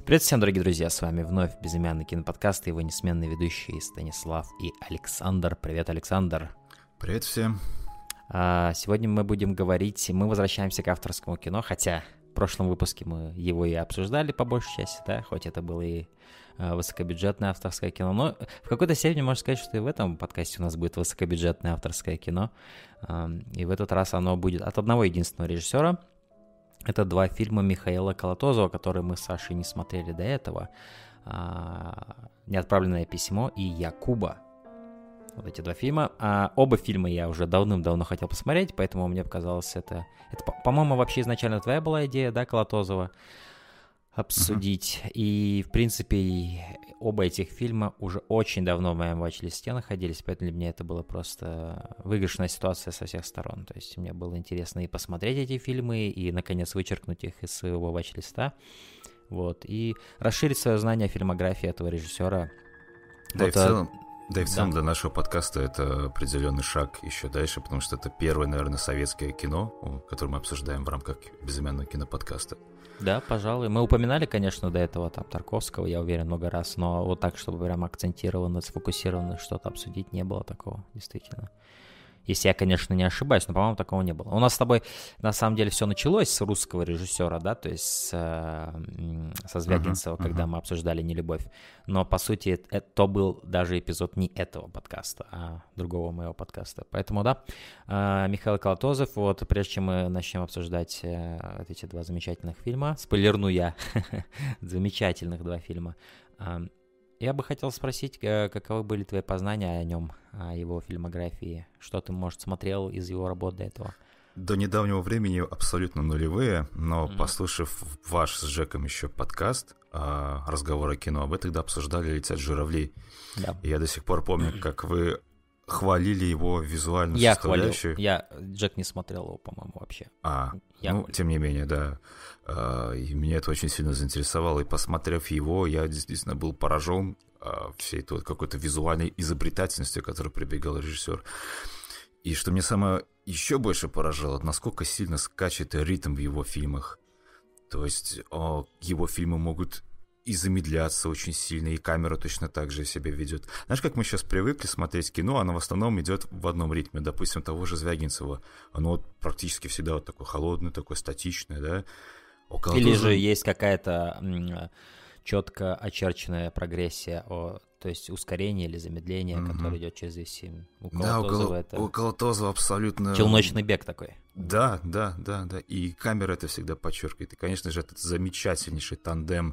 Привет всем, дорогие друзья, с вами вновь безымянный киноподкаст и его несменные ведущие Станислав и Александр. Привет, Александр. Привет всем. Сегодня мы будем говорить, мы возвращаемся к авторскому кино, хотя в прошлом выпуске мы его и обсуждали по большей части, да, хоть это было и высокобюджетное авторское кино, но в какой-то степени можно сказать, что и в этом подкасте у нас будет высокобюджетное авторское кино, и в этот раз оно будет от одного единственного режиссера. Это два фильма Михаила Колотозова, которые мы с Сашей не смотрели до этого. «Неотправленное письмо» и «Якуба». Вот эти два фильма. Оба фильма я уже давным-давно хотел посмотреть, поэтому мне показалось это по-моему, вообще изначально твоя была идея, да, Колотозова, обсудить. И, в принципе, оба этих фильма уже очень давно в моем ватч-листе находились, поэтому для меня это была просто выигрышная ситуация со всех сторон. То есть мне было интересно и посмотреть эти фильмы, и, наконец, вычеркнуть их из своего ватч-листа, вот, и расширить свое знание о фильмографии этого режиссера. Да, вот, и в целом для нашего подкаста это определенный шаг еще дальше, потому что это первое, наверное, советское кино, которое мы обсуждаем в рамках безымянного киноподкаста. Да, пожалуй. Мы упоминали, конечно, до этого там Тарковского, я уверен, много раз, но вот так, чтобы прям акцентированно, сфокусированно что-то обсудить, не было такого, действительно. Если я, конечно, не ошибаюсь, но, по-моему, такого не было. У нас с тобой, на самом деле, все началось с русского режиссера, да, то есть со Звягинцева, когда мы обсуждали «Нелюбовь». Но, по сути, это был даже эпизод не этого подкаста, а другого моего подкаста. Поэтому, да, Михаил Колотозов, вот, прежде чем мы начнем обсуждать эти два замечательных фильма, спойлерну я, замечательных два фильма, я бы хотел спросить, каковы были твои познания о нем, о его фильмографии? Что ты, может, смотрел из его работ до этого? До недавнего времени абсолютно нулевые, но послушав ваш с Жеком еще подкаст «Разговор о кино», вы тогда обсуждали «Летят журавли». Да. И я до сих пор помню, как вы хвалили его визуальную составляющую. Джек не смотрел его, по-моему, вообще. Тем не менее, да. И меня это очень сильно заинтересовало. И посмотрев его, я действительно был поражен всей той какой-то визуальной изобретательностью, к которой прибегал режиссер. И что мне самое еще больше поражало, насколько сильно скачет ритм в его фильмах. То есть его фильмы могут и замедляться очень сильно, и камера точно так же себя ведет. Знаешь, как мы сейчас привыкли смотреть кино, оно в основном идет в одном ритме. Допустим, того же Звягинцева. Оно вот практически всегда вот такое холодное, такое статичное, да? Или же есть какая-то четко очерченная прогрессия, то есть ускорение или замедление, которое идет через весь фильм. У Колотозова абсолютно... Челночный бег такой. Да. И камера это всегда подчеркивает. И, конечно же, этот замечательнейший тандем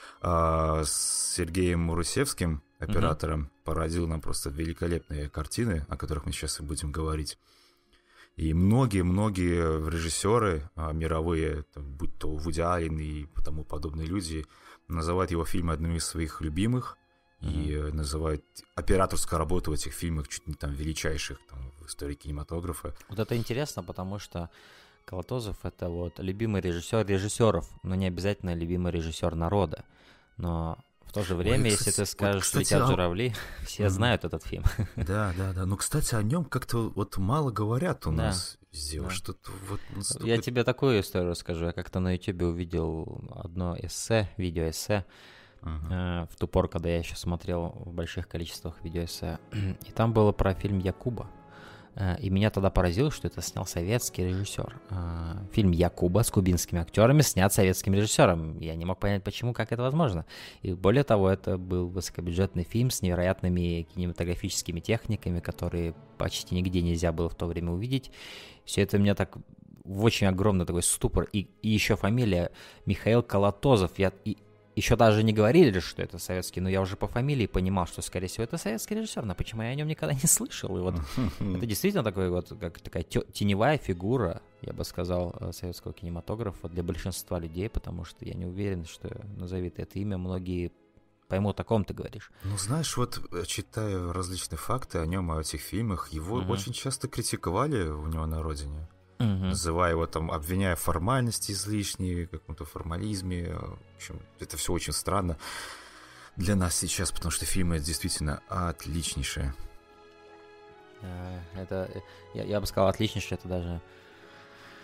с Сергеем Марусевским, оператором, породил нам просто великолепные картины, о которых мы сейчас и будем говорить. И многие режиссеры мировые, будь то Вуди Аллен и тому подобные люди, называют его фильмы одними из своих любимых и называют операторскую работу в этих фильмах чуть не там величайших в истории кинематографа. Вот это интересно, потому что Колотозов — это вот любимый режиссер режиссеров, но не обязательно любимый режиссер народа. Но в то же время, если ты скажешь «Летят журавли», все знают этот фильм. Да. Но, кстати, о нем как-то вот мало говорят у нас везде. Да. Что-то вот настолько... Я тебе такую историю расскажу. Я как-то на YouTube увидел одно видеоэссе, в ту пору, когда я еще смотрел в больших количествах видеоэссе. И там было про фильм «Якуба». И меня тогда поразило, что это снял советский режиссер. Фильм «Якуба» с кубинскими актерами снят советским режиссером. Я не мог понять, почему, как это возможно. И более того, это был высокобюджетный фильм с невероятными кинематографическими техниками, которые почти нигде нельзя было в то время увидеть. Все это меня так в очень огромный такой ступор. И еще фамилия Михаил Колотозов. Еще даже не говорили, что это советский, но я уже по фамилии понимал, что, скорее всего, это советский режиссер, но почему я о нем никогда не слышал? И вот это действительно такой вот, как такая теневая фигура, я бы сказал, советского кинематографа для большинства людей, потому что я не уверен, что, назови ты это имя, многие поймут, о ком ты говоришь. Ну, знаешь, вот, читая различные факты о нем, о этих фильмах, его очень часто критиковали у него на родине. Называя его там, обвиняя в формальности излишней, каком-то формализме. В общем, это все очень странно для нас сейчас, потому что фильмы действительно отличнейшие. Это, я бы сказал, отличнейшие, это даже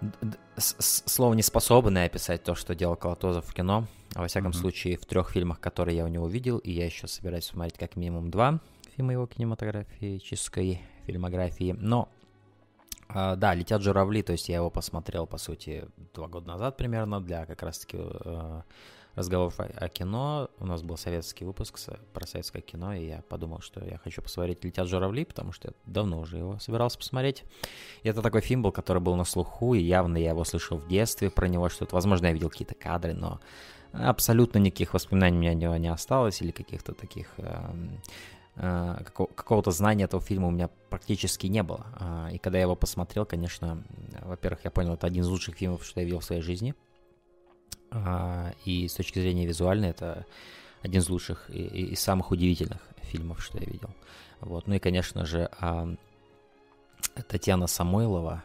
слово не способны описать то, что делал Колотозов в кино. Во всяком случае, в 3 фильмах, которые я у него видел, и я еще собираюсь смотреть как минимум 2 фильма его кинематографической фильмографии. Но, да, «Летят журавли», то есть я его посмотрел, по сути, 2 года назад примерно, для как раз-таки разговоров о кино. У нас был советский выпуск про советское кино, и я подумал, что я хочу посмотреть «Летят журавли», потому что я давно уже его собирался посмотреть. И это такой фильм был, который был на слуху, и явно я его слышал в детстве про него, что-то, возможно, я видел какие-то кадры, но абсолютно никаких воспоминаний у меня о него не осталось, или каких-то таких... какого-то знания этого фильма у меня практически не было. И когда я его посмотрел, конечно, во-первых, я понял, это один из лучших фильмов, что я видел в своей жизни. И с точки зрения визуальной, это один из лучших и самых удивительных фильмов, что я видел. Вот. Ну и, конечно же, Татьяна Самойлова,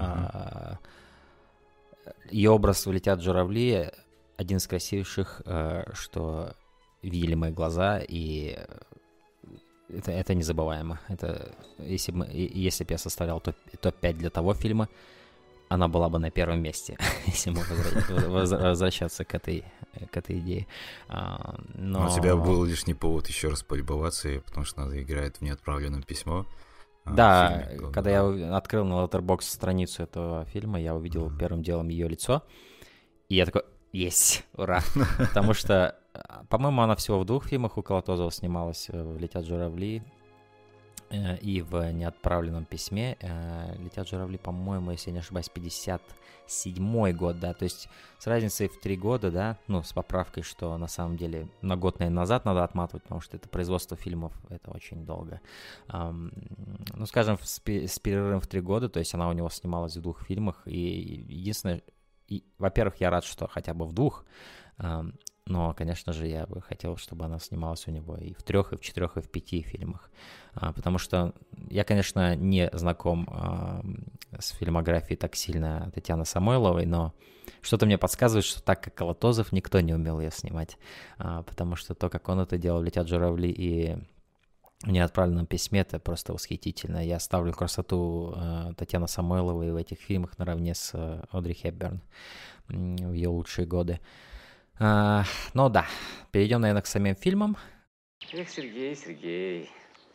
ее образ в «Летят журавли» один из красивейших, что видели мои глаза, и это незабываемо. Это, если бы я составлял топ-5 для того фильма, она была бы на первом месте, если мы возвращаться к этой идее. Но у тебя был лишний повод еще раз полюбоваться, потому что она играет в «Неотправленном письмо». Да, когда я открыл на Letterboxd страницу этого фильма, я увидел первым делом ее лицо, и я такой, есть, ура! Потому что, по-моему, она всего в 2 фильмах у Колотозова снималась, в «Летят журавли» и в «Неотправленном письме». «Летят журавли», по-моему, если я не ошибаюсь, 57-й год, да, то есть с разницей в 3 года, да, ну, с поправкой, что на самом деле на год, наверное, назад надо отматывать, потому что это производство фильмов, это очень долго. Ну, скажем, с перерывом в 3 года, то есть она у него снималась в 2 фильмах, и единственное, во-первых, я рад, что хотя бы в 2, но, конечно же, я бы хотел, чтобы она снималась у него и в 3, и в 4, и в 5 фильмах. Потому что я, конечно, не знаком с фильмографией так сильно Татьяны Самойловой, но что-то мне подсказывает, что так как Колотозов, никто не умел ее снимать. Потому что то, как он это делал, «Летят журавли» и в «Неотправленном письме», это просто восхитительно. Я ставлю красоту Татьяны Самойловой в этих фильмах наравне с Одри Хепберн в ее лучшие годы. Ну да, перейдем, наверное, к самим фильмам. Эх, Сергей,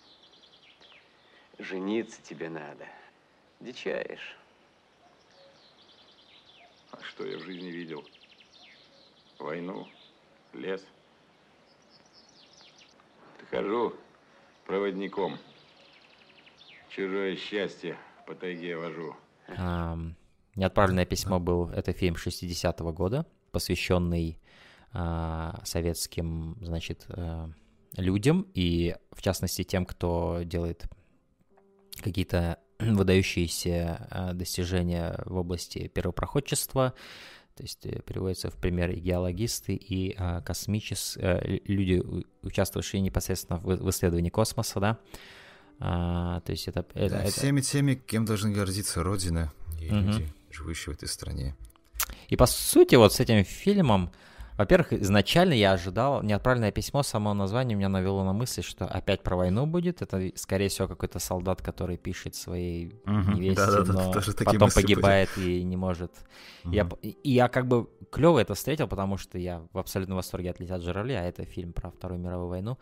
жениться тебе надо. Дичаешь. А что я в жизни видел? Войну, лес. Хожу проводником. Чужое счастье по тайге вожу. «Неотправленное письмо» был, это фильм 60-го года, посвященный советским, значит, людям, и в частности тем, кто делает какие-то выдающиеся достижения в области первопроходчества, то есть приводится в пример и геологисты, и люди, участвовавшие непосредственно в исследовании космоса, да, то есть это всеми теми, кем должны гордиться Родина и люди, живущие в этой стране. И по сути вот с этим фильмом, во-первых, изначально я ожидал, «Неотправленное письмо», само название меня навело на мысль, что опять про войну будет. Это, скорее всего, какой-то солдат, который пишет своей невесте, но потом погибает и не может. Я как бы клево это встретил, потому что я в абсолютном восторге от «Летят журавли», а это фильм про Вторую мировую войну.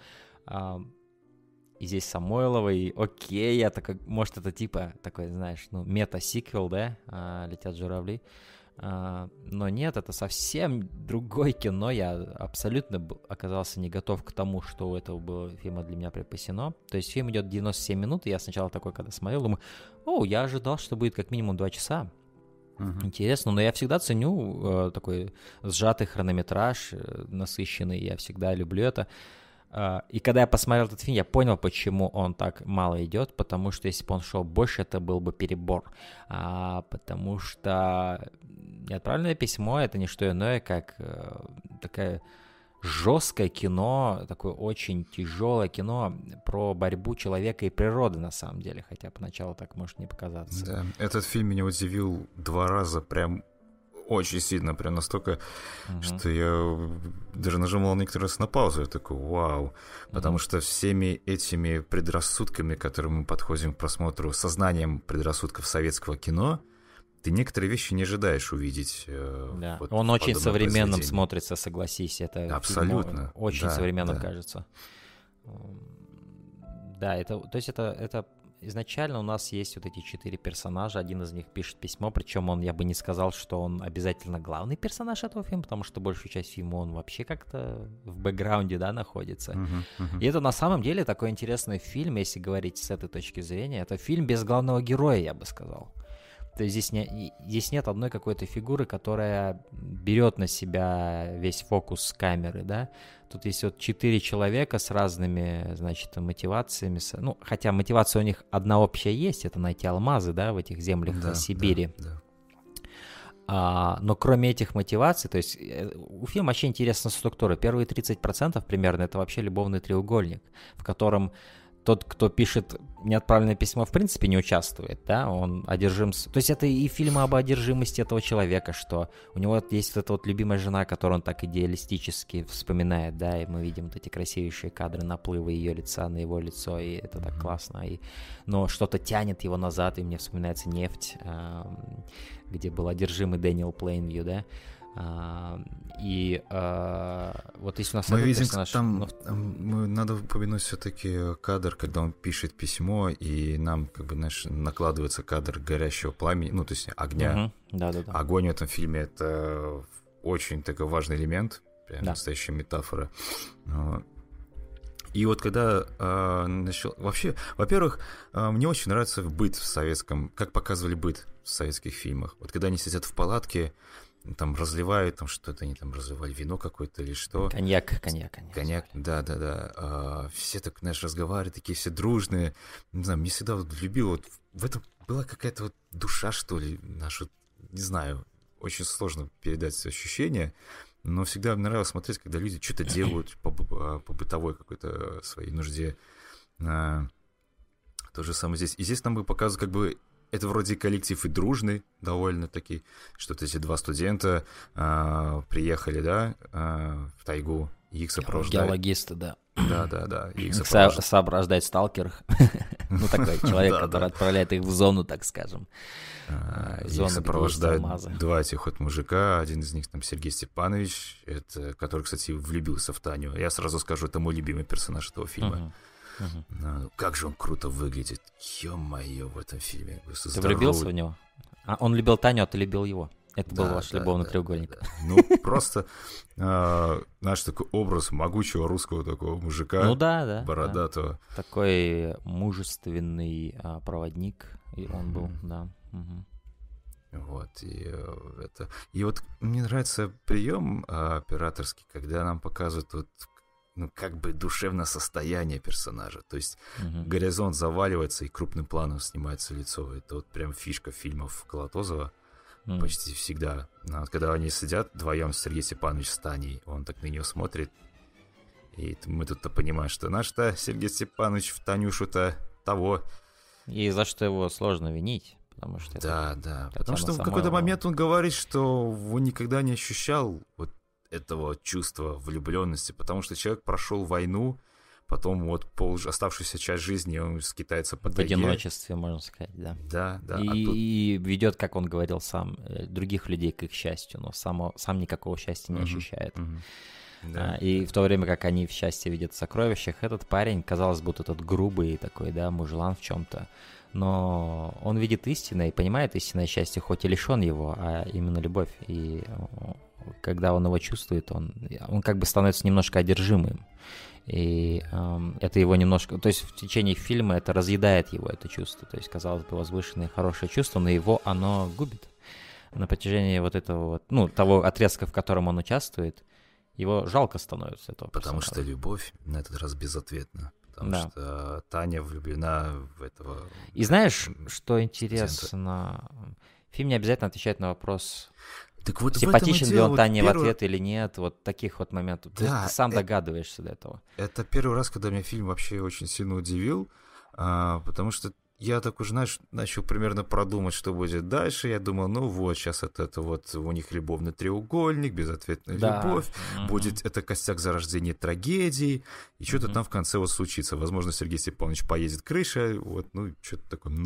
И здесь Самойлова, и окей, я такой, может, это типа такой, знаешь, ну, мета-сиквел, да, «Летят журавли». Но нет, это совсем другое кино. Я абсолютно оказался не готов к тому, что у этого было фильма для меня припасено. То есть фильм идет 97 минут, и я сначала такой, когда смотрел, думаю, я ожидал, что будет как минимум 2 часа. Интересно, но я всегда ценю такой сжатый хронометраж, насыщенный, я всегда люблю это. И когда я посмотрел этот фильм, я понял, почему он так мало идет, потому что если бы он шел больше, это был бы перебор. Потому что «Неотправленное письмо» — это не что иное, как такое жесткое кино, такое очень тяжелое кино про борьбу человека и природы, на самом деле, хотя поначалу так может не показаться. Да, этот фильм меня удивил 2 раза, прям очень сильно, прям настолько, что я даже нажимал некоторый раз на паузу, я такой, вау, потому что всеми этими предрассудками, к которым мы подходим к просмотру, сознанием предрассудков советского кино, ты некоторые вещи не ожидаешь увидеть. Да. Вот Он в очень подобном современным произведении. смотрится, согласись. Это Абсолютно. фильм очень Да, современным да. кажется. Да, то есть это изначально у нас есть вот эти 4 персонажа, один из них пишет письмо, причем я бы не сказал, что он обязательно главный персонаж этого фильма, потому что большую часть фильма он вообще как-то в бэкграунде, да, находится. И это на самом деле такой интересный фильм, если говорить с этой точки зрения. Это фильм без главного героя, я бы сказал. То есть здесь нет одной какой-то фигуры, которая берет на себя весь фокус камеры, да. Тут есть вот 4 человека с разными, значит, мотивациями. Ну, хотя мотивация у них одна общая есть, это найти алмазы, да, в этих землях Сибири. Да. Но кроме этих мотиваций, то есть у фильма вообще интересная структура. Первые 30% примерно это вообще любовный треугольник, в котором тот, кто пишет неотправленное письмо, в принципе не участвует, да, он одержим... То есть это и фильм об одержимости этого человека, что у него есть вот эта вот любимая жена, которую он так идеалистически вспоминает, да, и мы видим вот эти красивейшие кадры наплыва ее лица на его лицо, и это так классно, но что-то тянет его назад, и мне вспоминается «Нефть», где был одержимый Дэниел Плейнвью, да. Вот если у нас мы видим, персонаж... там надо упомянуть все-таки кадр, когда он пишет письмо, и нам, как бы, знаешь, накладывается кадр горящего пламени, ну, то есть огня. Да-да-да. Огонь в этом фильме — это очень такой важный элемент, прям настоящая метафора. И вот когда вообще, во-первых, мне очень нравится быт в советском, как показывали быт в советских фильмах. Вот когда они сидят в палатке, там разливают, там что-то они там разливали, вино какое-то или что. Коньяк. Коньяк, да. Все так, знаешь, разговаривают, такие все дружные. Не знаю, мне всегда вот любил, вот в этом была какая-то вот душа, что ли, наша, не знаю, очень сложно передать ощущения, но всегда мне нравилось смотреть, когда люди что-то делают по бытовой какой-то своей нужде. То же самое здесь. И здесь нам показывают, как бы, это вроде коллектив и дружный довольно-таки, что эти 2 студента приехали, да, в тайгу, и их сопровождают. Геологисты, да. Да. Их соображает сталкер. Ну, такой человек, который отправляет их в зону, так скажем. Их сопровождают 2 этих вот мужика, один из них там Сергей Степанович, который, кстати, влюбился в Таню. Я сразу скажу, это мой любимый персонаж этого фильма. Как же он круто выглядит. Ё-моё, в этом фильме. Ты влюбился в него? Он любил Таню, а ты любил его. Это был ваш любовный треугольник. Да. Ну, просто, знаешь, такой образ могучего русского такого мужика. Ну да. Бородатого. Да. Такой мужественный проводник. И он был, да. Вот, и вот мне нравится прием операторский, когда нам показывают вот, ну, как бы душевное состояние персонажа. То есть горизонт заваливается, и крупным планом снимается лицо. Это вот прям фишка фильмов Колотозова почти всегда. Вот когда они сидят вдвоем, Сергей Степанович с Таней, он так на нее смотрит, и мы тут-то понимаем, что наш-то Сергей Степанович в Танюшу-то того. И за что его сложно винить. Потому что да. Потому что в какой-то момент он говорит, что он никогда не ощущал вот этого чувства влюбленности, потому что человек прошел войну, потом вот оставшуюся часть жизни он скитается по тайге. В одиночестве, можно сказать, да. Да. И ведет, как он говорил сам, других людей к их счастью, но сам никакого счастья не ощущает. Да. И в то время, как они в счастье видят в сокровищах, этот парень, казалось, будто тот грубый такой, да, мужлан в чем-то, но он видит истинное и понимает истинное счастье, хоть и лишен его, а именно любовь. И когда он его чувствует, он как бы становится немножко одержимым. И это его немножко... То есть в течение фильма это разъедает его, это чувство. То есть, казалось бы, возвышенное, хорошее чувство, но его оно губит. На протяжении вот этого вот, ну, того отрезка, в котором он участвует, его жалко становится этого Потому персонажа. что любовь на этот раз безответна. Потому что Таня влюблена в этого... И знаешь, что интересно? Фильм не обязательно отвечает на вопрос... Так вот симпатичен ли он Тане в ответ или нет, вот таких вот моментов. Да, ты сам догадываешься до этого. Это первый раз, когда меня фильм вообще очень сильно удивил, потому что я так уже, знаешь, начал примерно продумать, что будет дальше. Я думал, ну вот, сейчас это вот у них любовный треугольник, безответная любовь, будет это костяк зарождения трагедии, и что-то там в конце вот случится. Возможно, Сергей Степанович поедет крыша, вот, ну, что-то такое. Но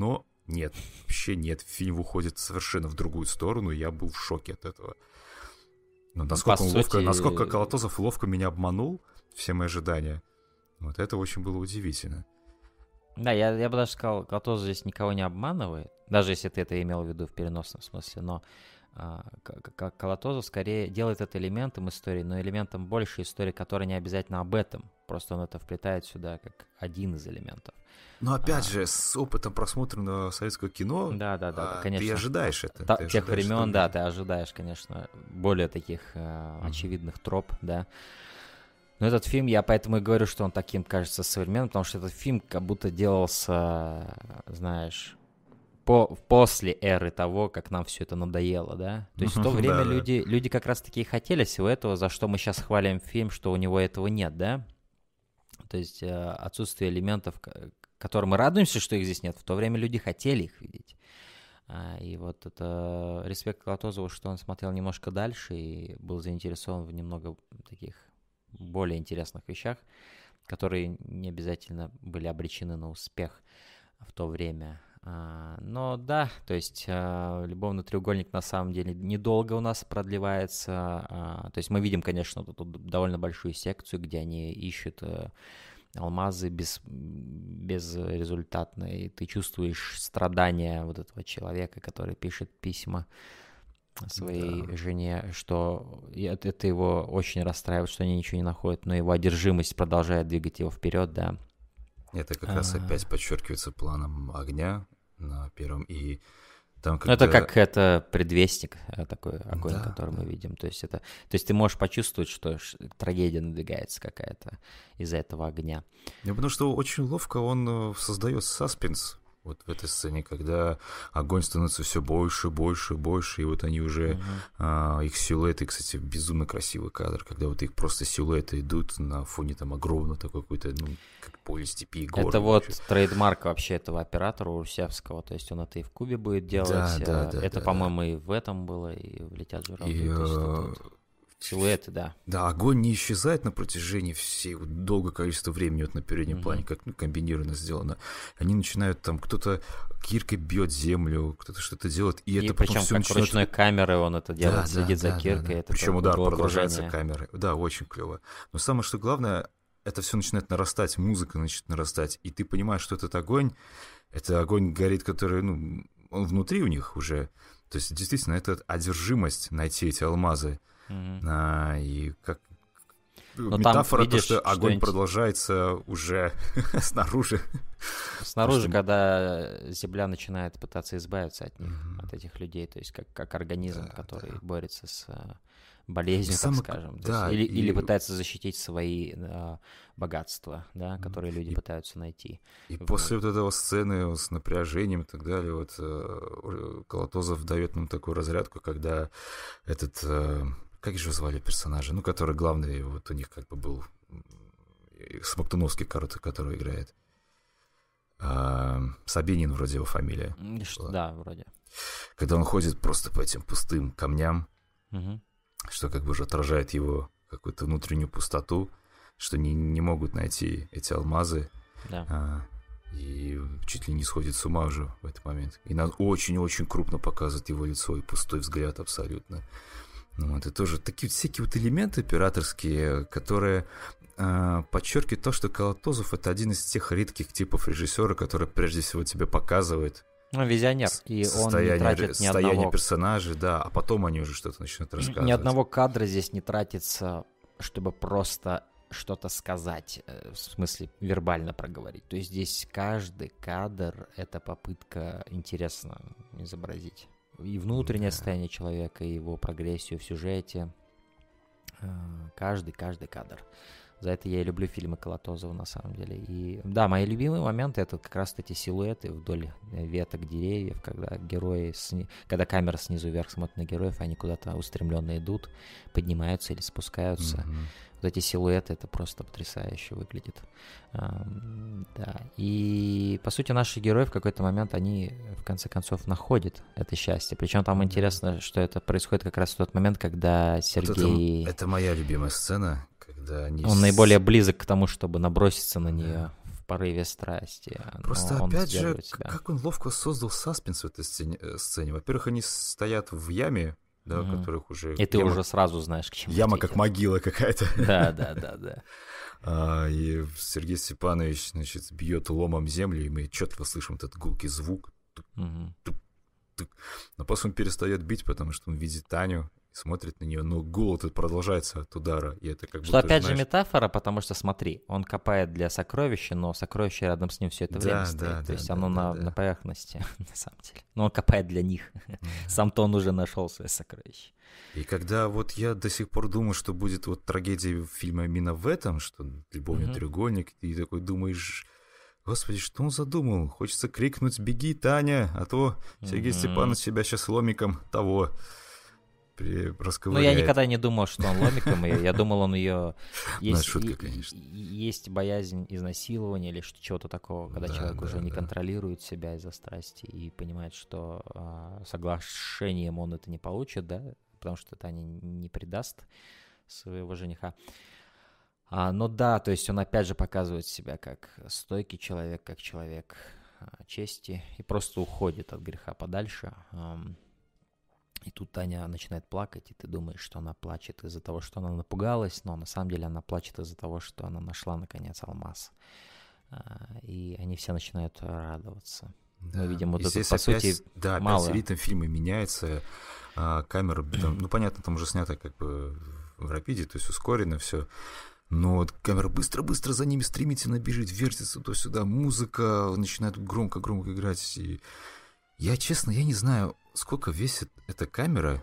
Нет, вообще нет. Фильм уходит совершенно в другую сторону, и я был в шоке от этого. Но насколько Колотозов ловко меня обманул, все мои ожидания, вот это очень было удивительно. Да, я бы даже сказал, Колотозов здесь никого не обманывает, даже если ты это имел в виду в переносном смысле, но Колотозов скорее делает это элементом истории, но элементом большей истории, которая не обязательно об этом, просто он это вплетает сюда как один из элементов. Но опять же, с опытом просмотренного советского кино, да, конечно. Ты ожидаешь это. Тех времен, да, ты ожидаешь, конечно, более таких очевидных троп, да. Но этот фильм, я поэтому и говорю, что он таким кажется современным, потому что этот фильм как будто делался, знаешь, после эры того, как нам все это надоело, да? То есть в то время люди как раз-таки и хотели всего этого, за что мы сейчас хвалим фильм, что у него этого нет, да? То есть отсутствие элементов, которым мы радуемся, что их здесь нет, в то время люди хотели их видеть. И вот это респект Колотозову, что он смотрел немножко дальше и был заинтересован в немного таких более интересных вещах, которые не обязательно были обречены на успех в то время. Но да, то есть любовный треугольник на самом деле недолго у нас продлевается. То есть мы видим, конечно, тут довольно большую секцию, где они ищут алмазы безрезультатно, и ты чувствуешь страдания вот этого человека, который пишет письма своей жене, что это его очень расстраивает, что они ничего не находят, но его одержимость продолжает двигать его вперед, да. Это как раз опять подчеркивается планом огня на первом, и там когда... Это как предвестник, такой огонь, который мы видим. То есть ты можешь почувствовать, что трагедия надвигается какая-то из-за этого огня. Потому что очень ловко он создает саспенс вот в этой сцене, когда огонь становится все больше, больше, больше, и вот они уже, их силуэты, кстати, безумно красивый кадр, когда вот их просто силуэты идут на фоне там огромного такой какой-то, как поле степи и гор. Это вот трейдмарк вообще этого оператора Урусевского, то есть он это и в Кубе будет делать, это, по-моему, и в этом было, и в «Летят журавли». Силуэты, да. Да, огонь не исчезает на протяжении всей долгого количества времени вот на переднем плане, как комбинированно сделано. Они начинают там, кто-то киркой бьет землю, кто-то что-то делает, и это потом причем все как начинает... ручной камерой он это делает, следит за киркой. Причем удар продолжается камерой. Да, очень клево. Но самое что главное, это все начинает нарастать, музыка начинает нарастать, и ты понимаешь, что этот огонь горит, который, он внутри у них уже. То есть действительно это одержимость найти эти алмазы. И как метафора, то, что огонь продолжается уже снаружи. Снаружи, когда земля начинает пытаться избавиться от них, от этих людей, то есть как организм, который борется с болезнью, так скажем. Или пытается защитить свои богатства, да, которые люди пытаются найти. И после вот этого сцены с напряжением и так далее, вот Колотозов дает нам такую разрядку, когда этот... Как же звали персонажа? который главный, вот у них как бы был Смоктуновский, который играет. Собинин вроде его фамилия. Да, вроде. Когда он ходит просто по этим пустым камням, что как бы уже отражает его какую-то внутреннюю пустоту, что не могут найти эти алмазы. Да. И чуть ли не сходит с ума уже в этот момент. И нам очень-очень крупно показывает его лицо и пустой взгляд абсолютно. Это тоже такие всякие вот элементы операторские, которые подчеркивают то, что Колотозов — это один из тех редких типов режиссера, который прежде всего тебе показывает визионер, и он не тратит ни одного... Состояние персонажей, да, а потом они уже что-то начинают рассказывать. Ни одного кадра здесь не тратится, чтобы просто что-то сказать, в смысле вербально проговорить. То есть здесь каждый кадр — это попытка интересно изобразить. И внутреннее состояние человека, и его прогрессию в сюжете. Каждый кадр. За это я и люблю фильмы Колотозова, на самом деле. И да, мои любимые моменты — это как раз эти силуэты вдоль веток деревьев, когда камера снизу вверх смотрит на героев, они куда-то устремленно идут, поднимаются или спускаются. Вот эти силуэты — это просто потрясающе выглядит. Да. И, по сути, наши герои в какой-то момент, они, в конце концов, находят это счастье. Причем там интересно, что это происходит как раз в тот момент, когда Сергей... Это моя любимая сцена, когда они... Он наиболее близок к тому, чтобы наброситься на нее порыве страсти. Просто опять же, как он ловко создал саспенс в этой сцене. Во-первых, они стоят в яме, да, у которых уже... И ты уже сразу знаешь, к чему. Яма как могила какая-то. Да. И Сергей Степанович, значит, бьет ломом землю, и мы четко слышим этот гулкий звук. Но после он перестает бить, потому что он видит Таню, смотрит на нее, но гул этот продолжается от удара. И это как что будто, опять же метафора, потому что смотри, он копает для сокровища, но сокровище рядом с ним все это время стоит. То есть оно на поверхности, на самом деле. Но он копает для них. Сам-то он уже нашел свое сокровище. И когда вот я до сих пор думаю, что будет вот трагедия фильма именно в этом, что любовный треугольник, и такой думаешь... Господи, что он задумал? Хочется крикнуть: «Беги, Таня!» А то Сергей Степанович себя сейчас ломиком того расковыряет. Ну, я никогда не думал, что он ломиком ее. Я думал, он ее... Шутка, конечно. Есть боязнь изнасилования или чего-то такого, когда человек уже не контролирует себя из-за страсти и понимает, что соглашением он это не получит, да, потому что Таня не предаст своего жениха. Но да, то есть он опять же показывает себя как стойкий человек, как человек чести, и просто уходит от греха подальше. И тут Таня начинает плакать, и ты думаешь, что она плачет из-за того, что она напугалась, но на самом деле она плачет из-за того, что она нашла наконец алмаз. И они все начинают радоваться. Да. Мы видим вот это, по сути, мало. Опять ритм фильма меняется, камера, ну, понятно, там уже снято как бы в рапиде, то есть ускорено все. Но вот камера быстро-быстро за ними стремительно бежит, вертится туда-сюда, музыка начинает громко-громко играть. И я, честно, я не знаю, сколько весит эта камера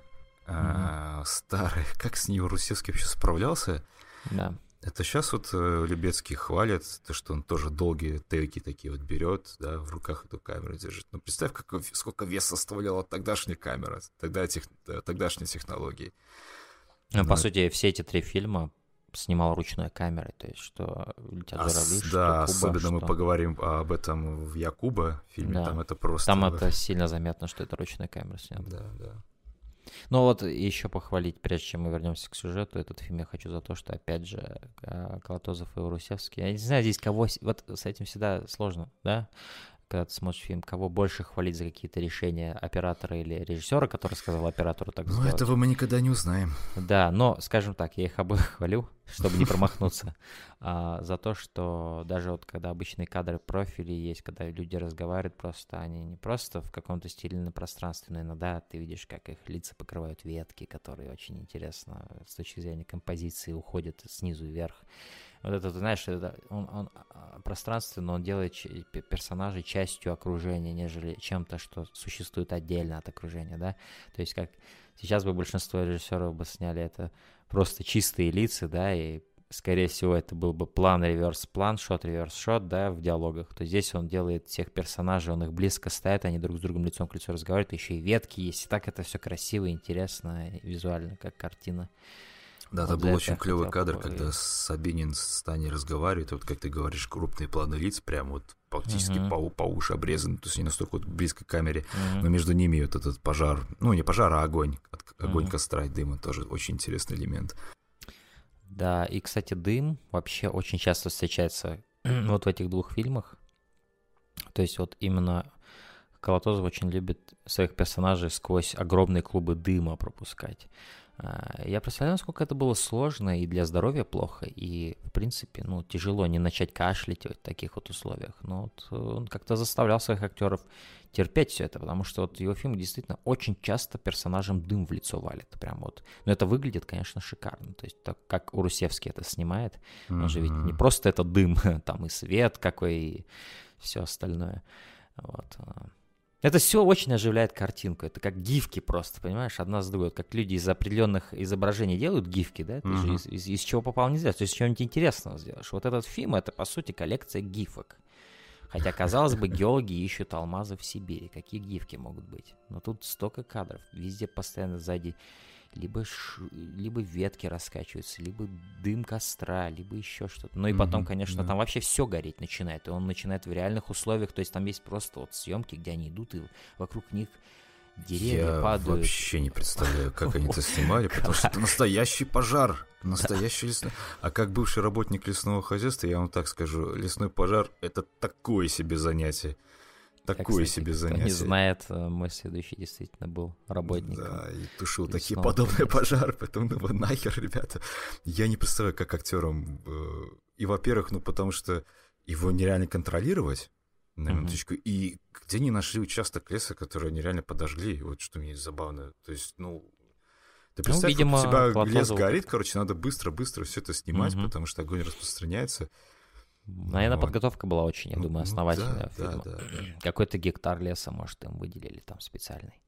старая, как с ней Русевский вообще справлялся. Да. Это сейчас вот Любецкий хвалит, то, что он тоже долгие теки такие вот берет, да, в руках эту камеру держит. Ну, представь, сколько веса составляла тогдашняя камера, тогдашние технологии. По сути, все эти 3 фильма снимал ручной камерой, то есть что «Летят журавли», что да, Куба, особенно что... мы поговорим об этом в «Якуба» фильме, да. Там это просто... Там это сильно заметно, что это ручной камерой снято. Да. Ну вот еще похвалить, прежде чем мы вернемся к сюжету, этот фильм я хочу за то, что, опять же, Колотозов и Урусевский, я не знаю здесь кого, вот с этим всегда сложно, да, когда ты смотришь фильм, кого больше хвалить за какие-то решения оператора или режиссера, который сказал оператору так сделать. Ну, этого мы никогда не узнаем. Да, но, скажем так, я их обоих хвалю, чтобы не промахнуться, за то, что даже вот когда обычные кадры профили есть, когда люди разговаривают просто, они не просто в каком-то стиле на пространстве, но иногда ты видишь, как их лица покрывают ветки, которые очень интересно с точки зрения композиции уходят снизу вверх. Вот это, ты знаешь, он пространственно, он делает персонажей частью окружения, нежели чем-то, что существует отдельно от окружения, да. То есть как сейчас бы большинство режиссеров бы сняли это просто чистые лица, да, и, скорее всего, это был бы план, реверс-план, шот-реверс-шот, да, в диалогах, то здесь он делает всех персонажей, он их близко ставит, они друг с другом лицом к лицу разговаривают, еще и ветки есть, и так это все красиво, интересно, визуально, как картина. Да, вот это был очень клевый кадр, когда Собинин с Таней разговаривает, вот как ты говоришь, крупные планы лиц, прям вот практически по уши обрезаны, то есть не настолько вот близко к камере, но между ними вот этот пожар, ну не пожар, а огонь, огонь костра и дыма, тоже очень интересный элемент. Да, и, кстати, дым вообще очень часто встречается вот в этих 2 фильмах, то есть вот именно Колотозов очень любит своих персонажей сквозь огромные клубы дыма пропускать. Я представляю, насколько это было сложно и для здоровья плохо, и, в принципе, ну, тяжело не начать кашлять в таких вот условиях. Но вот он как-то заставлял своих актеров терпеть все это, потому что вот его фильм действительно очень часто персонажам дым в лицо валит. Прям вот. Но это выглядит, конечно, шикарно. То есть так, как Урусевский это снимает, он же ведь не просто это дым, там и свет какой, и все остальное. Вот. Это все очень оживляет картинку. Это как гифки просто, понимаешь, одна с другой. Как люди из определенных изображений делают гифки, да? Ты же из чего попало не сделаешь. То есть чего-нибудь интересного сделаешь. Вот этот фильм — это, по сути, коллекция гифок. Хотя, казалось бы, геологи ищут алмазы в Сибири. Какие гифки могут быть? Но тут столько кадров. Везде постоянно сзади либо ветки раскачиваются, либо дым костра, либо еще что-то. Ну и потом, конечно, там вообще все гореть начинает. И он начинает в реальных условиях. То есть там есть просто вот съемки, где они идут, и вокруг них деревья Я падают. вообще не представляю, как они это снимали, потому что это настоящий пожар, настоящий лесной. А как бывший работник лесного хозяйства, я вам так скажу, лесной пожар — это такое себе занятие. Такое Кстати, себе кто занятие. не знает, мой следующий действительно был работником. Да, и тушил такие лесного подобные хозяйства. пожары, поэтому, ну, нахер, ребята. Я не представляю, как актерам. И, во-первых, ну, потому что его нереально контролировать, на минуточку, и где они нашли участок леса, который они реально подожгли, вот что мне забавно. То есть, ну, ты представь, видимо, у тебя лес Клотозов горит, как-то. короче, надо быстро-быстро все это снимать, потому что огонь распространяется. Наверное, Ну, подготовка была очень, я ну, думаю, ну основательная. да, да. Какой-то гектар леса, может, им выделили там специальный.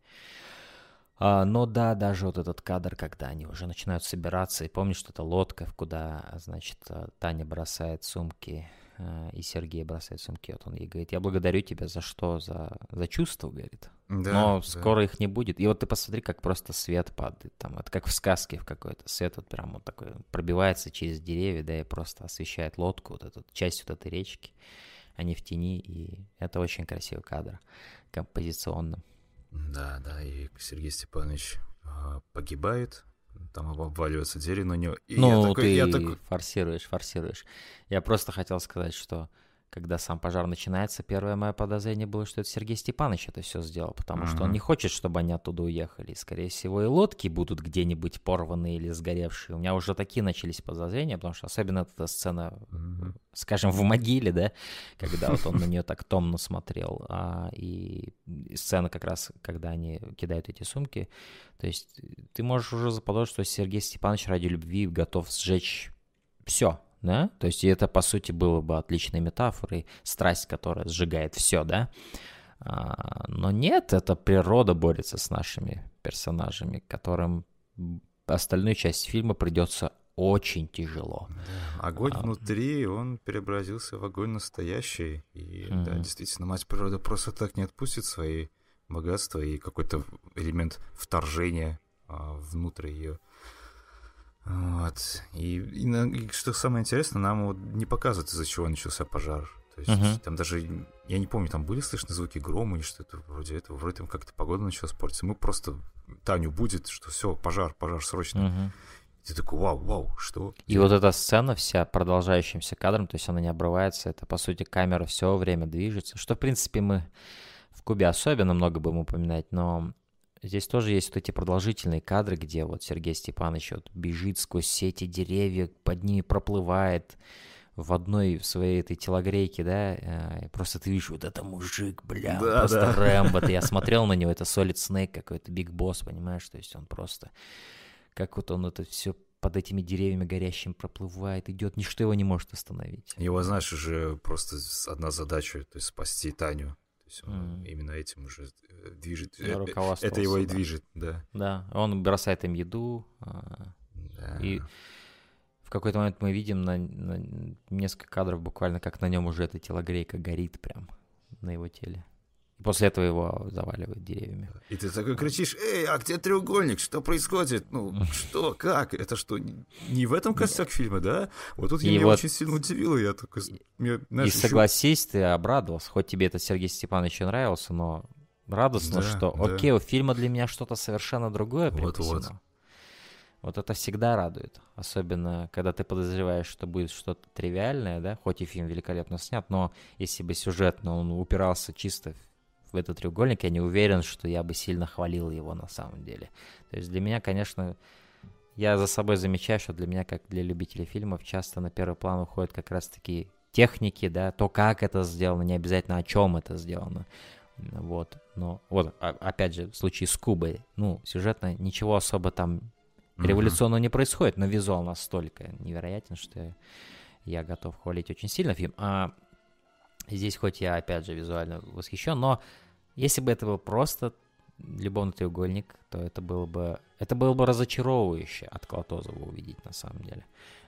Но да, даже вот этот кадр, когда они уже начинают собираться, и помнишь, что это лодка, куда, значит, Таня бросает сумки, и Сергей бросает сумки, вот он ей говорит: я благодарю тебя за что? За чувство, говорит. Да, Но да. скоро их не будет. И вот ты посмотри, как просто свет падает. Там, это как в сказке в какой-то. Свет вот прям вот такой пробивается через деревья, да, и просто освещает лодку, вот эту часть вот этой речки. Они в тени, и это очень красивый кадр, композиционно. Да, и Сергей Степанович погибает, там обваливается дерево на него. И Ну, я ты такой, форсируешь. Я просто хотел сказать, что когда сам пожар начинается, первое мое подозрение было, что это Сергей Степанович это все сделал, потому что он не хочет, чтобы они оттуда уехали. Скорее всего, и лодки будут где-нибудь порванные или сгоревшие. У меня уже такие начались подозрения, потому что особенно эта сцена, скажем, в могиле, да, когда вот он на нее так томно смотрел, и сцена как раз, когда они кидают эти сумки, то есть ты можешь уже заподозрить, что Сергей Степанович ради любви готов сжечь все. Да? То есть это, по сути, было бы отличной метафорой, страсть, которая сжигает все, да? Но нет, это природа борется с нашими персонажами, которым остальную часть фильма придется очень тяжело. Да. Огонь внутри, он преобразился в огонь настоящий. И да, действительно, мать природа просто так не отпустит свои богатства и какой-то элемент вторжения внутрь ее. Вот. И что самое интересное, нам вот не показывают, из-за чего начался пожар. То есть там даже, я не помню, там были слышны звуки грома или что-то вроде этого. Вроде там как-то погода начала портиться. Мы просто, Таню будет, что все, пожар срочно. И ты такой, вау, что? И вот эта сцена вся продолжающимся кадром, то есть она не обрывается, это, по сути, камера все время движется, что, в принципе, мы в Кубе особенно много будем упоминать, но здесь тоже есть вот эти продолжительные кадры, где вот Сергей Степанович вот бежит сквозь все эти деревья, под ними проплывает в одной в своей этой телогрейке, да, и просто ты видишь, вот это мужик, бля, Да, просто да. Рэмбо. Я смотрел на него, это Solid Snake какой-то, Big Boss, понимаешь, то есть он просто, как вот он это все под этими деревьями горящими проплывает, идет, ничто его не может остановить. Его, знаешь, уже просто одна задача, то есть спасти Таню. То есть он именно этим уже движет. Это его и движет, да. Да, он бросает им еду, Да. и в какой-то момент мы видим на несколько кадров буквально, как на нем уже эта телогрейка горит прям на его теле. И после этого его заваливают деревьями. И ты такой кричишь: эй, а где треугольник? Что происходит? Ну, что, как? Это что, не в этом костяк фильма, да? Вот тут меня очень сильно удивило. Я такой, и согласись, ты обрадовался, хоть тебе этот Сергей Степанович и нравился, но радостно, что окей, у фильма для меня что-то совершенно другое припасено. Вот это всегда радует, особенно когда ты подозреваешь, что будет что-то тривиальное, да, хоть и фильм великолепно снят, но если бы сюжетно он упирался чисто в этот треугольник, я не уверен, что я бы сильно хвалил его на самом деле. То есть для меня, конечно, я за собой замечаю, что для меня, как для любителей фильмов, часто на первый план уходят как раз-таки техники, да, то, как это сделано, не обязательно о чем это сделано. Вот, но вот, опять же, в случае с Кубой, ну, сюжетно ничего особо там революционного не происходит, но визуал настолько невероятен, что я готов хвалить очень сильно фильм. А здесь хоть я, опять же, визуально восхищен, но если бы это был просто любовный треугольник, то это было бы разочаровывающе от Клотозова увидеть на самом деле.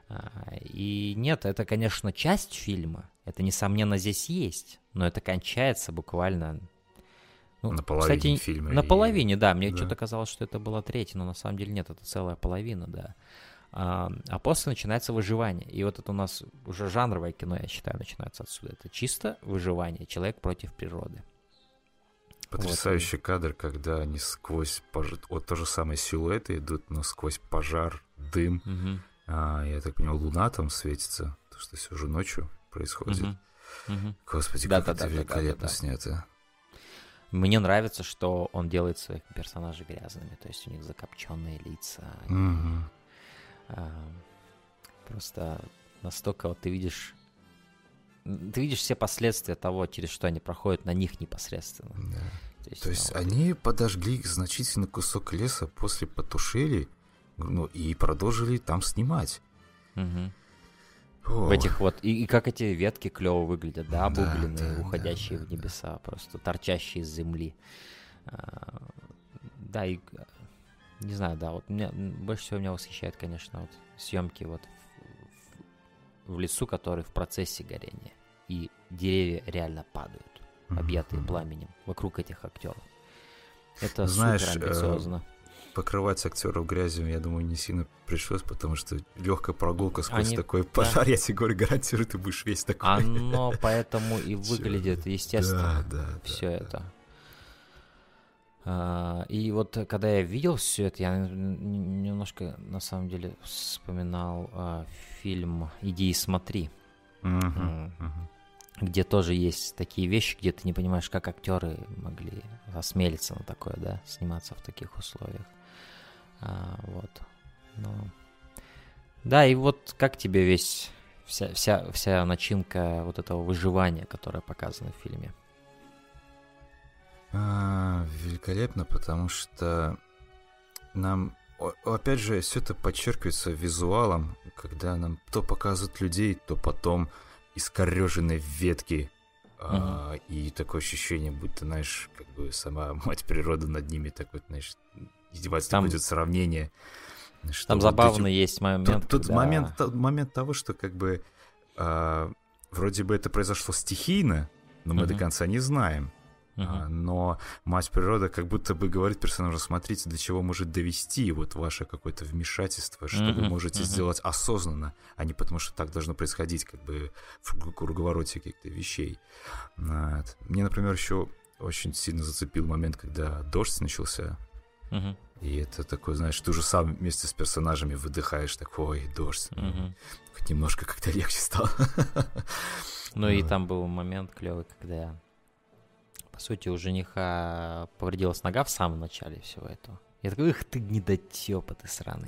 И нет, это, конечно, часть фильма, это, несомненно, здесь есть, но это кончается буквально... Ну, на половине, кстати, фильма. На половине, да. Мне что-то казалось, что это была третья, но на самом деле нет, это целая половина, да. А после начинается выживание. И вот это у нас уже жанровое кино, я считаю, начинается отсюда. Это чисто выживание, человек против природы. Потрясающий кадр, когда они сквозь вот то же самое силуэты идут, но сквозь пожар, дым. Я так понимаю, луна там светится, то что все уже ночью происходит. Господи, как это великолепно снято. Мне нравится, что он делает своих персонажей грязными, то есть у них закопченные лица. Просто настолько вот ты видишь все последствия того, через что они проходят на них непосредственно. Да. То есть они подожгли значительный кусок леса, после потушили, и продолжили там снимать. В этих вот... И как эти ветки клево выглядят, да, обугленные, уходящие в небеса, просто торчащие из земли. Да, и... Не знаю, да, вот больше всего меня восхищает, конечно, вот съемки вот в лесу, который в процессе горения. И деревья реально падают, объятые пламенем, вокруг этих актеров. Это супер амбициозно. Покрывать актеров грязью, я думаю, не сильно пришлось, потому что легкая прогулка сквозь такой пожар, я тебе говорю, гарантирую, ты будешь весь такой. Оно поэтому и выглядит естественно, все это. И вот когда я видел все это, я немножко, на самом деле, вспоминал фильм «Иди и смотри», где тоже есть такие вещи, где ты не понимаешь, как актеры могли осмелиться на такое, да, сниматься в таких условиях. Вот. Да, и вот как тебе вся начинка вот этого выживания, которая показана в фильме? Великолепно, потому что нам, опять же, все это подчеркивается визуалом, когда нам то показывают людей, то потом искореженные ветки, и такое ощущение, будто, знаешь, как бы сама мать природа над ними, так вот, знаешь, издевательство там будет сравнение. Там вот забавный есть момент. Тут момент того, что как бы вроде бы это произошло стихийно, но мы до конца не знаем. Но мать природа как будто бы говорит персонажу: смотрите, до чего может довести вот ваше какое-то вмешательство, что вы можете сделать осознанно, а не потому, что так должно происходить как бы в круговороте каких-то вещей. Вот. Мне, например, еще очень сильно зацепил момент, когда дождь начался. И это такой, знаешь, ты уже сам вместе с персонажами выдыхаешь, такой, дождь. Хоть немножко как-то легче стало. Ну и там был момент клевый, когда, по сути, у жениха повредилась нога в самом начале всего этого. Я такой, эх ты гнидотёпа, ты сраный.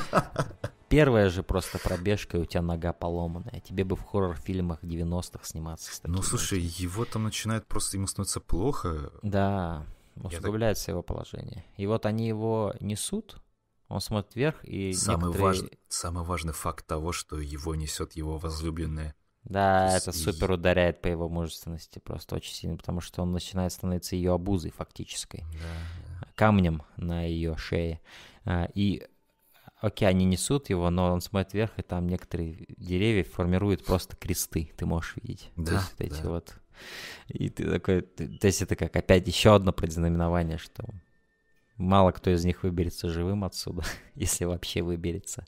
Первая же просто пробежка, и у тебя нога поломанная. Тебе бы в хоррор-фильмах 90-х сниматься с таким. Ну, слушай, его там начинает просто, ему становится плохо. Да, усугубляется его положение. И вот они его несут, он смотрит вверх, и Самый важный факт того, что его несет его возлюбленная. Да, это супер ударяет по его мужественности просто очень сильно, потому что он начинает становиться ее обузой фактической, камнем на ее шее. И окей, они несут его, но он смотрит вверх, и там некоторые деревья формируют просто кресты, ты можешь видеть. Да, то есть, вот эти вот. И ты такой, то есть это как опять еще одно предзнаменование, что мало кто из них выберется живым отсюда, если вообще выберется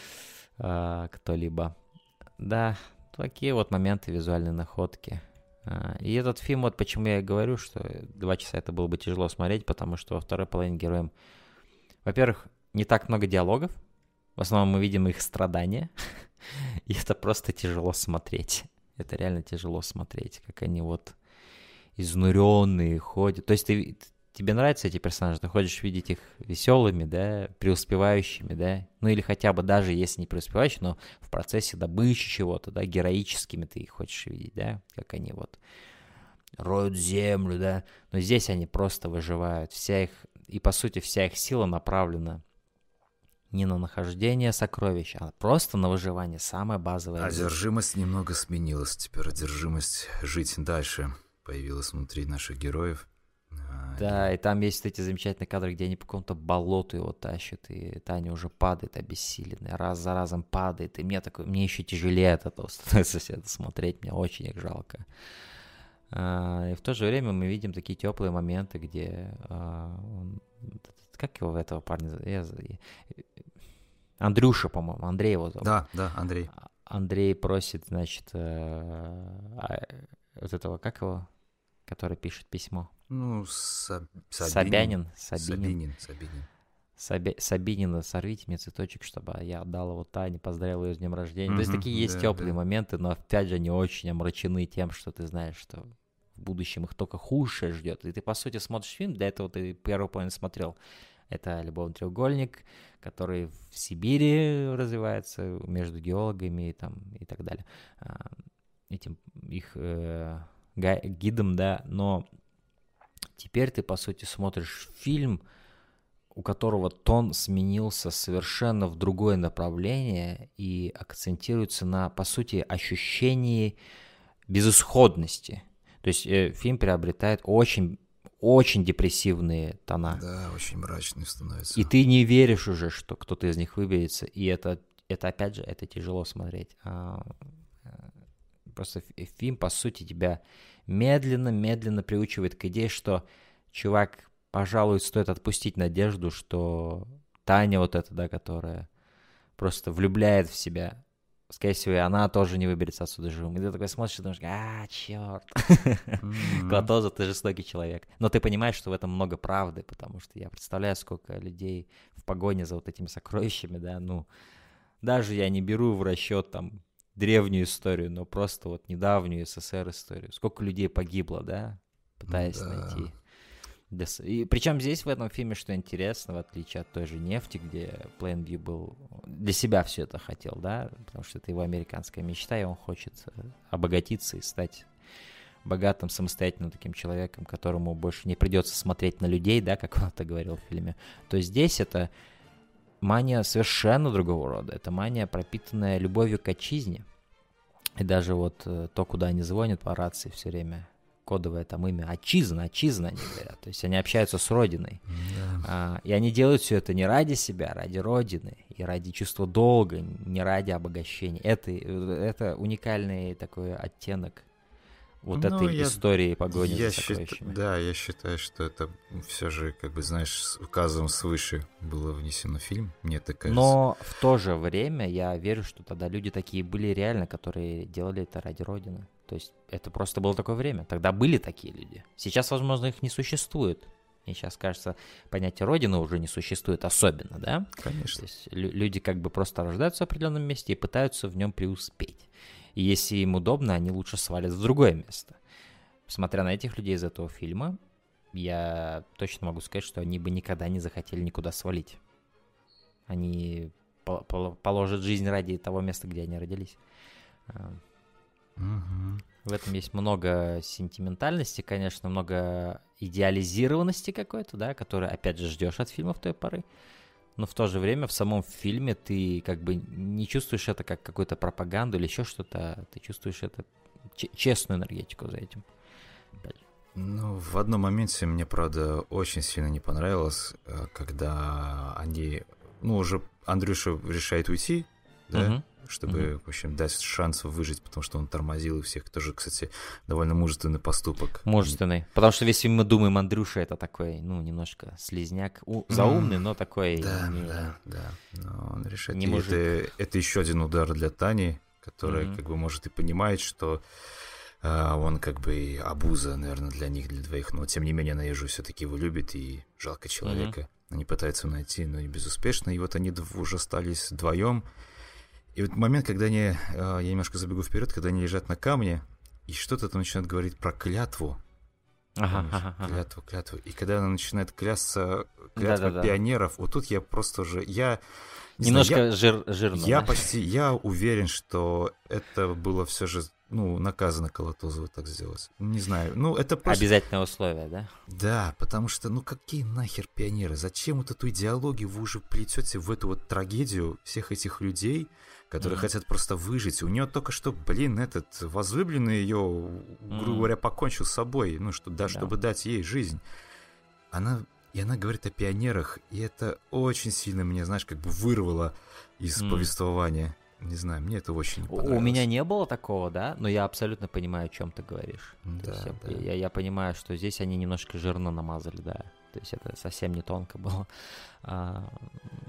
кто-либо. Да, такие вот моменты, визуальные находки. И этот фильм, вот почему я и говорю, что 2 часа это было бы тяжело смотреть, потому что во второй половине героям, во-первых, не так много диалогов, в основном мы видим их страдания, и это просто тяжело смотреть. Это реально тяжело смотреть, как они вот изнуренные ходят. То есть тебе нравятся эти персонажи, ты хочешь видеть их веселыми, да, преуспевающими, да, ну или хотя бы даже если не преуспевающими, но в процессе добычи чего-то, да, героическими ты их хочешь видеть, да, как они вот роют землю, да, но здесь они просто выживают, и по сути вся их сила направлена не на нахождение сокровищ, а просто на выживание, самое базовое. Одержимость немного сменилась, теперь одержимость жить дальше появилась внутри наших героев. Да, и там есть эти замечательные кадры, где они по какому-то болоту его тащат, и Таня уже падает обессиленная, раз за разом падает, и мне еще тяжелее от этого становится все это смотреть, мне очень их жалко. И в то же время мы видим такие теплые моменты, где как его этого парня зовут? Андрюша, по-моему, Андрей его зовут. Да, Андрей. Андрей просит, значит, вот этого, как его, который пишет письмо? Ну, Собянин. Собянин. Собянина, сорвите мне цветочек, чтобы я отдал его Тане, поздравил ее с днем рождения. То есть такие есть теплые моменты, но опять же они очень омрачены тем, что ты знаешь, что в будущем их только худшее ждет. И ты, по сути, смотришь фильм, для этого ты первую половину смотрел. Это «Любовный треугольник», который в Сибири развивается между геологами там, и так далее. Этим их гидом, да. Но теперь ты, по сути, смотришь фильм, у которого тон сменился совершенно в другое направление и акцентируется на, по сути, ощущении безысходности. То есть фильм приобретает очень, очень депрессивные тона. Да, очень мрачный становится. И ты не веришь уже, что кто-то из них выберется. И это опять же, это тяжело смотреть. Просто фильм, по сути, тебя медленно приучивает к идее, что, чувак, пожалуй, стоит отпустить надежду, что Таня вот эта, да, которая просто влюбляет в себя, скорее всего, и она тоже не выберется отсюда живым. И ты такой смотришь и думаешь, черт, Клотоза, ты жестокий человек. Но ты понимаешь, что в этом много правды, потому что я представляю, сколько людей в погоне за вот этими сокровищами, да, ну, даже я не беру в расчет там древнюю историю, но просто вот недавнюю СССР историю. Сколько людей погибло, да, пытаясь найти. И причем здесь в этом фильме, что интересно, в отличие от той же «Нефти», где Плейнвью был для себя все это хотел, да, потому что это его американская мечта, и он хочет обогатиться и стать богатым, самостоятельным таким человеком, которому больше не придется смотреть на людей, да, как он это говорил в фильме. То здесь это мания совершенно другого рода. Это мания, пропитанная любовью к отчизне. И даже вот то, куда они звонят по рации все время, кодовое там имя отчизна, они говорят. То есть они общаются с Родиной. И они делают все это не ради себя, а ради Родины. И ради чувства долга, не ради обогащения. Это уникальный такой оттенок вот этой истории погони за сокровищами. Я считаю, что это все же, как бы, знаешь, указом свыше было внесено в фильм, мне так кажется. Но в то же время я верю, что тогда люди такие были реально, которые делали это ради Родины. То есть это просто было такое время. Тогда были такие люди. Сейчас, возможно, их не существует. Мне сейчас кажется, понятие Родины уже не существует особенно, да? Конечно. То есть люди как бы просто рождаются в определенном месте и пытаются в нем преуспеть. И если им удобно, они лучше свалят в другое место. Смотря на этих людей из этого фильма, я точно могу сказать, что они бы никогда не захотели никуда свалить. Они положат жизнь ради того места, где они родились. В этом есть много сентиментальности, конечно, много идеализированности какой-то, да, которую, опять же, ждешь от фильмов той поры. Но в то же время в самом фильме ты как бы не чувствуешь это как какую-то пропаганду или еще что-то, ты чувствуешь это честную энергетику за этим. Ну, в одном моменте мне, правда, очень сильно не понравилось, когда они, уже Андрюша решает уйти, да, чтобы, в общем, дать шанс выжить, потому что он тормозил их всех. Тоже, кстати, довольно мужественный поступок. Мужественный. Потому что если мы думаем, Андрюша это такой, немножко слизняк, заумный, но такой... Да. Но он решает. Не это еще один удар для Тани, которая как бы может и понимает, что он как бы обуза, наверное, для них, для двоих. Но, тем не менее, она ее все-таки его любит, и жалко человека. Они пытаются найти, но и безуспешно. И вот они уже остались вдвоем. И вот момент, когда они, я немножко забегу вперед, когда они лежат на камне, и что-то там начинают говорить про клятву. Клятву. И когда она начинает клясться, клятва пионеров, вот тут я просто уже, немножко жирно. Я уверен, что это было все же, наказано Колотозову так сделать. Не знаю, это просто... Обязательное условие, да? Да, потому что, какие нахер пионеры? Зачем вот эту идеологию вы уже плетете в эту вот трагедию всех этих людей, которые хотят просто выжить? У нее только что, этот возлюбленный ее, грубо говоря, покончил с собой, чтобы дать ей жизнь. Она говорит о пионерах, и это очень сильно меня, знаешь, как бы вырвало из повествования. Не знаю, мне это очень не понравилось. У меня не было такого, да, но я абсолютно понимаю, о чем ты говоришь. Я понимаю, что здесь они немножко жирно намазали, да. То есть это совсем не тонко было.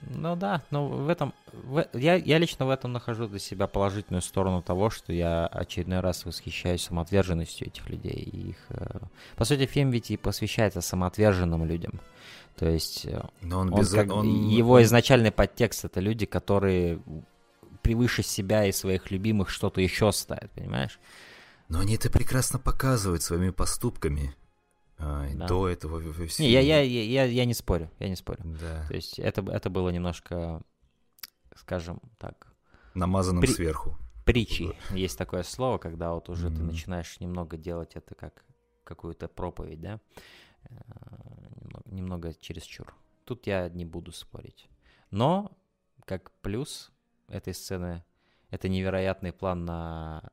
Ну да, но я лично в этом нахожу для себя положительную сторону того, что я очередной раз восхищаюсь самоотверженностью этих людей. И их, по сути, фильм ведь и посвящается самоотверженным людям. То есть его изначальный подтекст — это люди, которые превыше себя и своих любимых что-то еще ставят, понимаешь? Но они это прекрасно показывают своими поступками. Да. До этого Не, я не спорю, Да. То есть это было немножко, скажем так... Намазанным сверху. Притчи. Есть такое слово, когда вот уже ты начинаешь немного делать это как какую-то проповедь, да? Немного чересчур. Тут я не буду спорить. Но, как плюс этой сцены, это невероятный план на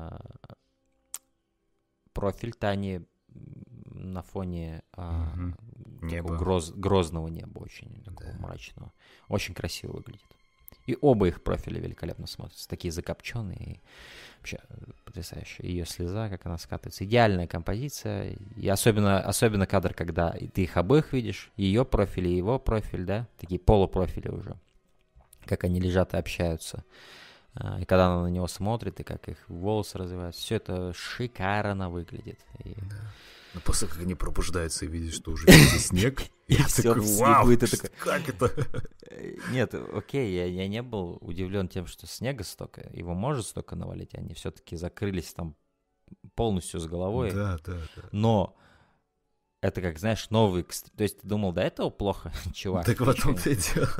профиль Тани на фоне такого грозного неба, очень такого мрачного. Очень красиво выглядит. И оба их профиля великолепно смотрятся. Такие закопченные. И вообще потрясающе. Ее слеза, как она скатывается. Идеальная композиция. И особенно кадр, когда ты их обоих видишь. Ее профиль и его профиль, да? Такие полупрофили уже. Как они лежат и общаются. И когда она на него смотрит, и как их волосы развиваются. Все это шикарно выглядит. И... Да. Но после как они пробуждаются и видят, что уже везде снег, я такой, вау, как это? Нет, окей, я не был удивлен тем, что снега столько, его может столько навалить, они все-таки закрылись там полностью с головой. Да. Но это как, знаешь, новый... То есть ты думал, до этого плохо, чувак? Так в том-то и дело.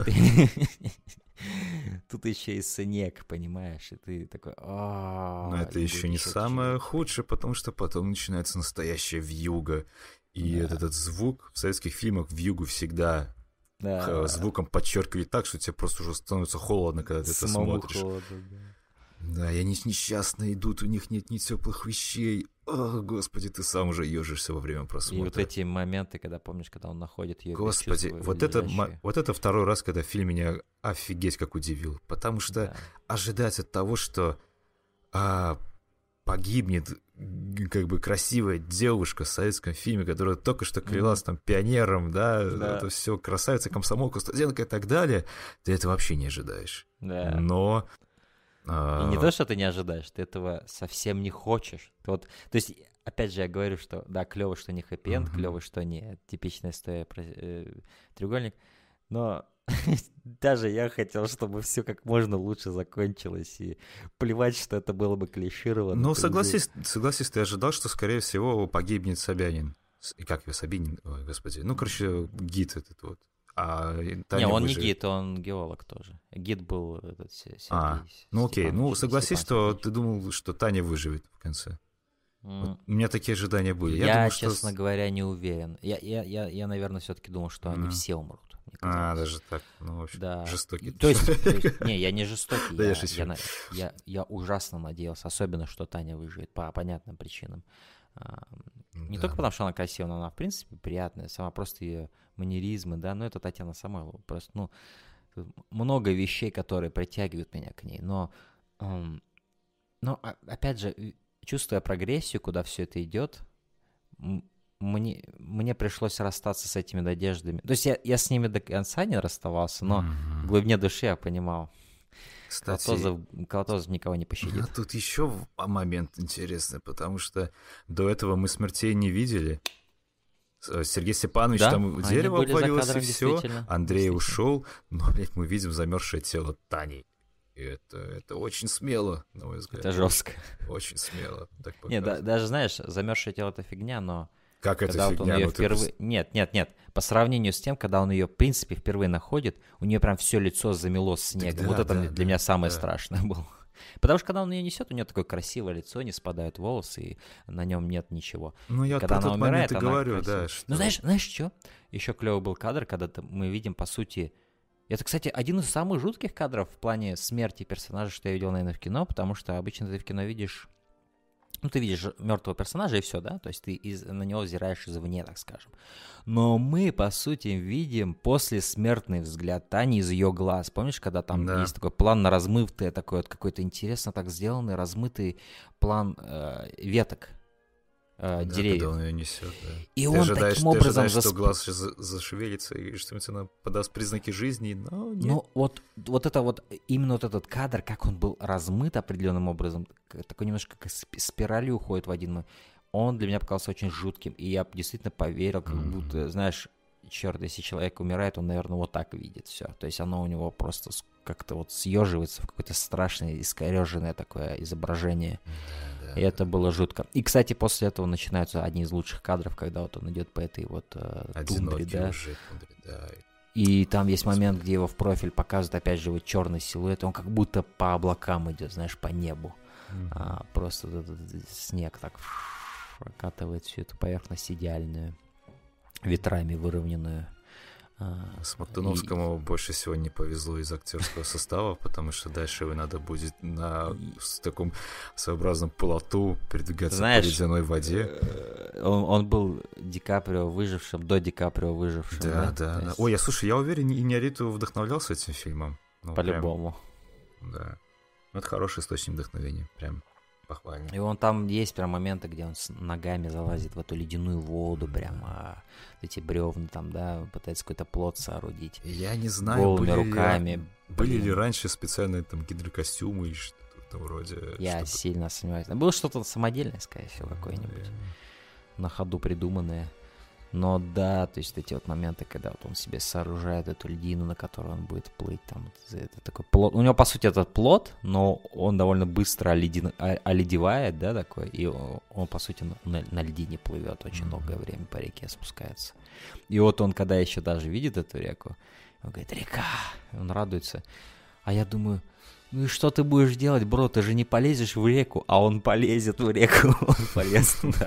Тут еще и снег, понимаешь, и ты такой... Но это еще не самое худшее, потому что потом начинается настоящая вьюга. И этот звук в советских фильмах вьюгу всегда звуком подчеркивали так, что тебе просто уже становится холодно, когда ты это смотришь. Да, и они несчастно идут, у них нет ни теплых вещей. О, господи, ты сам уже ежишься во время просмотра. И вот эти моменты, когда, помнишь, когда он находит ее... Господи, вот это второй раз, когда фильм меня офигеть как удивил. Потому что ожидать от того, что погибнет как бы красивая девушка в советском фильме, которая только что клялась там пионером, да, это все красавица, комсомолка, студентка и так далее, ты это вообще не ожидаешь. Да. Но... И не то, что ты не ожидаешь, ты этого совсем не хочешь. То есть, опять же, я говорю, что да, клево, что не хэппи-энд, клево, что не типичная история про треугольник, но даже я хотел, чтобы все как можно лучше закончилось, и плевать, что это было бы клишировано. Ну, согласись, ты ожидал, что, скорее всего, погибнет Собянин. И как его, Собянин? Ой, господи. Ну, короче, гид этот вот. Не, он не гид, он геолог тоже. Гид был этот Сергей. Ну окей, ну согласись, что ты думал, что Таня выживет в конце. Вот у меня такие ожидания были. Я думал, честно говоря, не уверен. Я, наверное, все-таки думал, что они все умрут. Даже так. Ну, в общем, да. жестокий. То есть, не, я не жестокий. Я ужасно надеялся, особенно, что Таня выживет по понятным причинам. Не только потому, что она красивая, но она, в принципе, приятная. Сама просто ее манеризмы, да, ну, это Татьяна Самойлова. Просто, ну, много вещей, которые притягивают меня к ней. Но опять же, чувствуя прогрессию, куда все это идет, мне пришлось расстаться с этими надеждами. То есть я с ними до конца не расставался, но в глубине души я понимал. Кстати, Колотозов никого не пощадит. Тут еще момент интересный, потому что до этого мы смертей не видели. Сергей Степанович там дерево обвалилось и все. Андрей ушел, но, блядь, мы видим замерзшее тело Тани. И это очень смело, на мой взгляд. Это жестко. Очень смело. Нет, даже знаешь, замерзшее тело — это фигня, но... Как это фигня? Вот впервые... Нет. По сравнению с тем, когда он ее, в принципе, впервые находит, у нее прям все лицо замело снегом. Вот это для меня самое страшное было. Потому что когда он ее несет, у нее такое красивое лицо, не спадают волосы, и на нем нет ничего. Ну, я когда про тот момент и говорю, да. Что... Ну, знаешь что? Еще клевый был кадр, когда мы видим, по сути... Это, кстати, один из самых жутких кадров в плане смерти персонажа, что я видел, наверное, в кино, потому что обычно ты в кино видишь... Ну, ты видишь мертвого персонажа, и все, да? То есть ты на него взираешь извне, так скажем. Но мы, по сути, видим послесмертный взгляд Тани из ее глаз. Помнишь, когда там есть такой план на размытый, такой вот какой-то интересно так сделанный, размытый план веток? деревьев. Когда он ее несет, да. И ты он ожидаешь, таким образом... что глаз зашевелится и что-нибудь она подаст признаки жизни, но нет. Ну, вот это вот, именно вот этот кадр, как он был размыт определенным образом, такой немножко как спиралью уходит в один... Он для меня показался очень жутким, и я действительно поверил, как будто, знаешь, черт, если человек умирает, он, наверное, вот так видит все. То есть оно у него просто как-то вот съеживается в какое-то страшное, искореженное такое изображение. И это было жутко. И, кстати, после этого начинаются одни из лучших кадров, когда вот он идет по этой вот тундре, да. Да. И там есть момент, где его в профиль показывают, опять же, вот черный силуэт, он как будто по облакам идет, знаешь, по небу. Просто снег так прокатывает всю эту поверхность идеальную, ветрами выровненную. Смоктуновскому больше всего не повезло из актерского состава, потому что дальше его надо будет на таком своеобразном плоту передвигаться по ледяной воде. Он был Ди Каприо выжившим, до Ди Каприо выжившим. Да. Есть... Ой, слушай, я уверен, Иньярриту вдохновлялся этим фильмом. По-любому. Прям, да. Это хороший источник вдохновения, прям похвально. И он там есть прям моменты, где он с ногами залазит в эту ледяную воду, прям эти бревна там, да, пытается какой-то плот соорудить. Я не знаю, голыми руками. Были ли раньше специальные там гидрокостюмы и что-то вроде? Я сильно сомневаюсь. Было что-то самодельное, скорее всего, какое-нибудь. На ходу придуманное. Но да, то есть эти вот моменты, когда вот он себе сооружает эту льдину, на которой он будет плыть, там, это такой плот. У него, по сути, этот плот, но он довольно быстро оледевает, да, такой, и он, по сути, на льдине плывет очень долгое время, по реке спускается. И вот он, когда еще даже видит эту реку, он говорит, река, он радуется. А я думаю, ну и что ты будешь делать, бро, ты же не полезешь в реку, а он полезет в реку, он полез туда.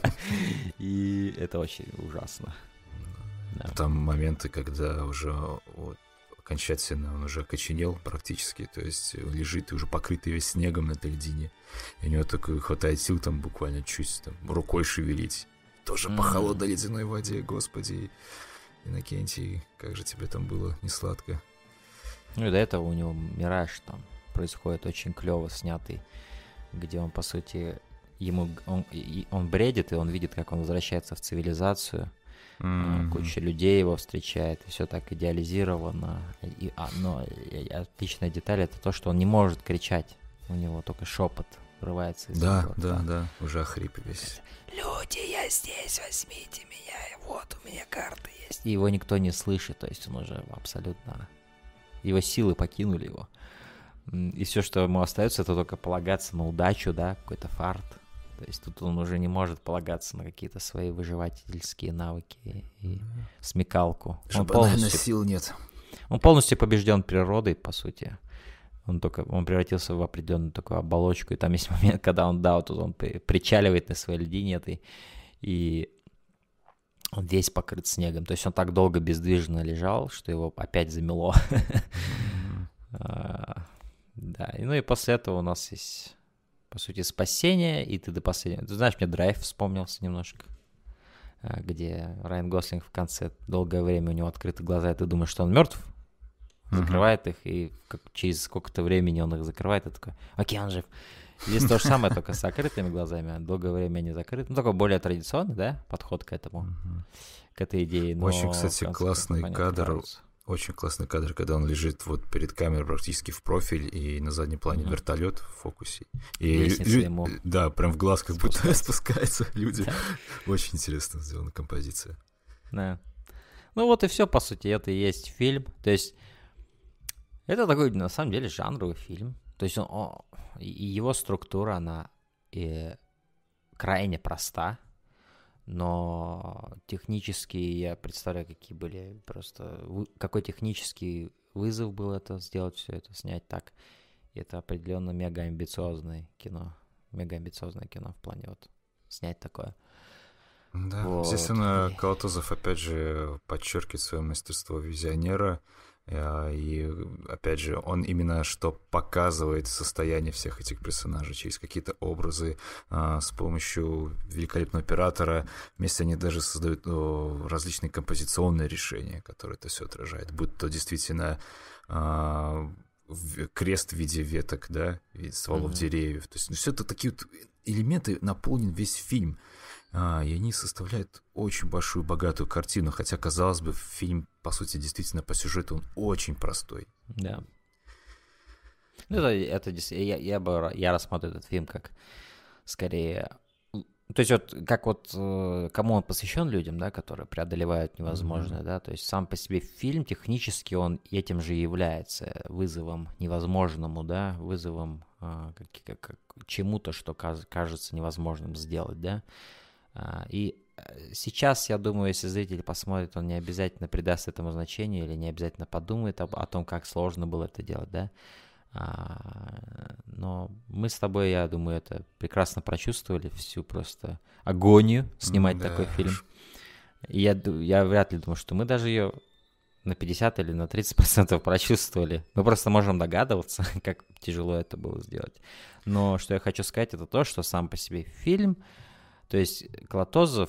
И это очень ужасно. Да. Там моменты, когда уже вот, окончательно он уже окоченел практически, то есть лежит и уже покрытый весь снегом на этой льдине. И у него только хватает сил там буквально чуть там рукой шевелить. Тоже по холодной ледяной воде, господи. Иннокентий, как же тебе там было несладко. Ну и до этого у него «Мираж» там происходит очень клево снятый, где он, по сути, он бредит, и он видит, как он возвращается в цивилизацию, куча людей его встречает, и все так идеализировано. Но отличная деталь — это то, что он не может кричать, у него только шепот врывается из него. Да, уже охрип весь. Люди, я здесь, возьмите меня, вот у меня карта есть. И его никто не слышит, то есть он уже абсолютно... Его силы покинули его. И все, что ему остается, это только полагаться на удачу, да, какой-то фарт. То есть тут он уже не может полагаться на какие-то свои выживательские навыки и смекалку. Он полностью сил нет. Он полностью побежден природой, по сути. Он превратился в определенную такую оболочку. И там есть момент, когда он причаливает на своей льдине этой, и он весь покрыт снегом. То есть он так долго бездвижно лежал, что его опять замело. Да, и после этого у нас есть, по сути, спасение, и ты до последнего... Ты знаешь, мне «Драйв» вспомнился немножко, где Райан Гослинг в конце долгое время у него открыты глаза, и ты думаешь, что он мертв, закрывает их, и через сколько-то времени он их закрывает, и такой, окей, он жив. Здесь то же самое, только с закрытыми глазами, долгое время они закрыты. Ну, такой более традиционный, да, подход к этому, к этой идее. Но очень, кстати, классный кадр. Очень классный кадр, когда он лежит вот перед камерой практически в профиль, и на заднем плане вертолет в фокусе. И ему да, прям в глаз как будто спускаются люди. Очень интересно сделана композиция. Да. Ну вот и все, по сути, это и есть фильм. То есть это такой, на самом деле, жанровый фильм. То есть его структура, она крайне проста. Но технически я представляю, какие были просто... Какой технический вызов был это сделать, все это снять так. И это определенно мега-амбициозное кино. Мега-амбициозное кино в плане вот снять такое. Да, вот. Естественно, Калатозов опять же подчеркивает свое мастерство визионера. И, опять же, он именно что показывает состояние всех этих персонажей через какие-то образы, с помощью великолепного оператора. Вместе они даже создают различные композиционные решения, которые это все отражает. Будь то действительно крест в виде веток, да, в виде стволов деревьев. То есть все это такие вот элементы наполнен весь фильм. и они составляют очень большую, богатую картину, хотя, казалось бы, фильм, по сути, действительно по сюжету он очень простой. Да. Ну, это я рассматриваю этот фильм как скорее... То есть вот как вот кому он посвящен людям, да, которые преодолевают невозможное, да, то есть сам по себе фильм технически он этим же является вызовом невозможному, да, вызовом к чему-то, что кажется невозможным сделать, да, и сейчас, я думаю, если зритель посмотрит, он не обязательно придаст этому значение или не обязательно подумает о том, как сложно было это делать, да. Но мы с тобой, я думаю, это прекрасно прочувствовали, всю просто агонию снимать такой фильм. И я вряд ли думаю, что мы даже ее на 50 или на 30% прочувствовали. Мы просто можем догадываться, как тяжело это было сделать. Но что я хочу сказать, это то, что сам по себе фильм, то есть Клотозов,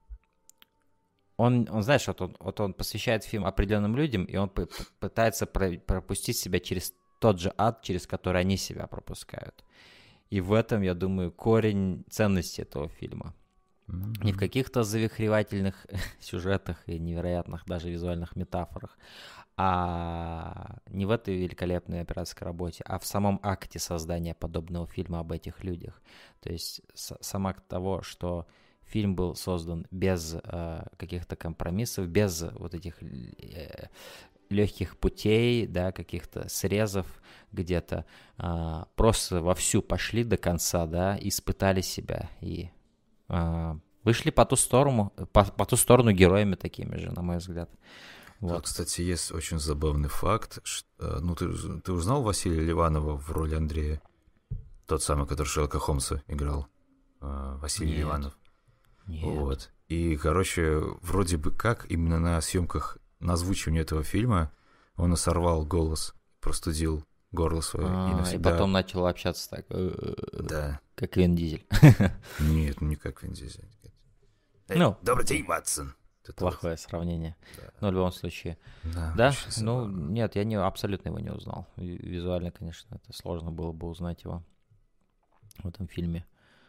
он знаешь, вот он посвящает фильм определенным людям, и он пытается пропустить себя через тот же ад, через который они себя пропускают. И в этом, я думаю, корень ценности этого фильма. Не в каких-то завихревательных сюжетах и невероятных даже визуальных метафорах, а не в этой великолепной операторской работе, а в самом акте создания подобного фильма об этих людях. То есть сам акт того, что фильм был создан без каких-то компромиссов, без вот этих легких путей, да, каких-то срезов где-то, просто вовсю пошли до конца, да, испытали себя и вышли по ту сторону героями такими же, на мой взгляд. Вот. Тут, кстати, есть очень забавный факт. Ну, ты узнал Василия Ливанова в роли Андрея? Тот самый, который Шерлока Холмса играл. Василий Ливанов. Нет. Вот. И, короче, вроде бы как именно на съемках, на озвучивании этого фильма он сорвал голос, простудил горло свое и навсегда. И потом начал общаться так, да. Как Вин Дизель. Нет, не как Вин Дизель. Ну, добрый день, Ватсон. Плохое сравнение. Да. Но в любом случае. Да? Ну, нет, я абсолютно его не узнал. Визуально, конечно, это сложно было бы узнать его в этом фильме.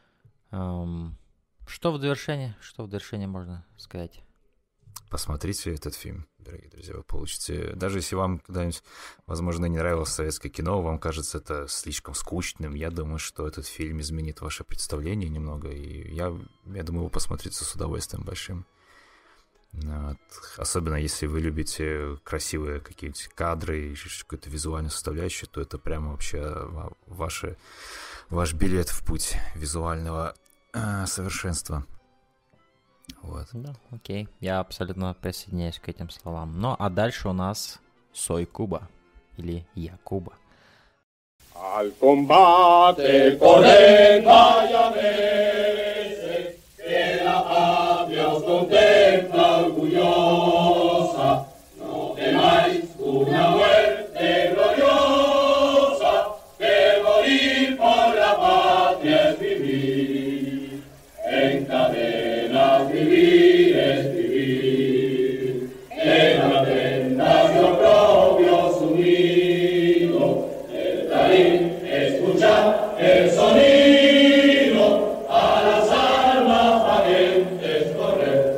Что в довершение можно сказать? Посмотрите этот фильм, дорогие друзья, вы получите... Даже если вам когда-нибудь, возможно, не нравилось советское кино, вам кажется это слишком скучным, я думаю, что этот фильм изменит ваше представление немного, и я думаю, вы посмотрите с удовольствием большим. Вот. Особенно если вы любите красивые какие-нибудь кадры и какую-то визуальную составляющую, то это прямо вообще ваш билет в путь визуального совершенства. Вот. Да, окей. Я абсолютно присоединяюсь к этим словам. Ну, а дальше у нас Soy Cuba или Я Куба. Al combate corred vallameses, que la patria os contempla orgullosa. No temáis una muerte gloriosa, que morir por la patria es vivir. En cadenas vivir es vivir. En atendas de oprobios unidos, el clarín escuchar el sonido, a las armas valientes correr.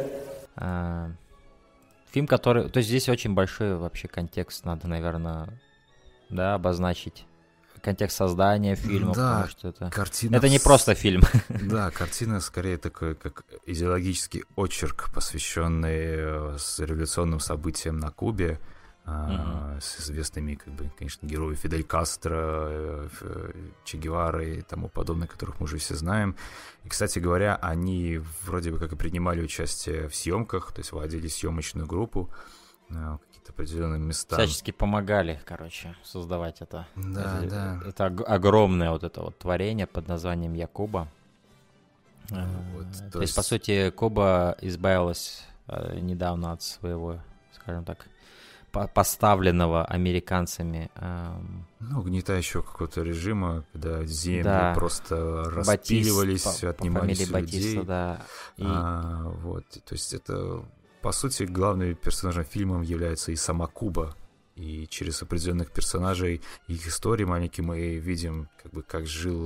Фильм, который... То есть здесь очень большой вообще контекст, надо, наверное, да, обозначить. Контекст создания фильма, да, потому что картина... Это не просто фильм. Да, картина скорее такой, как идеологический очерк, посвященный революционным событиям на Кубе, с известными, как бы, конечно, героями Фидель Кастро, Че Гевары и тому подобное, которых мы уже все знаем. И, кстати говоря, они вроде бы как и принимали участие в съемках, то есть водили съемочную группу, какие-то определенные места. Всячески помогали, короче, создавать это. Да. Это огромное вот это вот творение под названием Я Куба. То есть, по сути, Куба избавилась недавно от своего, скажем так, поставленного американцами... угнетающего какого-то режима, когда земли просто распиливались, отнимались у людей. Батиста, да. Вот, то есть это... По сути, главным персонажем фильма является и сама Куба. И через определенных персонажей, их истории маленькие, мы видим, как жил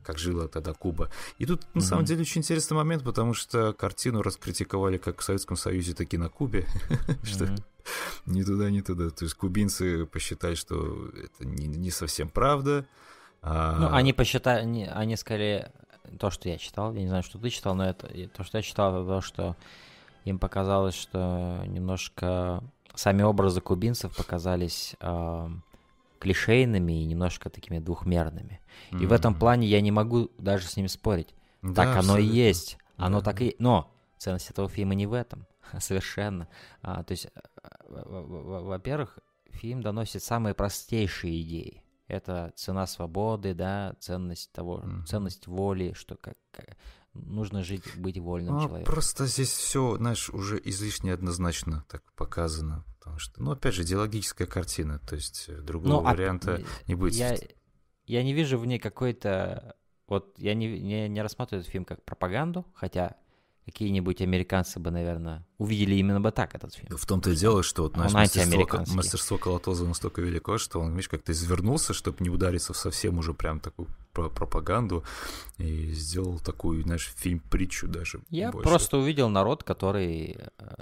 как жила тогда Куба. И тут, на самом деле, очень интересный момент, потому что картину раскритиковали как в Советском Союзе, так и на Кубе, что ни туда, ни туда. То есть кубинцы посчитали, что это не совсем правда. Ну, они посчитали, они скорее, то, что я читал, я не знаю, что ты читал, но это то, что я читал, это то, что им показалось, что немножко сами образы кубинцев показались клишейными и немножко такими двухмерными. И в этом плане я не могу даже с ними спорить. Да, так оно и есть. Оно Да. так и... Но ценность этого фильма не в этом. Совершенно. То есть, во-первых, фильм доносит самые простейшие идеи. Это цена свободы, да, ценность того, ценность воли, что как нужно жить, быть вольным человеком. Просто здесь все, знаешь, уже излишне однозначно так показано. Потому что, опять же, идеологическая картина. То есть другого варианта не будет. Я не вижу в ней какой-то... Вот я не рассматриваю этот фильм как пропаганду, хотя какие-нибудь американцы бы, наверное, увидели именно бы так этот фильм. В том-то и дело, что вот, Он знаешь, антиамериканский. мастерство Колотозова настолько велико, что он, видишь, как-то извернулся, чтобы не удариться в совсем уже прям такую пропаганду, и сделал такую, знаешь, фильм-притчу даже. Я больше. просто увидел народ, который,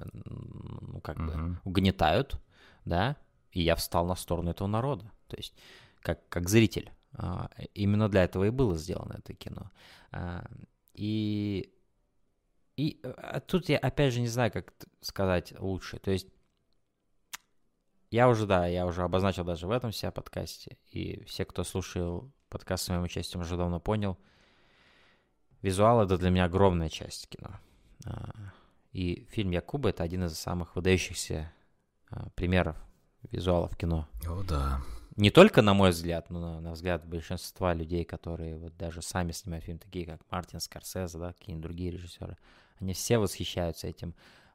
бы угнетают, да, и я встал на сторону этого народа. То есть, как зритель. Именно для этого и было сделано это кино. И тут я, опять же, не знаю, как сказать лучше. То есть, я уже обозначил даже в этом себя подкасте, и все, кто слушал подкаст с моим участием, уже давно понял, визуал — это для меня огромная часть кино. И фильм «Якуба» — это один из самых выдающихся примеров визуала в кино. О, да. Не только на мой взгляд, но на взгляд большинства людей, которые вот даже сами снимают фильм, такие как Мартин Скорсезе, да, какие-нибудь другие режиссеры. Они все восхищаются этим.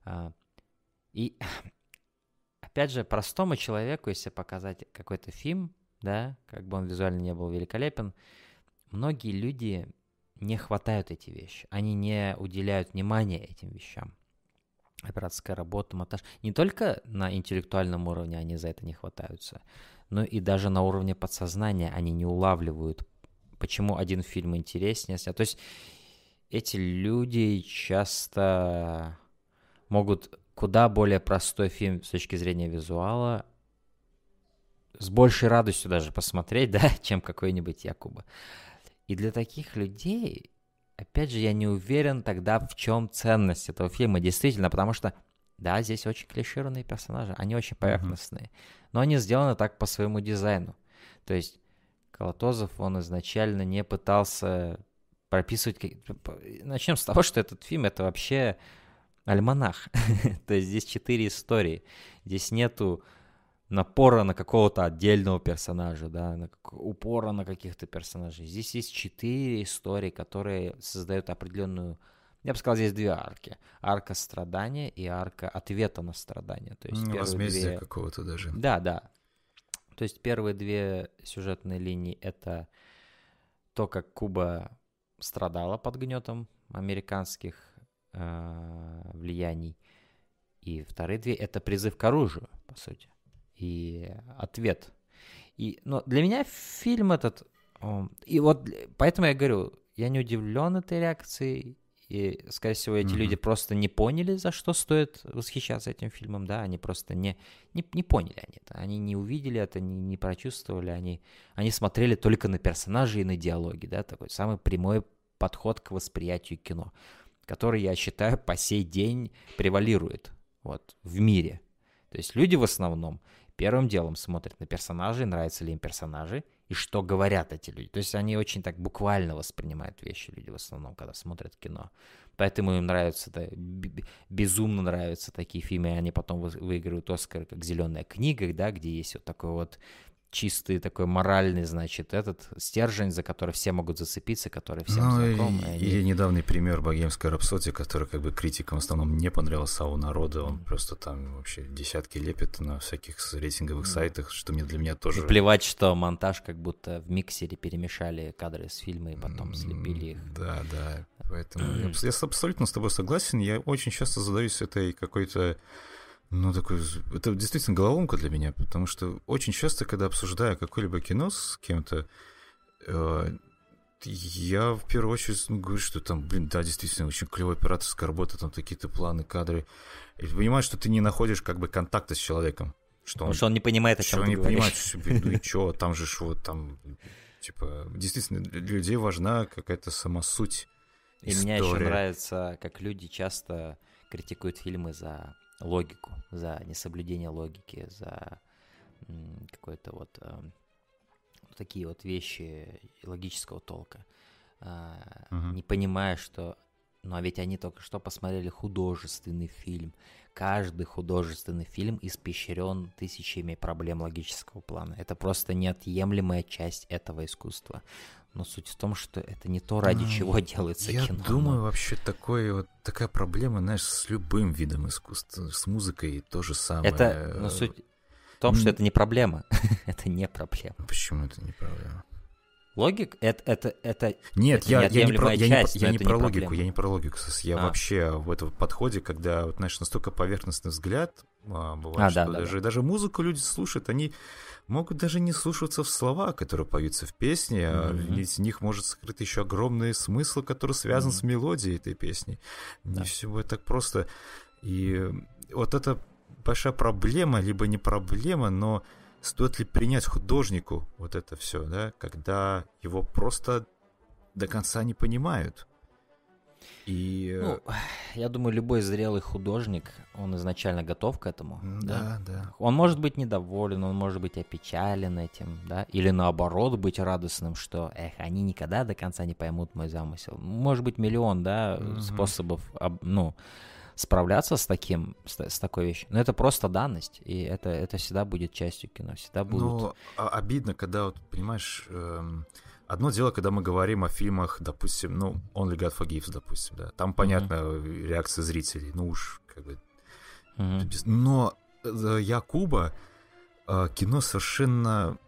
И, опять же, простому человеку, если показать какой-то фильм, да, как бы он визуально не был великолепен, многие люди не хватают эти вещи. Они не уделяют внимания этим вещам. Операторская работа, монтаж. Не только на интеллектуальном уровне они за это не хватаются, но и даже на уровне подсознания они не улавливают, почему один фильм интереснее. То есть эти люди часто могут куда более простой фильм с точки зрения визуала с большей радостью даже посмотреть, да, чем какой-нибудь Якуба. И для таких людей, опять же, я не уверен тогда, в чем ценность этого фильма, действительно, потому что, да, здесь очень клишированные персонажи, они очень поверхностные, но они сделаны так по своему дизайну. То есть Колотозов, он изначально не пытался прописывать... Начнем с того, что этот фильм — это вообще альманах. То есть здесь 4 истории. Здесь нету напора на какого-то отдельного персонажа, да, упора на каких-то персонажей. Здесь есть 4 истории, которые создают определенную... Я бы сказал, здесь 2 арки. Арка страдания и арка ответа на страдания. То есть возмездие какого-то даже. Да. То есть первые 2 сюжетные линии — это то, как Куба страдала под гнетом американских влияний. И вторые 2 — это призыв к оружию, по сути. И ответ. Но для меня фильм этот... И вот поэтому я говорю, я не удивлен этой реакцией. И, скорее всего, эти люди просто не поняли, за что стоит восхищаться этим фильмом, да, они просто не поняли они это, они не увидели это, не прочувствовали, они смотрели только на персонажей и на диалоги, да, такой самый прямой подход к восприятию кино, который, я считаю, по сей день превалирует вот, в мире. То есть люди в основном первым делом смотрят на персонажей, нравятся ли им персонажи, и что говорят эти люди. То есть они очень так буквально воспринимают вещи, люди в основном, когда смотрят кино. Поэтому им нравятся, безумно нравятся такие фильмы, и они потом выигрывают Оскар, как «Зеленая книга», да, где есть вот такой вот чистый, такой моральный, значит, этот стержень, за который все могут зацепиться, который всем знаком. И недавний пример «Богемская рапсодия», который как бы критикам в основном не понравился, а у народа он просто там вообще десятки лепит на всяких рейтинговых сайтах, что для меня тоже... И плевать, что монтаж как будто в миксере перемешали кадры с фильма и потом слепили их. Да. Поэтому я абсолютно с тобой согласен. Я очень часто задаюсь этой какой-то... это действительно головоломка для меня, потому что очень часто, когда обсуждаю какое-либо кино с кем-то, я в первую очередь говорю, что там, да, действительно, очень клевая операторская работа, там какие-то планы, кадры. И ты понимаешь, что ты не находишь как бы контакта с человеком. Потому что он не понимает, о чем ты говоришь. Он не понимает, ну и что, там же вот там, типа, действительно, для людей важна какая-то сама суть истории. И мне еще нравится, как люди часто критикуют фильмы за логику, за несоблюдение логики, за какой-то вот такие вот вещи логического толка, не понимая, что... Ну, а ведь они только что посмотрели художественный фильм. Каждый художественный фильм испещрен тысячами проблем логического плана. Это просто неотъемлемая часть этого искусства. Но суть в том, что это не то, ради чего делается кино. Я думаю, вообще такая проблема, знаешь, с любым видом искусства. С музыкой то же самое. Это, суть в том, что это не проблема. Это не проблема. Почему это не проблема? Логик это нет, я не про логику, я не про логику. Я вообще в этом подходе, когда, вот, знаешь, настолько поверхностный взгляд, бывает, что даже музыку люди слушают, они могут даже не слушаться в слова, которые поются в песне, а ведь в них может скрыт еще огромный смысл, который связан с мелодией этой песни. Не все будет так просто. И вот это большая проблема, либо не проблема, но стоит ли принять художнику вот это все, да, когда его просто до конца не понимают? И... Ну, я думаю, любой зрелый художник, он изначально готов к этому. Да. Он может быть недоволен, он может быть опечален этим, да, или наоборот быть радостным, что, они никогда до конца не поймут мой замысел. Может быть, миллион, да, способов, справляться с такой вещью. Но это просто данность, и это всегда будет частью кино, всегда будут... Ну, обидно, когда, вот, понимаешь, одно дело, когда мы говорим о фильмах, допустим, Only God Forgives, допустим, да, там понятна реакция зрителей, ну уж, как бы... Но Якуба кино совершенно...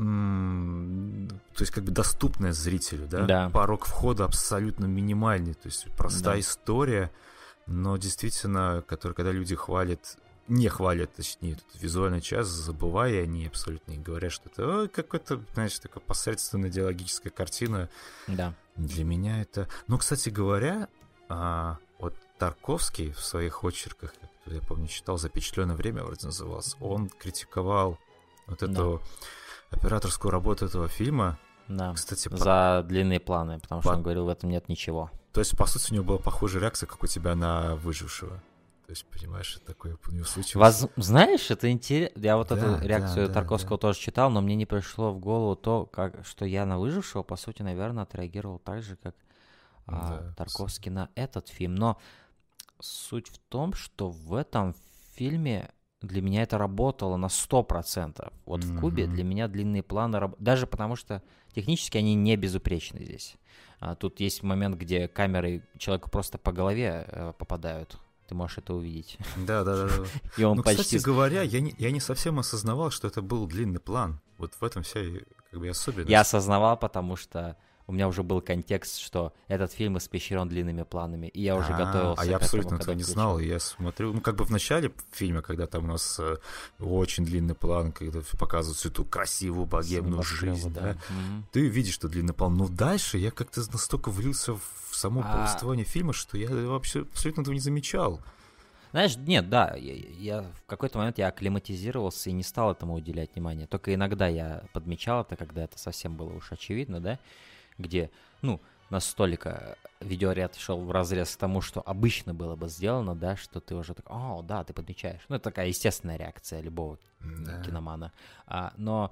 то есть как бы доступное зрителю, да? Порог входа абсолютно минимальный, то есть простая история, но действительно, когда люди не хвалят, точнее, эту визуальную часть, забывая о ней абсолютно, и говорят, что это какой-то, знаешь, такая посредственная идеологическая картина. Да. Для меня это... Ну, кстати говоря, вот Тарковский в своих очерках, я помню, читал «Запечатленное время», вроде назывался, он критиковал вот эту операторскую работу этого фильма. Да, кстати, за длинные планы, потому что он говорил, в этом нет ничего. То есть, по сути, у него была похожая реакция, как у тебя на «Выжившего». То есть, понимаешь, такое у него случилось. Знаешь, это интересно. Я вот эту реакцию Тарковского тоже читал, но мне не пришло в голову то, что я на «Выжившего», по сути, наверное, отреагировал так же, как Тарковский на этот фильм. Но суть в том, что в этом фильме для меня это работало на 100%. Вот в «Кубе» для меня длинные планы даже потому что технически они не безупречны здесь. Тут есть момент, где камеры человеку просто по голове попадают. Ты можешь это увидеть. Да. И он кстати говоря, я не совсем осознавал, что это был длинный план. Вот в этом вся как бы особенность. Я осознавал, потому что у меня уже был контекст, что этот фильм испещрен длинными планами, и я уже готовился к этому. Я абсолютно этого не знал, и я смотрю, как бы в начале фильма, когда там у нас очень длинный план, когда показывают всю эту красивую богемную жизнь, да, ты видишь, что длинный план, но дальше я как-то настолько влился в само повествование фильма, что я вообще абсолютно этого не замечал. Знаешь, нет, я в какой-то момент я акклиматизировался и не стал этому уделять внимания, только иногда я подмечал это, когда это совсем было уж очевидно, да, где, настолько видеоряд шел вразрез к тому, что обычно было бы сделано, да, что ты уже так, ты подмечаешь. Это такая естественная реакция любого киномана. Но,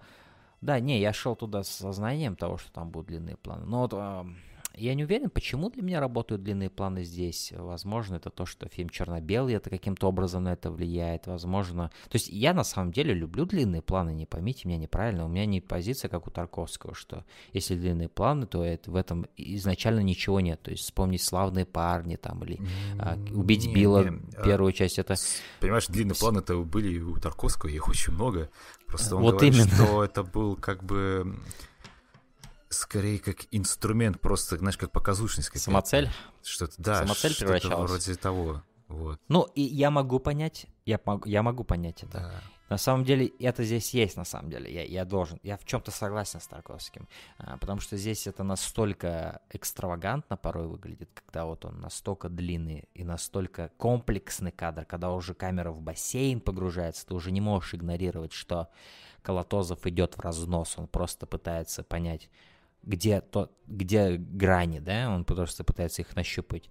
я шел туда с сознанием того, что там будут длинные планы. Но вот я не уверен, почему для меня работают длинные планы здесь. Возможно, это то, что фильм черно-белый, это каким-то образом на это влияет. Возможно... То есть я на самом деле люблю длинные планы, не поймите меня неправильно. У меня не позиция, как у Тарковского, что если длинные планы, то в этом изначально ничего нет. То есть вспомнить «Славные парни» там, или «Убить Билла», первую часть. Это... Понимаешь, длинные планы это были у Тарковского, их очень много. Просто он вот говорит, именно. Что это был как бы... Скорее, как инструмент, просто, знаешь, как показушность какая-то. Самоцель? Что-то, да. Самоцель превращалась. Вроде того, вот. И я могу понять, я могу понять это. Да. На самом деле, это здесь есть, на самом деле. Я в чем-то согласен с Тарковским. Потому что здесь это настолько экстравагантно порой выглядит, когда вот он настолько длинный и настолько комплексный кадр, когда уже камера в бассейн погружается, ты уже не можешь игнорировать, что Колотозов идет в разнос, он просто пытается понять, где грани, да, он просто пытается их нащупать,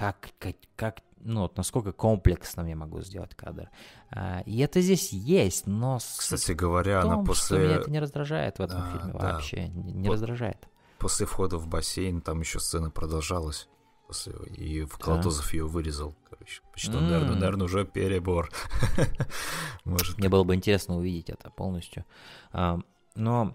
ну, вот насколько комплексным я могу сделать кадр. И это здесь есть, но кстати говоря, том, она после... что меня это не раздражает в этом фильме вообще, не раздражает. После входа в бассейн там еще сцена продолжалась, и Колотозов ее вырезал, короче. Что, наверное, уже перебор. Мне было бы интересно увидеть это полностью. Но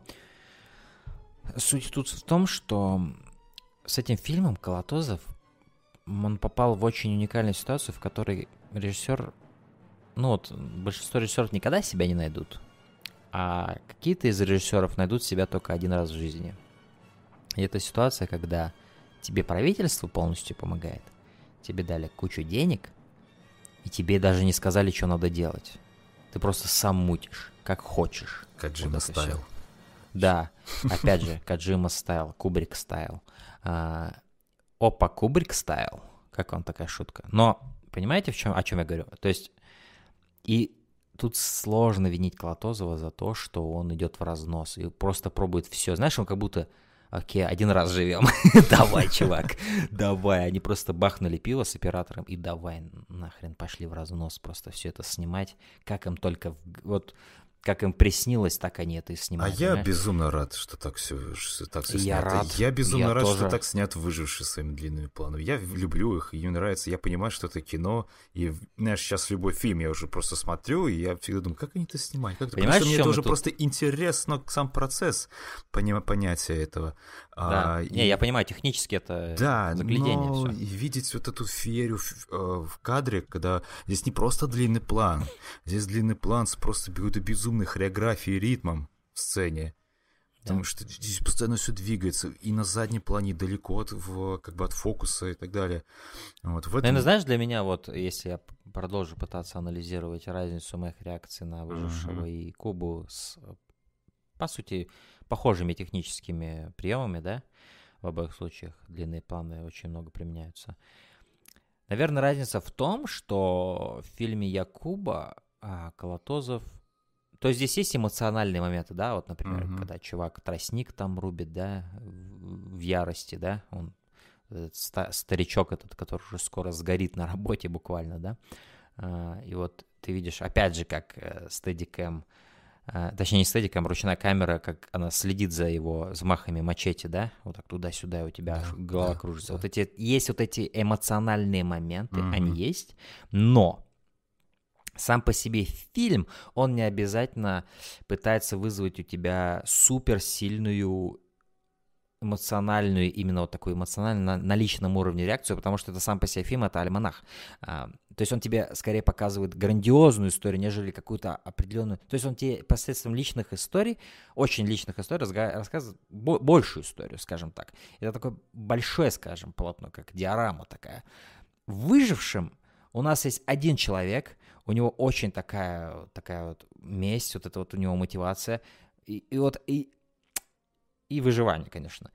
суть тут в том, что с этим фильмом Колотозов, он попал в очень уникальную ситуацию, в которой режиссер, ну вот, большинство режиссеров никогда себя не найдут, а какие-то из режиссеров найдут себя только один раз в жизни. И это ситуация, когда тебе правительство полностью помогает, тебе дали кучу денег, и тебе даже не сказали, что надо делать. Ты просто сам мутишь, как хочешь. Коджима стайл. Да, опять же, Коджима стайл, Кубрик стайл. Опа, Кубрик стайл. Как вам такая шутка? Но, понимаете, о чем я говорю? То есть, и тут сложно винить Колотозова за то, что он идет в разнос и просто пробует все. Знаешь, он как будто, окей, один раз живем. Давай, чувак, давай. Они просто бахнули пиво с оператором и давай нахрен пошли в разнос просто все это снимать. Как им только... Вот как им приснилось, так они это и снимают. А я безумно рад, что так все снято. Я безумно рад, что так снят «Выживший» своими длинными планами. Я люблю их, и мне нравится. Я понимаю, что это кино. И, знаешь, сейчас любой фильм я уже просто смотрю, и я всегда думаю, как они это снимают? Потому что мне тоже просто интересно сам процесс понятия этого. Да. Я понимаю, технически это заглядение. Но и видеть вот эту феерию в кадре, когда здесь не просто длинный план, здесь длинный план с просто безумной хореографией и ритмом в сцене. Потому что здесь постоянно все двигается, и на заднем плане далеко от фокуса и так далее. Вот, в этом... Наверное, знаешь, для меня, вот если я продолжу пытаться анализировать разницу моих реакций на «Выжившего» и Кубу с, по сути, похожими техническими приемами, да, в обоих случаях длинные планы очень много применяются. Наверное, разница в том, что в фильме «Якуба» Колотозов... То есть здесь есть эмоциональные моменты, да, вот, например, когда чувак тростник там рубит, да, в ярости, да, он, старичок этот, который уже скоро сгорит на работе буквально, да, и вот ты видишь, опять же, как стедикэм, точнее не стедикэм, ручная камера, как она следит за его взмахами мачете, да, вот так туда-сюда, и у тебя голова кружится. Да. Есть вот эти эмоциональные моменты, они есть, но... Сам по себе фильм, он не обязательно пытается вызвать у тебя суперсильную эмоциональную, именно вот такую эмоциональную на личном уровне реакцию, потому что это сам по себе фильм, это альманах. То есть он тебе скорее показывает грандиозную историю, нежели какую-то определенную... То есть он тебе посредством личных историй, очень личных историй рассказывает большую историю, скажем так. Это такое большое, скажем, полотно, как диорама такая. В «Выжившем» у нас есть один человек, у него очень такая вот месть, вот это вот у него мотивация, и выживание, конечно.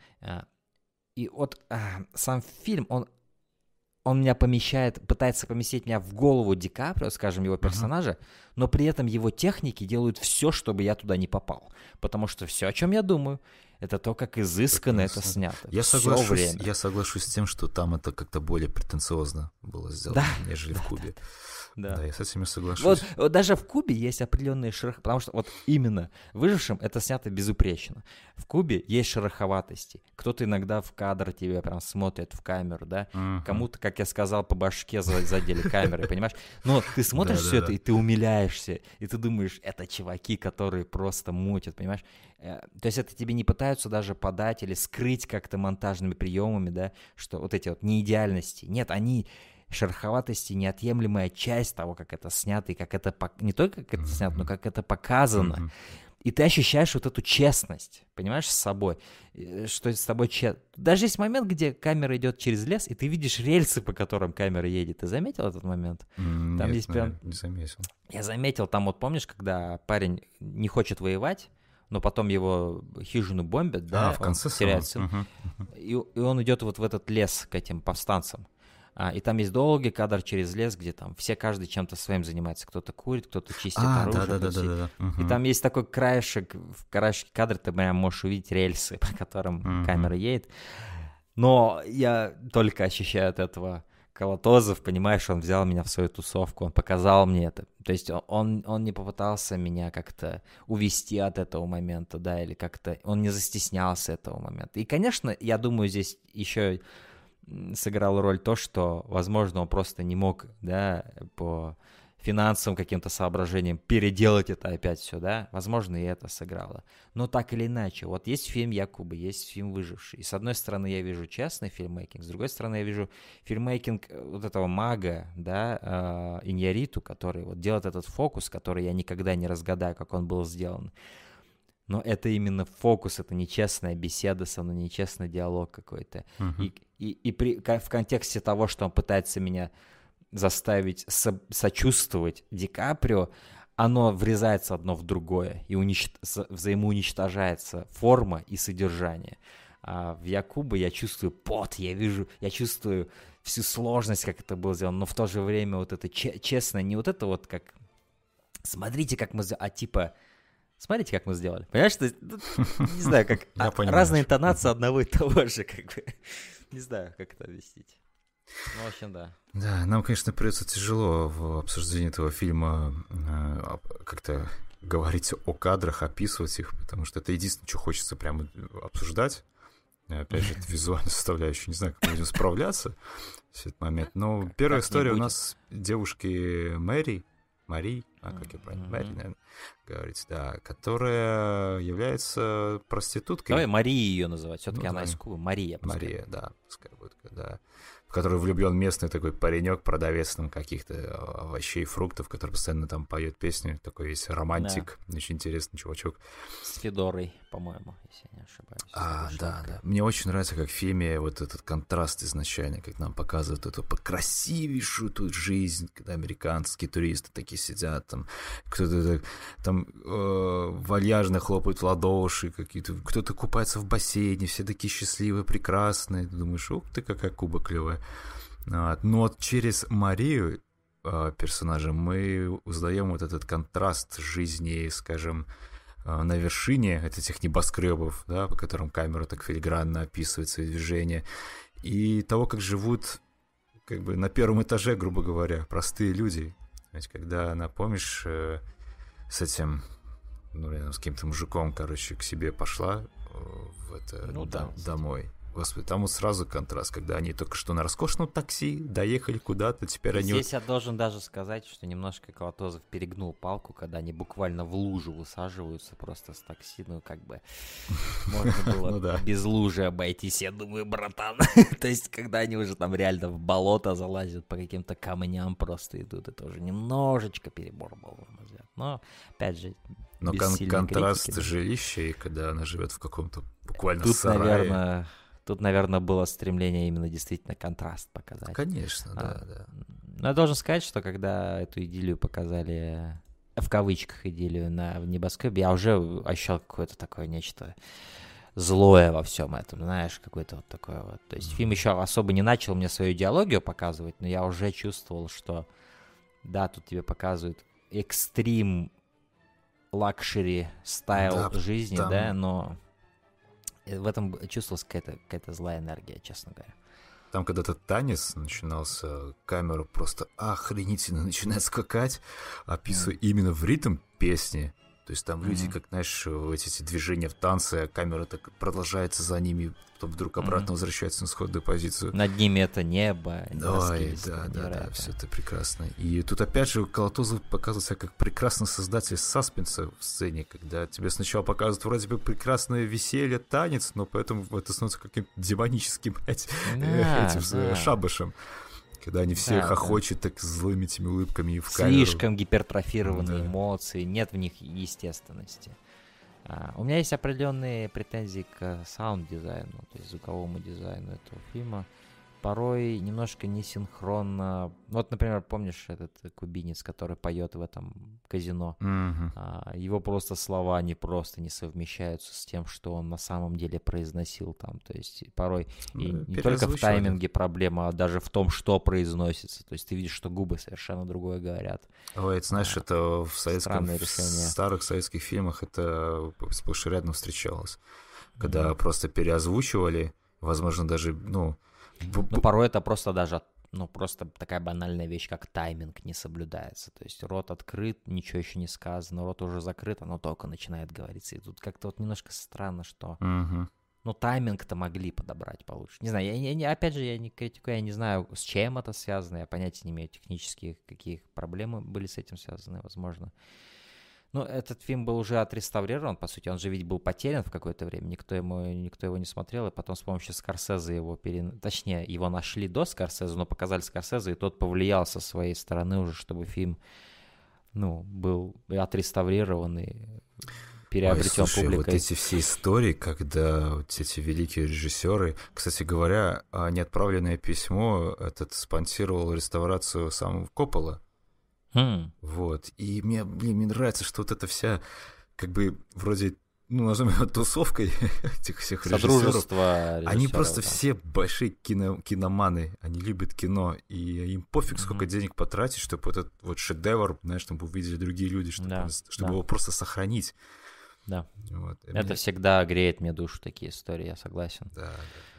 И вот сам фильм, он меня пытается поместить меня в голову Ди Каприо, скажем, его персонажа, но при этом его техники делают все, чтобы я туда не попал. Потому что все, о чем я думаю, это то, как изысканно это снято. Я соглашусь с тем, что там это как-то более претенциозно было сделано, нежели в Кубе. Да, я с этим соглашусь. Вот даже в Кубе есть определенные шероховатости, потому что вот именно в «Выжившем» это снято безупречно. В Кубе есть шероховатости. Кто-то иногда в кадр тебе прям смотрит в камеру, да? Кому-то, как я сказал, по башке задели камеры, понимаешь? Но ты смотришь все это, и ты умиляешься, и ты думаешь, это чуваки, которые просто мутят, понимаешь? То есть это тебе не пытаются даже подать или скрыть как-то монтажными приемами, да, что вот эти вот неидеальности. Нет, они... Шероховатости — неотъемлемая часть того, как это снято, и как это не только как это снято, но как это показано. И ты ощущаешь вот эту честность, понимаешь, с собой, что с тобой честно. Даже есть момент, где камера идет через лес, и ты видишь рельсы, по которым камера едет. Ты заметил этот момент? Там Нет, есть прям... не заметил. Я заметил, там вот помнишь, когда парень не хочет воевать, но потом его хижину бомбят, да? В конце теряет сын. И он идет вот в этот лес к этим повстанцам. И там есть долгий кадр через лес, где там каждый чем-то своим занимается. Кто-то курит, кто-то чистит оружие. Да. И там есть такой краешек, в краешке кадра ты прям можешь увидеть рельсы, по которым камера едет. Но я только ощущаю от этого Колотозов, понимаешь, он взял меня в свою тусовку, он показал мне это. То есть он не попытался меня как-то увести от этого момента, да, или как-то он не застеснялся этого момента. И, конечно, я думаю, здесь еще сыграла роль то, что, возможно, он просто не мог, да, по финансовым каким-то соображениям переделать это опять все, да, возможно, и это сыграло. Но так или иначе, вот есть фильм «Якуба», есть фильм «Выживший». И с одной стороны я вижу честный фильммейкинг, с другой стороны я вижу фильммейкинг вот этого мага, да, Иньярриту, который вот делает этот фокус, который я никогда не разгадаю, как он был сделан. Но это именно фокус, это нечестная беседа со мной, нечестный диалог какой-то. В контексте того, что он пытается меня заставить сочувствовать Ди Каприо, оно врезается одно в другое и взаимоуничтожается форма и содержание. А в Якубе я чувствую пот, я чувствую всю сложность, как это было сделано, но в то же время вот это честно, не вот это вот как «смотрите, как мы...», а типа «смотрите, как мы сделали». Понимаешь, что, не знаю, как разные интонации одного и того же, как бы. Не знаю, как это объяснить. Ну, в общем, да. Да, нам, конечно, придется тяжело в обсуждении этого фильма как-то говорить о кадрах, описывать их, потому что это единственное, что хочется прямо обсуждать. Опять же, это визуальная составляющая. Не знаю, как мы будем справляться в этот момент. Но первая история у нас девушки Мари, как я правильно, Мари, наверное, говорить, да, которая является проституткой. Давай Мария ее называть, все-таки она из Кубы. Мария, да, пускай будет, да. В которую влюблен местный такой паренек, продавец там каких-то овощей, фруктов, который постоянно там поет песни, такой весь романтик, очень интересный чувачок. С Федорой, по-моему, если я не ошибаюсь. Да. Мне очень нравится, как в фильме вот этот контраст изначально, как нам показывают эту красивейшую тут жизнь, когда американские туристы такие сидят, там кто-то там вальяжно хлопает в ладоши, какие-то, кто-то купается в бассейне, все такие счастливые, прекрасные. Ты думаешь, ух ты, какая Куба клевая. Но через Марию, персонажа, мы узнаем вот этот контраст жизни, скажем, на вершине этих небоскребов, да, по которым камера так филигранно описывает свои движения, и того, как живут как бы на первом этаже, грубо говоря, простые люди. Ведь когда она, помнишь, с этим, с каким-то мужиком, короче, к себе пошла домой. Господи, там вот сразу контраст, когда они только что на роскошном такси доехали куда-то, теперь они... Здесь я должен даже сказать, что немножко Колотозов перегнул палку, когда они буквально в лужу высаживаются просто с такси, как бы можно было без лужи обойтись, я думаю, братан. То есть, когда они уже там реально в болото залазят, по каким-то камням просто идут, это уже немножечко перебор был, на мой взгляд. Но, опять же, но контраст критики, жилища, и когда она живет в каком-то буквально сарае... Тут, наверное, было стремление именно действительно контраст показать. Конечно, да. Но я должен сказать, что когда эту идиллию показали, в кавычках идиллию в небоскребе, я уже ощущал какое-то такое нечто злое во всем этом, знаешь, какое-то вот такое вот. То есть фильм еще особо не начал мне свою идеологию показывать, но я уже чувствовал, что да, тут тебе показывают экстрим лакшери стайл жизни, да, но... В этом чувствовалась какая-то злая энергия, честно говоря. Там, когда этот танец начинался, камера просто охренительно начинает скакать, описывая именно в ритм песни. То есть там люди, как, знаешь, эти движения в танце, камера так продолжается за ними, потом вдруг обратно возвращается на исходную позицию. Над ними это небо. Да, все это прекрасно. И тут опять же Колотозов показывает себя как прекрасный создатель саспенса в сцене, когда тебе сначала показывают вроде бы прекрасное веселье, танец, но поэтому это становится каким-то демоническим этим шабашем. Когда они все хохочут так злыми этими улыбками в камеру. Слишком гипертрофированные эмоции, нет в них естественности. У меня есть определенные претензии к саунд-дизайну, то есть звуковому дизайну этого фильма. Порой немножко несинхронно. Вот, например, помнишь этот кубинец, который поет в этом казино? Его просто слова не совмещаются с тем, что он на самом деле произносил там. То есть порой не только в тайминге проблема, а даже в том, что произносится. То есть ты видишь, что губы совершенно другое говорят. Ой, это, знаешь, это в старых советских фильмах это сплошь и рядом встречалось. Когда просто переозвучивали, возможно, даже, порой это просто даже, просто такая банальная вещь, как тайминг не соблюдается. То есть рот открыт, ничего еще не сказано, рот уже закрыт, оно только начинает говориться. И тут как-то вот немножко странно, что... тайминг-то могли подобрать получше. Не знаю, опять же, я не критикую, я не знаю, с чем это связано, я понятия не имею технических, какие проблемы были с этим связаны, возможно. Этот фильм был уже отреставрирован, по сути, он же ведь был потерян в какое-то время, никто его не смотрел, и потом с помощью Скорсезе его нашли до Скорсезе, но показали Скорсезе, и тот повлиял со своей стороны уже, чтобы фильм, был отреставрирован и переобретен публикой. Вот эти все истории, когда вот эти великие режиссеры, кстати говоря, неотправленное письмо этот спонсировал реставрацию сам Коппола. Вот. И мне нравится, что вот эта вся, как бы, вроде, назовем ее тусовкой этих всех режиссеров. Они просто все большие киноманы, они любят кино, и им пофиг, сколько денег потратить, чтобы вот этот вот шедевр, знаешь, чтобы увидели другие люди, чтобы его просто сохранить. Да. Вот. Это всегда греет мне душу, такие истории, я согласен. Да.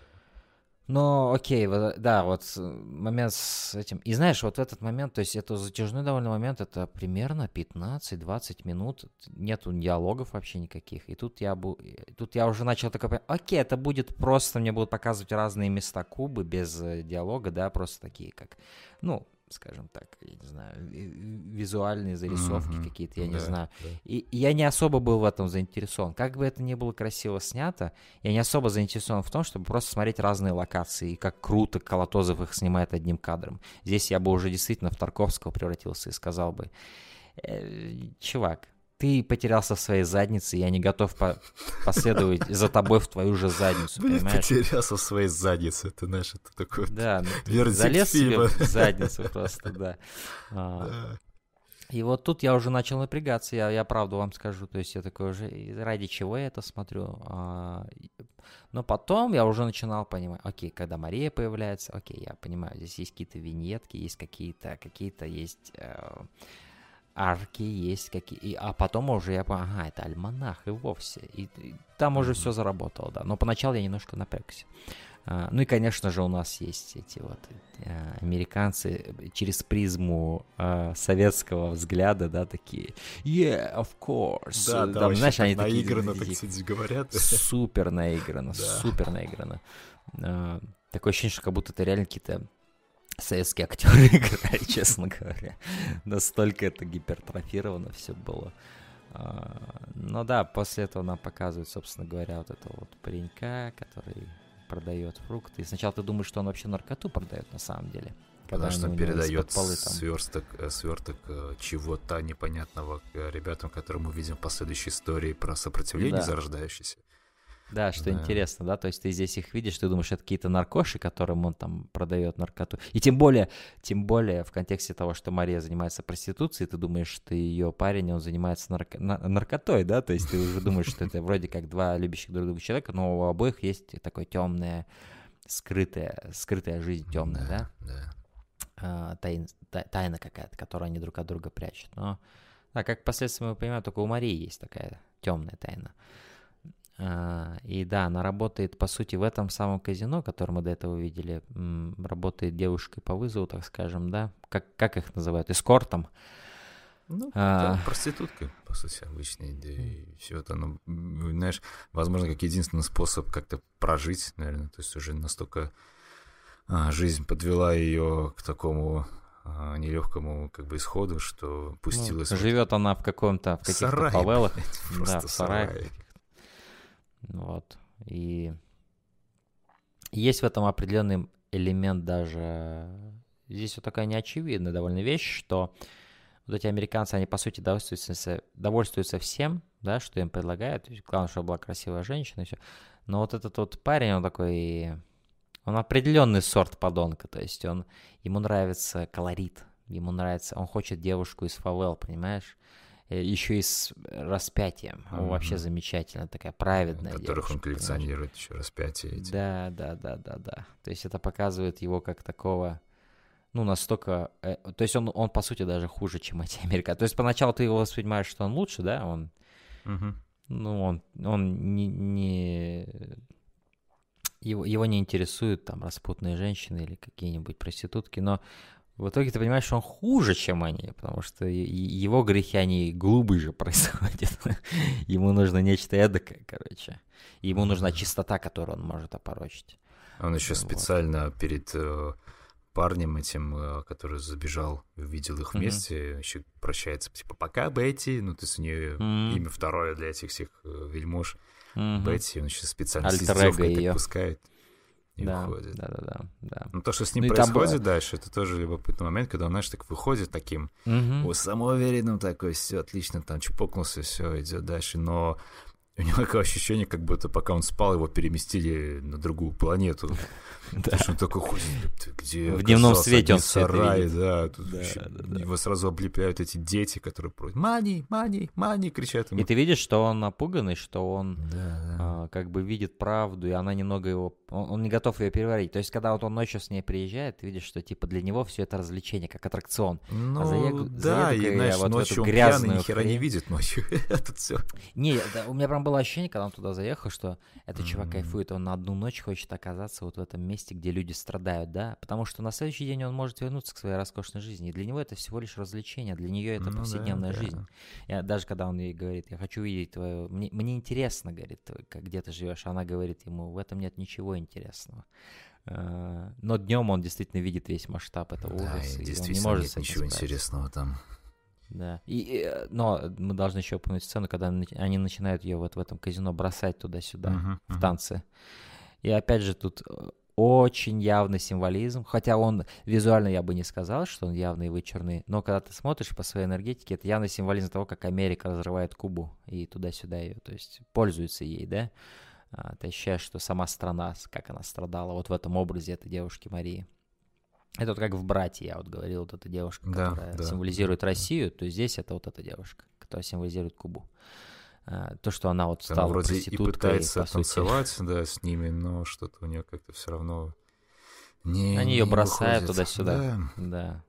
Но окей, да, вот момент с этим. И знаешь, вот в этот момент, то есть это затяжной довольно момент, это примерно 15-20 минут, нету диалогов вообще никаких. И тут я уже начал такой понять, окей, это будет просто, мне будут показывать разные места Кубы без диалога, да, просто такие как, скажем так, я не знаю, визуальные зарисовки какие-то, я не знаю. Да. И я не особо был в этом заинтересован. Как бы это ни было красиво снято, я не особо заинтересован в том, чтобы просто смотреть разные локации, и как круто Колотозов их снимает одним кадром. Здесь я бы уже действительно в Тарковского превратился и сказал бы, чувак, ты потерялся в своей заднице, я не готов последовать за тобой в твою же задницу, понимаешь? Потерялся в своей заднице, это, знаешь, это такой залез себе в задницу просто, да. И вот тут я уже начал напрягаться, я правду вам скажу, то есть я такой уже, ради чего я это смотрю? Но потом я уже начинал понимать, окей, когда Мария появляется, окей, я понимаю, здесь есть какие-то виньетки, есть какие-то есть... арки есть какие, а потом уже я понял, это альманах и вовсе, и там уже все заработало, да, но поначалу я немножко напрягся. И, конечно же, у нас есть эти вот американцы через призму советского взгляда, да, такие, yeah, of course. Да, там, знаешь, они наигранно, такие, так говорят. Супер наигранно. Такое ощущение, что как будто это реально какие-то советские актеры играли, честно говоря. Настолько это гипертрофировано все было. Но да, после этого нам показывают, собственно говоря, вот этого вот паренька, который продает фрукты. И сначала ты думаешь, что он вообще наркоту продает на самом деле. Потому что он передает сверток чего-то непонятного ребятам, которые мы видим в последующей истории про сопротивление зарождающееся. Да, что интересно, да, то есть ты здесь их видишь, ты думаешь, это какие-то наркоши, которым он там продает наркоту. И тем более в контексте того, что Мария занимается проституцией, ты думаешь, что ее парень, он занимается наркотой, да, то есть ты уже думаешь, что это вроде как два любящих друг друга человека, но у обоих есть такое темное, скрытая жизнь темная, да? Тайна какая-то, которую они друг от друга прячут. Но, да, как впоследствии мы понимаем, только у Марии есть такая темная тайна. И да, она работает, по сути, в этом самом казино, которое мы до этого видели, работает девушкой по вызову, так скажем, да, как их называют, эскортом. Проституткой, по сути, обычной, да, и все это, знаешь, возможно, как единственный способ как-то прожить, наверное, то есть уже настолько жизнь подвела ее к такому нелегкому как бы исходу, что пустилась... живет она в каких-то фавелах, да, в сарае. Вот. И есть в этом определенный элемент даже... Здесь вот такая неочевидная довольно вещь, что вот эти американцы, они, по сути, довольствуются всем, да, что им предлагают. То есть, главное, чтобы была красивая женщина и все. Но вот этот вот парень, он такой, он определенный сорт подонка, то есть ему нравится колорит, ему нравится, он хочет девушку из фавел, понимаешь? Еще и с распятием. Вообще замечательно, такая праведная девушка. Которых он коллекционирует еще распятие эти. Да. То есть это показывает его как такого, ну, настолько... то есть он, по сути, даже хуже, чем эти американцы. То есть поначалу ты его воспринимаешь, что он лучше, да? Ну, он не... Его не интересуют там распутные женщины или какие-нибудь проститутки, но в итоге ты понимаешь, что он хуже, чем они, потому что его грехи, они глубже происходят. Ему нужно нечто эдакое, короче. Ему нужна чистота, которую он может опорочить. Он еще специально перед парнем этим, который забежал, видел их вместе, еще прощается, типа, пока, Бетти, ну, то есть у нее имя второе для этих всех вельмож. Бетти, он еще специально с издевкой так пускает. И уходит. Да. Ну, то, что с ним происходит дальше, это тоже любопытный момент, когда он, знаешь, так выходит таким самоуверенным, такой, все отлично, там, чпокнулся, все, идет дальше, но у него такое ощущение, как будто пока он спал, его переместили на другую планету. Потому что он такой ходит, где в дневном свете он все это видит. Да. Его сразу облепляют эти дети, которые просят «Мани, мани, мани!» кричат ему. И ты видишь, что он напуганный, что он как бы видит правду, и она немного его... Он не готов ее переварить. То есть, когда вот он ночью с ней приезжает, ты видишь, что типа для него все это развлечение, как аттракцион. Ну, да, и, знаешь, вот ночью он пьяный, ни хера не видит ночью. Это все. Не, у меня прям было ощущение, когда он туда заехал, что этот чувак кайфует, он на одну ночь хочет оказаться вот в этом месте, где люди страдают, да, потому что на следующий день он может вернуться к своей роскошной жизни, и для него это всего лишь развлечение, для нее это повседневная жизнь. Даже когда он ей говорит, я хочу видеть твою... Мне интересно, говорит, где ты живешь, она говорит ему, в этом нет ничего интересного. Но днем он действительно видит весь масштаб этого ужаса, и он не может нет ничего интересного там. Да. Но мы должны еще упомянуть сцену, когда они начинают ее вот в этом казино бросать туда-сюда, в танцы. И опять же тут очень явный символизм, хотя он визуально, я бы не сказал, что он явный и вычурный, но когда ты смотришь по своей энергетике, это явный символизм того, как Америка разрывает Кубу и туда-сюда ее, то есть пользуется ей, да? Ты ощущаешь, что сама страна, как она страдала вот в этом образе этой девушки Марии. Это вот как в «Брате» я вот говорил, вот эта девушка, которая символизирует Россию, то здесь это вот эта девушка, которая символизирует Кубу. То, что она вот стала вроде проституткой, и пытается танцевать, да, с ними, но что-то у нее как-то все равно не Они ее бросают выходит. Туда-сюда.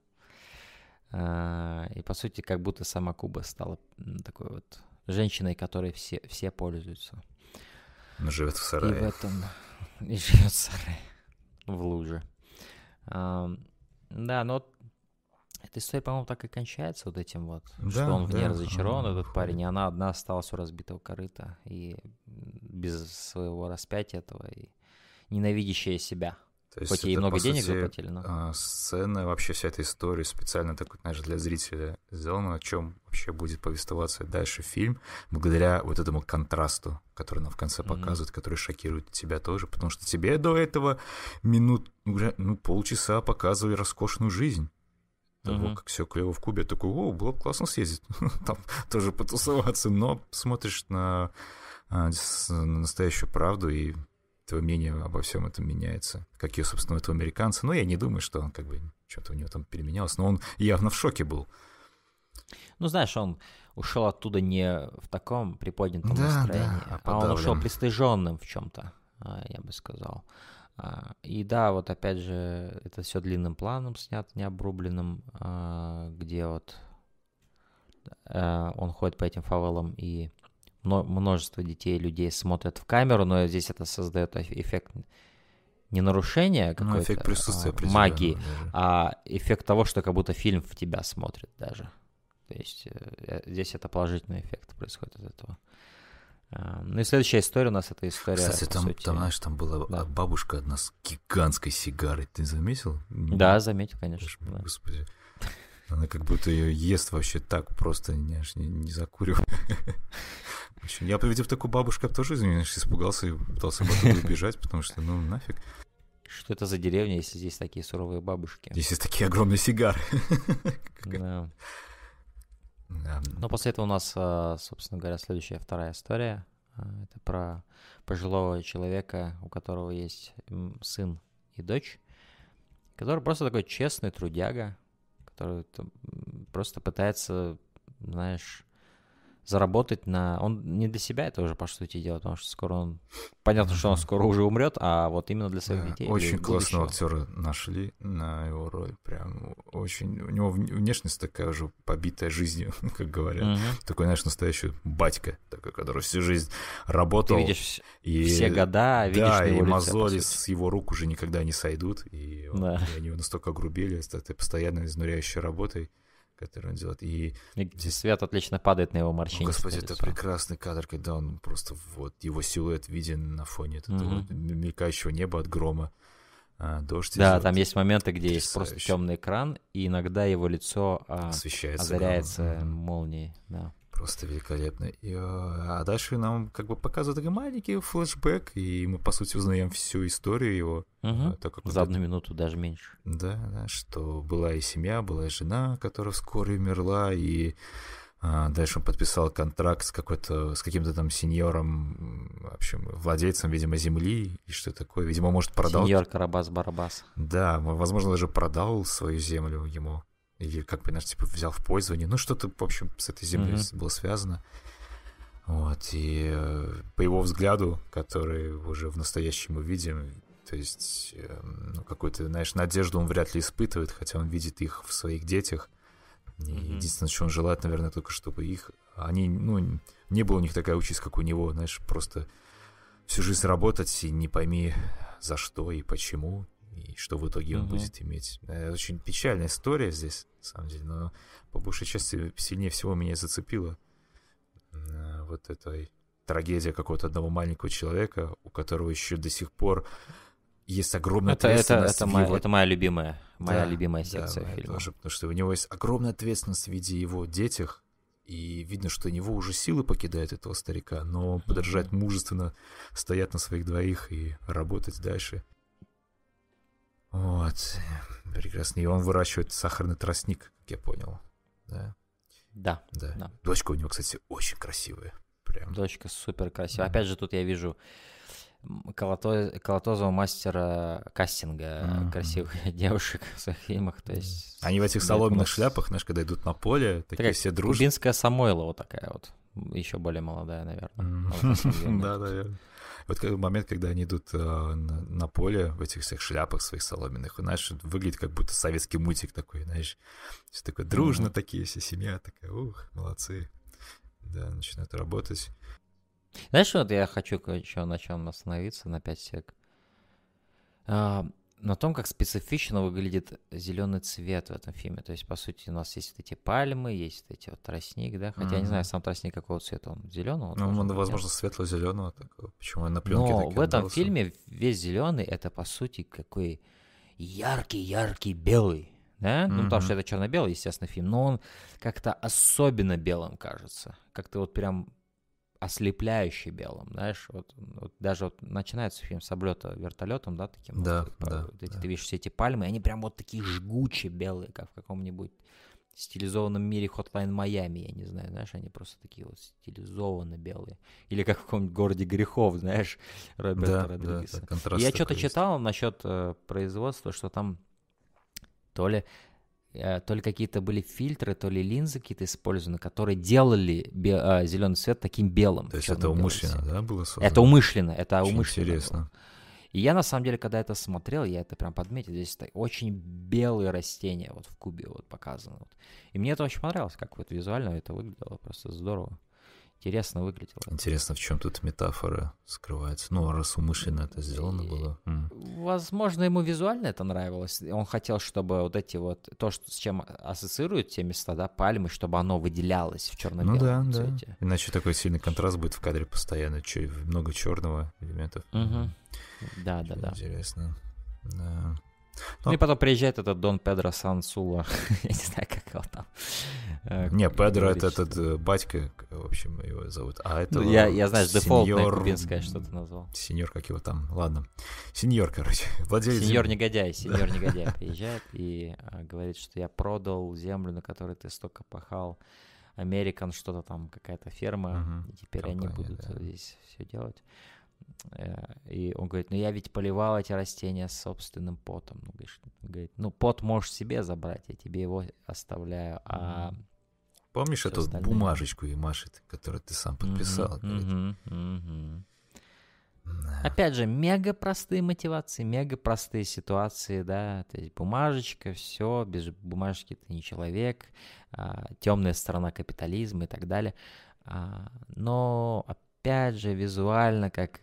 Да. И, по сути, как будто сама Куба стала такой вот женщиной, которой все пользуются. Она живет в сарае. И в этом... И живет в сарае. В луже. Да, но эта история, по-моему, так и кончается вот этим вот, что он в ней разочарован, этот парень, и она одна осталась у разбитого корыта, и без своего распятия этого, и ненавидящая себя. То есть хоть ей много денег заплатили, но... Сцена, вообще вся эта история специально такой, знаешь, для зрителя сделана, о чем вообще будет повествоваться дальше фильм, благодаря вот этому контрасту, который нам в конце показывает, который шокирует тебя тоже, потому что тебе до этого уже полчаса показывали роскошную жизнь. Того, как все клево в Кубе, такой, было бы классно съездить, там тоже потусоваться, но смотришь на настоящую правду, и твое мнение обо всем этом меняется, как и, собственно, у этого американца. Но я не думаю, что он как бы что-то у него там переменялось, но он явно в шоке был. Ну, знаешь, он ушел оттуда не в таком приподнятом настроении, а он ушел пристыженным в чем-то, я бы сказал. И да, вот опять же, это все длинным планом снято, не обрубленным, где вот он ходит по этим фавелам, и множество детей, людей смотрят в камеру, но здесь это создает эффект не нарушения какой-то эффект присутствия магии, даже. А эффект того, что как будто фильм в тебя смотрит даже. То есть здесь это положительный эффект происходит от этого. Ну и следующая история у нас, это история... Кстати, там, знаешь, там была бабушка одна с гигантской сигарой. Ты заметил? Да, заметил, конечно. Господи. Она как будто ее ест вообще так просто, не закуривая. Я, увидев такую бабушку, я тоже, извиняюсь, испугался и пытался убежать, потому что, нафиг. Что это за деревня, если здесь такие суровые бабушки? Здесь есть такие огромные сигары. Да. Да. Но после этого у нас, собственно говоря, следующая, вторая история. Это про пожилого человека, у которого есть сын и дочь, который просто такой честный трудяга, который просто пытается, знаешь, заработать Он не для себя это уже, по сути, делает, потому что скоро он... Понятно, что он скоро уже умрет, а вот именно для своих детей. Очень классного актера нашли на его роль. Прям очень... У него внешность такая уже побитая жизнью, как говорят. Такой, знаешь, настоящий батька, такой, который всю жизнь работал. Ты видишь все года, видишь да, его и лицо, мозоли с его рук уже никогда не сойдут. И они его настолько огрубели с этой постоянно изнуряющей работой, который он делает. И здесь свет отлично падает на его морщинистое Господи, лицо. это прекрасный кадр, когда он просто вот его силуэт виден на фоне этого мелькающего неба от грома. Дождь Да, идет. там есть моменты, где есть просто темный экран, и иногда его лицо озаряется молнией. Да. Просто великолепно. А дальше нам как бы показывают такой маленький флешбэк, и мы, по сути, узнаем всю историю его. Так как За 1 минуту, даже меньше. Да, что была и семья, была и жена, которая вскоре умерла, и дальше он подписал контракт с каким-то там сеньором, в общем, владельцем, видимо, земли, и что такое. Видимо, может, продал... Сеньор Карабас-Барабас. Да, возможно, даже продал свою землю ему. Или, как понимаешь, типа взял в пользование. Ну, что-то, в общем, с этой землей было связано. Вот, и по его взгляду, который уже в настоящем мы видим, то есть, какую-то, знаешь, надежду он вряд ли испытывает, хотя он видит их в своих детях. И единственное, что он желает, наверное, только чтобы не было у них такая участь, как у него, знаешь, просто всю жизнь работать и не пойми за что и почему. И что в итоге он будет иметь. Очень печальная история здесь, на самом деле, но по большей части сильнее всего меня зацепила вот эта трагедия какого-то одного маленького человека, у которого еще до сих пор есть огромная ответственность. Это моя любимая секция фильма. Тоже, потому что у него есть огромная ответственность в виде его детях, и видно, что у него уже силы покидают этого старика, но продолжать мужественно стоять на своих двоих и работать дальше. Вот, прекрасно. И он выращивает сахарный тростник, как я понял. Да. Дочка у него, кстати, очень красивая. Прям. Дочка супер красивая. Опять же, тут я вижу колотозого мастера кастинга красивых девушек в своих фильмах. То есть, они в этих соломенных шляпах, знаешь, когда идут на поле, такие все дружные. Кубинская Самойлова такая вот. Еще более молодая, наверное. Да, наверное. Вот момент, когда они идут на поле в этих всех шляпах своих соломенных, знаешь, выглядит как будто советский мультик такой, знаешь, все такое дружно такие, вся семья такая, молодцы. Да, начинают работать. Знаешь, вот я хочу еще на чем остановиться на 5 сек. На том, как специфично выглядит зеленый цвет в этом фильме. То есть, по сути, у нас есть вот эти пальмы, есть вот эти вот тростник, да. Хотя я не знаю, сам тростник какого цвета, он зеленого. Он, возможно, светло-зеленого такого. Почему он на пленке но в этом фильме весь зеленый это, по сути, какой яркий белый. Да? Ну, потому что это черно-белый, естественно, фильм. Но он как-то особенно белым кажется. Как-то вот прям ослепляюще белым, знаешь, вот даже вот начинается фильм с облета вертолетом, да, таким. Да, вот, да. Ты видишь все эти пальмы, и они прям вот такие жгучие белые, как в каком-нибудь стилизованном мире Hotline Miami, я не знаю, знаешь, они просто такие вот стилизованно белые. Или как в каком-нибудь городе грехов, знаешь, Роберта Родригеса. Да, и я что-то читал насчет производства, что там то ли какие-то были фильтры, то ли линзы какие-то использованы, которые делали зеленый цвет таким белым. То есть это умышленно, да, было создано? Это умышленно, Очень интересно. Было. И я, на самом деле, когда это смотрел, я это прям подметил, здесь очень белые растения вот в кубе вот показаны. Вот. И мне это очень понравилось, как вот визуально это выглядело, просто здорово. Интересно выглядело. Интересно, в чем тут метафора скрывается? Ну, раз умышленно это сделано было. Возможно, ему визуально это нравилось. Он хотел, чтобы вот эти вот, то, с чем ассоциируют те места, да, пальмы, чтобы оно выделялось в черно-белом цвете. Да. Иначе такой сильный контраст будет в кадре постоянно, много черного элементов. Да. Интересно. Да. Ну и потом приезжает этот Дон Педро Сансула. Я не знаю, как его там. Не, Педро — это этот батька, в общем, его зовут. А это я знаю, дефолтное кубинское что-то назвал. Сеньор, как его там, ладно. Сеньор, короче, владелец. Сеньор-негодяй приезжает и говорит, что я продал землю, на которой ты столько пахал. American что-то там, какая-то ферма, и теперь Компания, они будут да. здесь все делать. И он говорит, ну я ведь поливал эти растения собственным потом. Ну, говорит, ну пот можешь себе забрать, я тебе его оставляю, а... Помнишь всё эту остальное. бумажечку и машет, которую ты сам подписал? говорит? Да. Опять же, мега простые мотивации, мега простые ситуации, да, то есть бумажечка, все, без бумажки ты не человек, темная сторона капитализма и так далее. Но опять же, визуально, как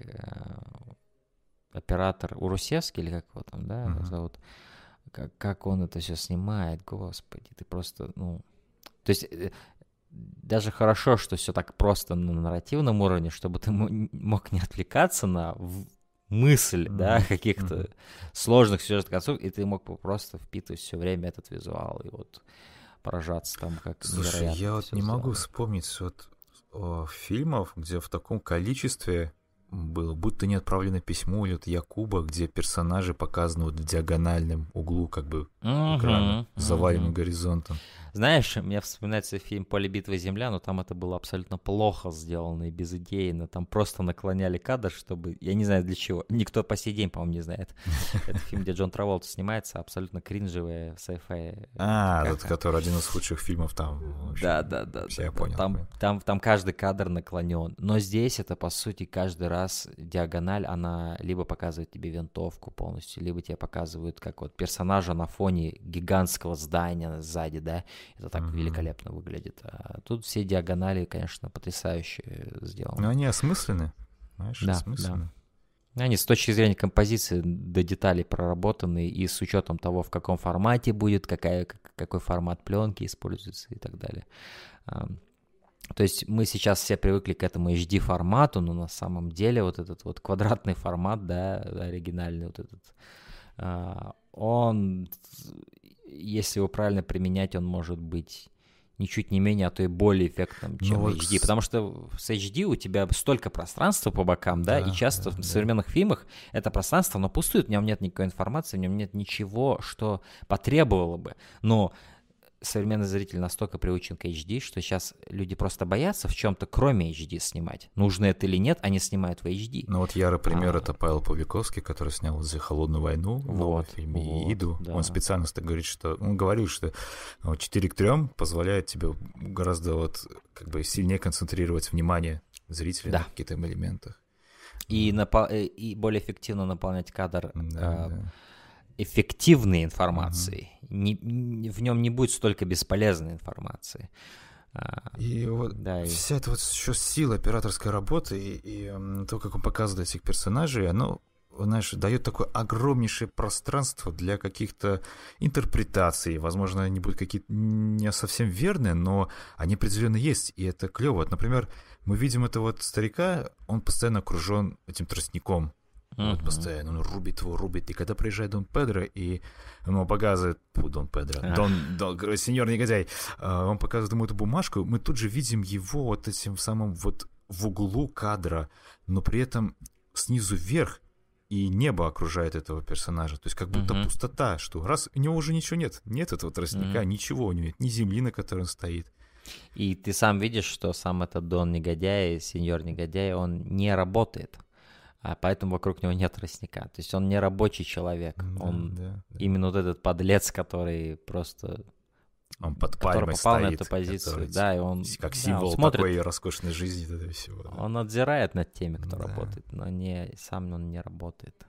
оператор Урусевский, или как его там, да, зовут, как он это все снимает, господи, ты просто, ну, то есть даже хорошо, что все так просто на нарративном уровне, чтобы ты мог не отвлекаться на мысль, да, каких-то сложных сюжетных концов, и ты мог бы просто впитывать все время этот визуал и вот поражаться там, как Слушай, невероятно я вот всё не могу сделано. вспомнить вот фильмов, где в таком количестве было, будто не отправлено письмо или от Якуба, где персонажи показаны вот в диагональном углу как бы экрана, заваленным горизонтом. Знаешь, мне вспоминается фильм «Поле битвы Земля», но там это было абсолютно плохо сделано и безыдейно. Там просто наклоняли кадр, чтобы... Я не знаю для чего. Никто по сей день, по-моему, не знает. Это фильм, где Джон Траволта снимается, абсолютно кринжевая sci-fi. Тот, который один из худших фильмов там. Да. Все, я понял. Там каждый кадр наклонен. Но здесь это, по сути, каждый раз диагональ, она либо показывает тебе винтовку полностью, либо тебе показывают, как вот персонажа на фоне гигантского здания сзади, да, это так великолепно выглядит. А тут все диагонали, конечно, потрясающе сделаны. Но они осмыслены, знаешь, Да, осмыслены. да. Они с точки зрения композиции до деталей проработаны, и с учетом того, в каком формате будет, какой формат пленки используется и так далее. То есть мы сейчас все привыкли к этому HD-формату, но на самом деле вот этот вот квадратный формат, да, оригинальный вот этот, он, если его правильно применять, он может быть ничуть не менее, а то и более эффектным, чем HD. Потому что с HD у тебя столько пространства по бокам, да, и часто в современных фильмах это пространство, оно пустует, в нем нет никакой информации, в нем нет ничего, что потребовало бы. Но современный зритель настолько приучен к HD, что сейчас люди просто боятся в чем-то, кроме HD, снимать. Нужно это или нет, они снимают в HD. Ну вот ярый пример это Павел Павликовский, который снял «За холодную войну» в фильме «Иду». Да. Он специально говорит, что он говорил, что 4:3 позволяет тебе гораздо вот как бы сильнее концентрировать внимание зрителя на каких-то элементах. И более эффективно наполнять кадр эффективной информацией. В нем не будет столько бесполезной информации. И вот вся эта вот еще сила операторской работы и то, как он показывает этих персонажей, оно, знаешь, дает такое огромнейшее пространство для каких-то интерпретаций. Возможно, они будут какие-то не совсем верные, но они определенно есть, и это клево. Вот, например, мы видим этого вот старика, он постоянно окружен этим тростником. Вот постоянно он рубит. И когда приезжает Дон Педро, и ему показывает... Дон Педро. Сеньор негодяй. Он показывает ему эту бумажку. Мы тут же видим его вот этим самым вот в углу кадра, но при этом снизу вверх и небо окружает этого персонажа. То есть как будто пустота, что раз у него уже ничего нет. Нет этого тростника, ничего у него нет. Ни земли, на которой он стоит. И ты сам видишь, что сам этот Дон негодяй, сеньор негодяй, он не работает. А поэтому вокруг него нет тростника. То есть он не рабочий человек. Он именно вот этот подлец, который просто... Он под пальмой попал стоит, на эту позицию. Да, и он... Как символ такой роскошной жизни этого всего. Да. Он надзирает над теми, кто работает, но сам он не работает.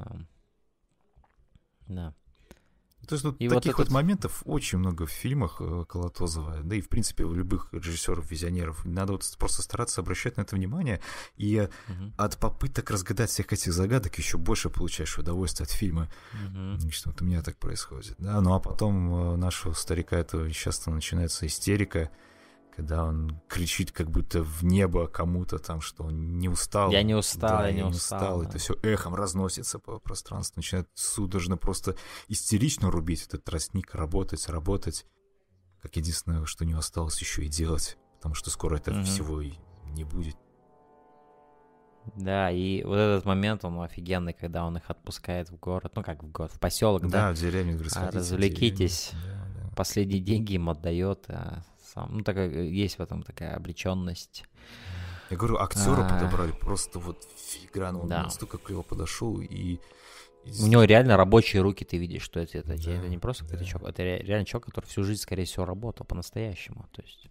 Да. То есть вот таких вот моментов очень много в фильмах Колотозова, да и в принципе у любых режиссеров-визионеров. Надо вот просто стараться обращать на это внимание, и от попыток разгадать всех этих загадок еще больше получаешь удовольствие от фильма. Что вот у меня так происходит. Да? Ну а потом у нашего старика этого часто начинается истерика, когда он кричит как будто в небо кому-то там, что он не устал. Я не устал, да, я не устал. Да. Это все эхом разносится по пространству, начинает судорожно просто истерично рубить этот тростник, работать. Как единственное, что не осталось еще и делать, потому что скоро это всего и не будет. Да, и вот этот момент, он офигенный, когда он их отпускает в город, ну как в город, в поселок, да? Да, в деревню, говорит, развлекитесь. Да. Последние деньги им отдает, сам. Ну, есть в этом такая обреченность. Я говорю, актера подобрали просто вот филигранно. Он Да. настолько клево подошел и... У него реально рабочие руки, ты видишь, что это не просто какой-то чувак, это реально чувак, который всю жизнь, скорее всего, работал по-настоящему. То есть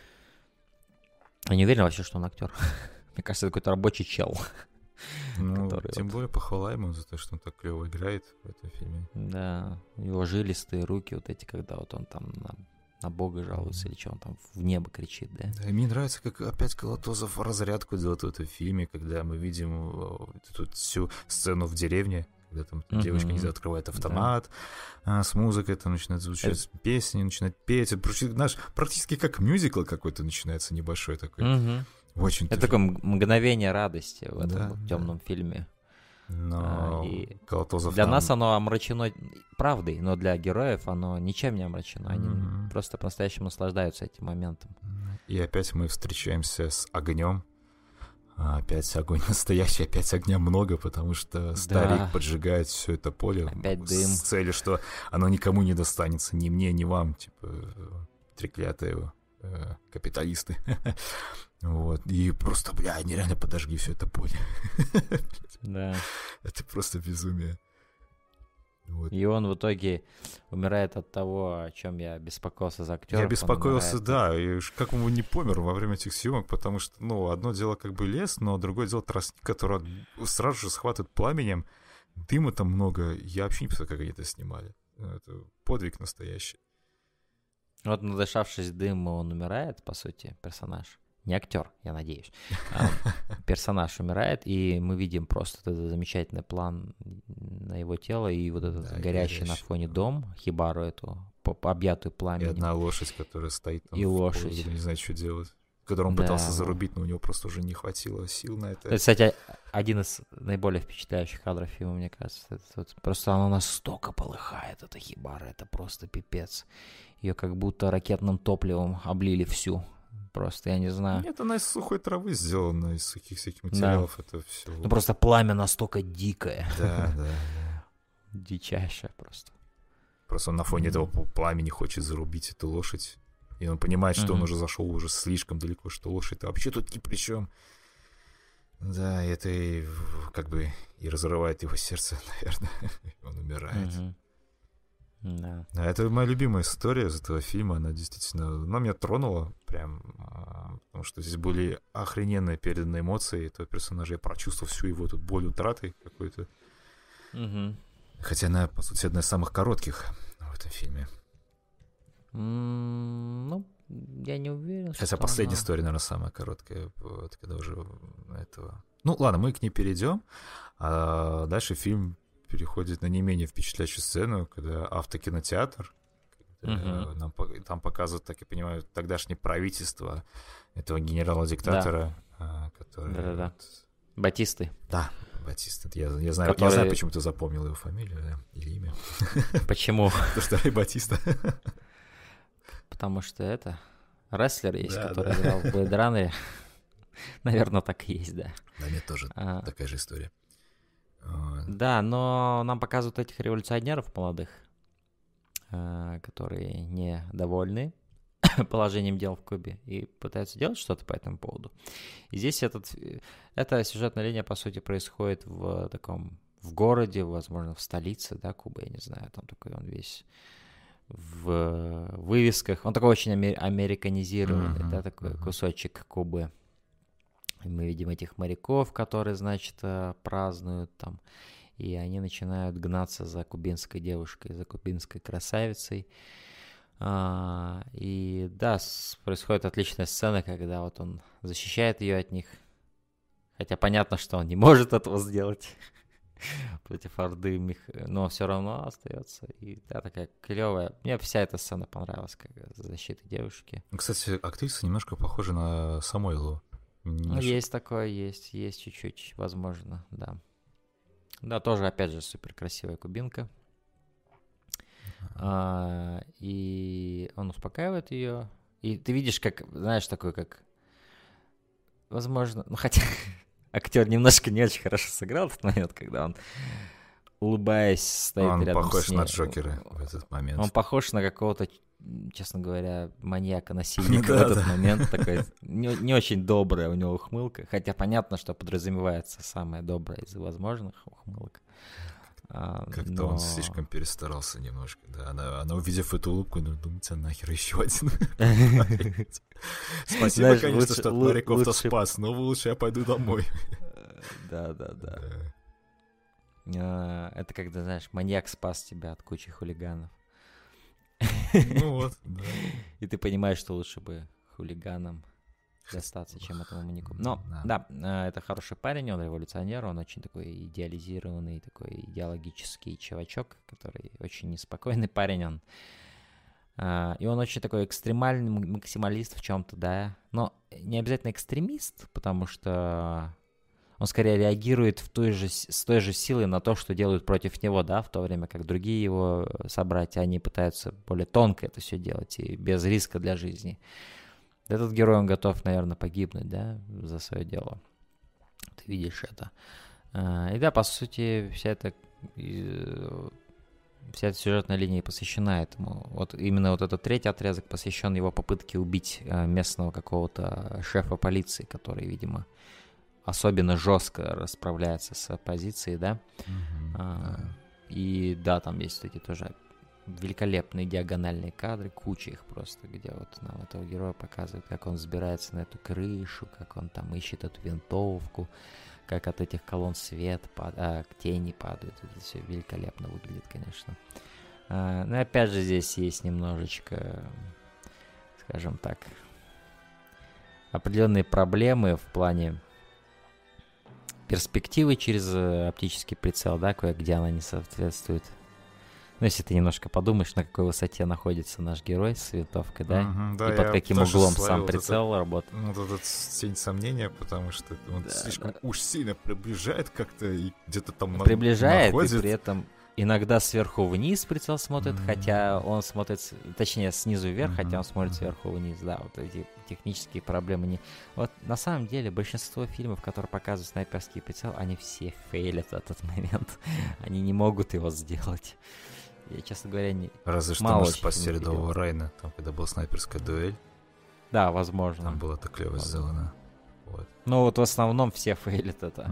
я не уверен вообще, что он актер. Мне кажется, это какой-то рабочий чел. Ну, тем более похвала ему за то, что он так клево играет в этом фильме. Да, его жилистые руки вот эти, когда вот он там на Бога жалуется или что он там в небо кричит, да? Да, и мне нравится, как опять Колотозов разрядку делает в этом фильме, когда мы видим тут всю сцену в деревне, когда там девочка не открывает автомат с музыкой, там начинает звучать песни, начинает петь. Это, знаешь, практически как мюзикл какой-то начинается небольшой такой. Очень это такое мгновение радости в этом темном фильме. Но Колотозов для нас оно омрачено правдой, но для героев оно ничем не омрачено. Они просто по-настоящему наслаждаются этим моментом. И опять мы встречаемся с огнем. Опять огонь настоящий, опять огня много, потому что старик поджигает все это поле с целью, что оно никому не достанется, ни мне, ни вам, типа треклятые капиталисты. Вот. И просто, они реально подожгли все это поле. Да. Это просто безумие. Вот. И он в итоге умирает от того, о чем я беспокоился за актера. Я беспокоился, да, и как он не помер во время этих съемок, потому что, одно дело как бы лес, но другое дело тростник, который сразу же схватывает пламенем, дыма там много, я вообще не представляю, как они это снимали. Это подвиг настоящий. Вот, надышавшись дыма, он умирает, по сути, персонаж. Не актер, я надеюсь. Персонаж умирает, и мы видим просто этот замечательный план на его тело, и вот этот горящий на фоне дом, хибару эту, объятую пламенем. И одна лошадь, которая стоит там и лошадь. Не знает, что делать. Которую он пытался зарубить, но у него просто уже не хватило сил на это. Это, кстати, один из наиболее впечатляющих кадров фильма, мне кажется. Просто оно настолько полыхает, эта хибара, это просто пипец. Ее как будто ракетным топливом облили всю. Просто, я не знаю. Нет, она из сухой травы сделана, из сухих всяких материалов. Это все. Ну, просто пламя настолько дикое. Да. Дичайшее просто. Просто он на фоне этого пламени хочет зарубить эту лошадь. И он понимает, что он уже зашел уже слишком далеко, что лошадь-то вообще тут ни при чем. Да, это и как бы и разрывает его сердце, наверное. Он умирает. Да. Это моя любимая история из этого фильма. Она действительно... Она меня тронула прям... Потому что здесь были охрененные переданные эмоции этого персонажа. Я прочувствовал всю его тут боль утраты какой-то. Хотя она, по сути, одна из самых коротких в этом фильме. Ну, я не уверен. Хотя последняя история, наверное, самая короткая. Вот, когда уже этого... Ну, ладно, мы к ней перейдем. А дальше фильм переходит на не менее впечатляющую сцену, когда автокинотеатр, нам там показывают, так я понимаю, тогдашнее правительство этого генерала-диктатора, который... Да. Батисты. Да, Батиста. Я знаю, почему ты запомнил его фамилию, да, или имя. Почему? Потому что Рэй Батиста. Потому что это рестлер есть, который играл в Blade Runner. Наверное, так и есть, да. Да, мне тоже такая же история. Да, но нам показывают этих революционеров молодых, которые недовольны положением дел в Кубе и пытаются делать что-то по этому поводу. И здесь эта сюжетная линия, по сути, происходит в городе, возможно, в столице, да, Кубы, я не знаю, там такой он весь в вывесках, он такой очень американизированный, да, такой кусочек Кубы. И мы видим этих моряков, которые, значит, празднуют там, и они начинают гнаться за кубинской девушкой, за кубинской красавицей. И да, происходит отличная сцена, когда вот он защищает ее от них, хотя понятно, что он не может этого сделать против орды, но все равно остается. И да, такая клевая. Мне вся эта сцена понравилась, как защита девушки. Кстати, актриса немножко похожа на Самойлову. Есть такое, есть чуть-чуть, возможно, да. Да, тоже, опять же, супер красивая кубинка. И он успокаивает ее. И ты видишь, как, знаешь, такой, как... Возможно, ну хотя актер немножко не очень хорошо сыграл в тот момент, когда он, улыбаясь, стоит рядом с ней. Он похож на Джокера в этот момент. Он похож на какого-то честно говоря, маньяка-насильника в этот момент. Такой не очень добрая у него ухмылка. Хотя понятно, что подразумевается самая добрая из возможных ухмылок. Как-то он слишком перестарался немножко. Да, она увидев эту улыбку, думает, нахер еще один. Спасибо, конечно, что от моряков-то спас, но лучше я пойду домой. Да. Это когда, знаешь, маньяк спас тебя от кучи хулиганов. Ну вот, да. И ты понимаешь, что лучше бы хулиганам достаться, чем этому маньяку. Но, да, это хороший парень, он революционер, он очень такой идеализированный, такой идеологический чувачок, который очень неспокойный парень, он. И он очень такой экстремальный максималист в чем-то, да. Но не обязательно экстремист, потому что он скорее реагирует с той же силой на то, что делают против него, да, в то время как другие его собратья, они пытаются более тонко это все делать и без риска для жизни. Этот герой, он готов, наверное, погибнуть, да, за свое дело. Ты видишь это. И да, по сути, вся эта сюжетная линия посвящена этому. Вот именно вот этот третий отрезок посвящен его попытке убить местного какого-то шефа полиции, который, видимо, особенно жестко расправляется с оппозицией, да. И да, там есть эти тоже великолепные диагональные кадры, куча их просто, где вот нам этого героя показывают, как он взбирается на эту крышу, как он там ищет эту винтовку, как от этих колонн свет, тени падают. Это все великолепно выглядит, конечно. Но опять же здесь есть немножечко, скажем так, определенные проблемы в плане перспективы через оптический прицел, да, кое-где она не соответствует. Ну, если ты немножко подумаешь, на какой высоте находится наш герой с винтовкой, да, да, и под каким углом сам прицел работает. Вот этот тень сомнения, потому что он слишком уж сильно приближает как-то и где-то там приближает, находит. И при этом иногда сверху вниз прицел смотрит, хотя он смотрит, точнее, снизу вверх, хотя он смотрит сверху вниз, да, вот эти технические проблемы не... Вот на самом деле большинство фильмов, которые показывают снайперский прицел, они все фейлят в этот момент, они не могут его сделать. Я, честно говоря, не... Разве что может спасти рядового Райана, там, когда была снайперская дуэль. Да, возможно. Там было так клево сделано. Вот. Ну вот в основном все фейлят это.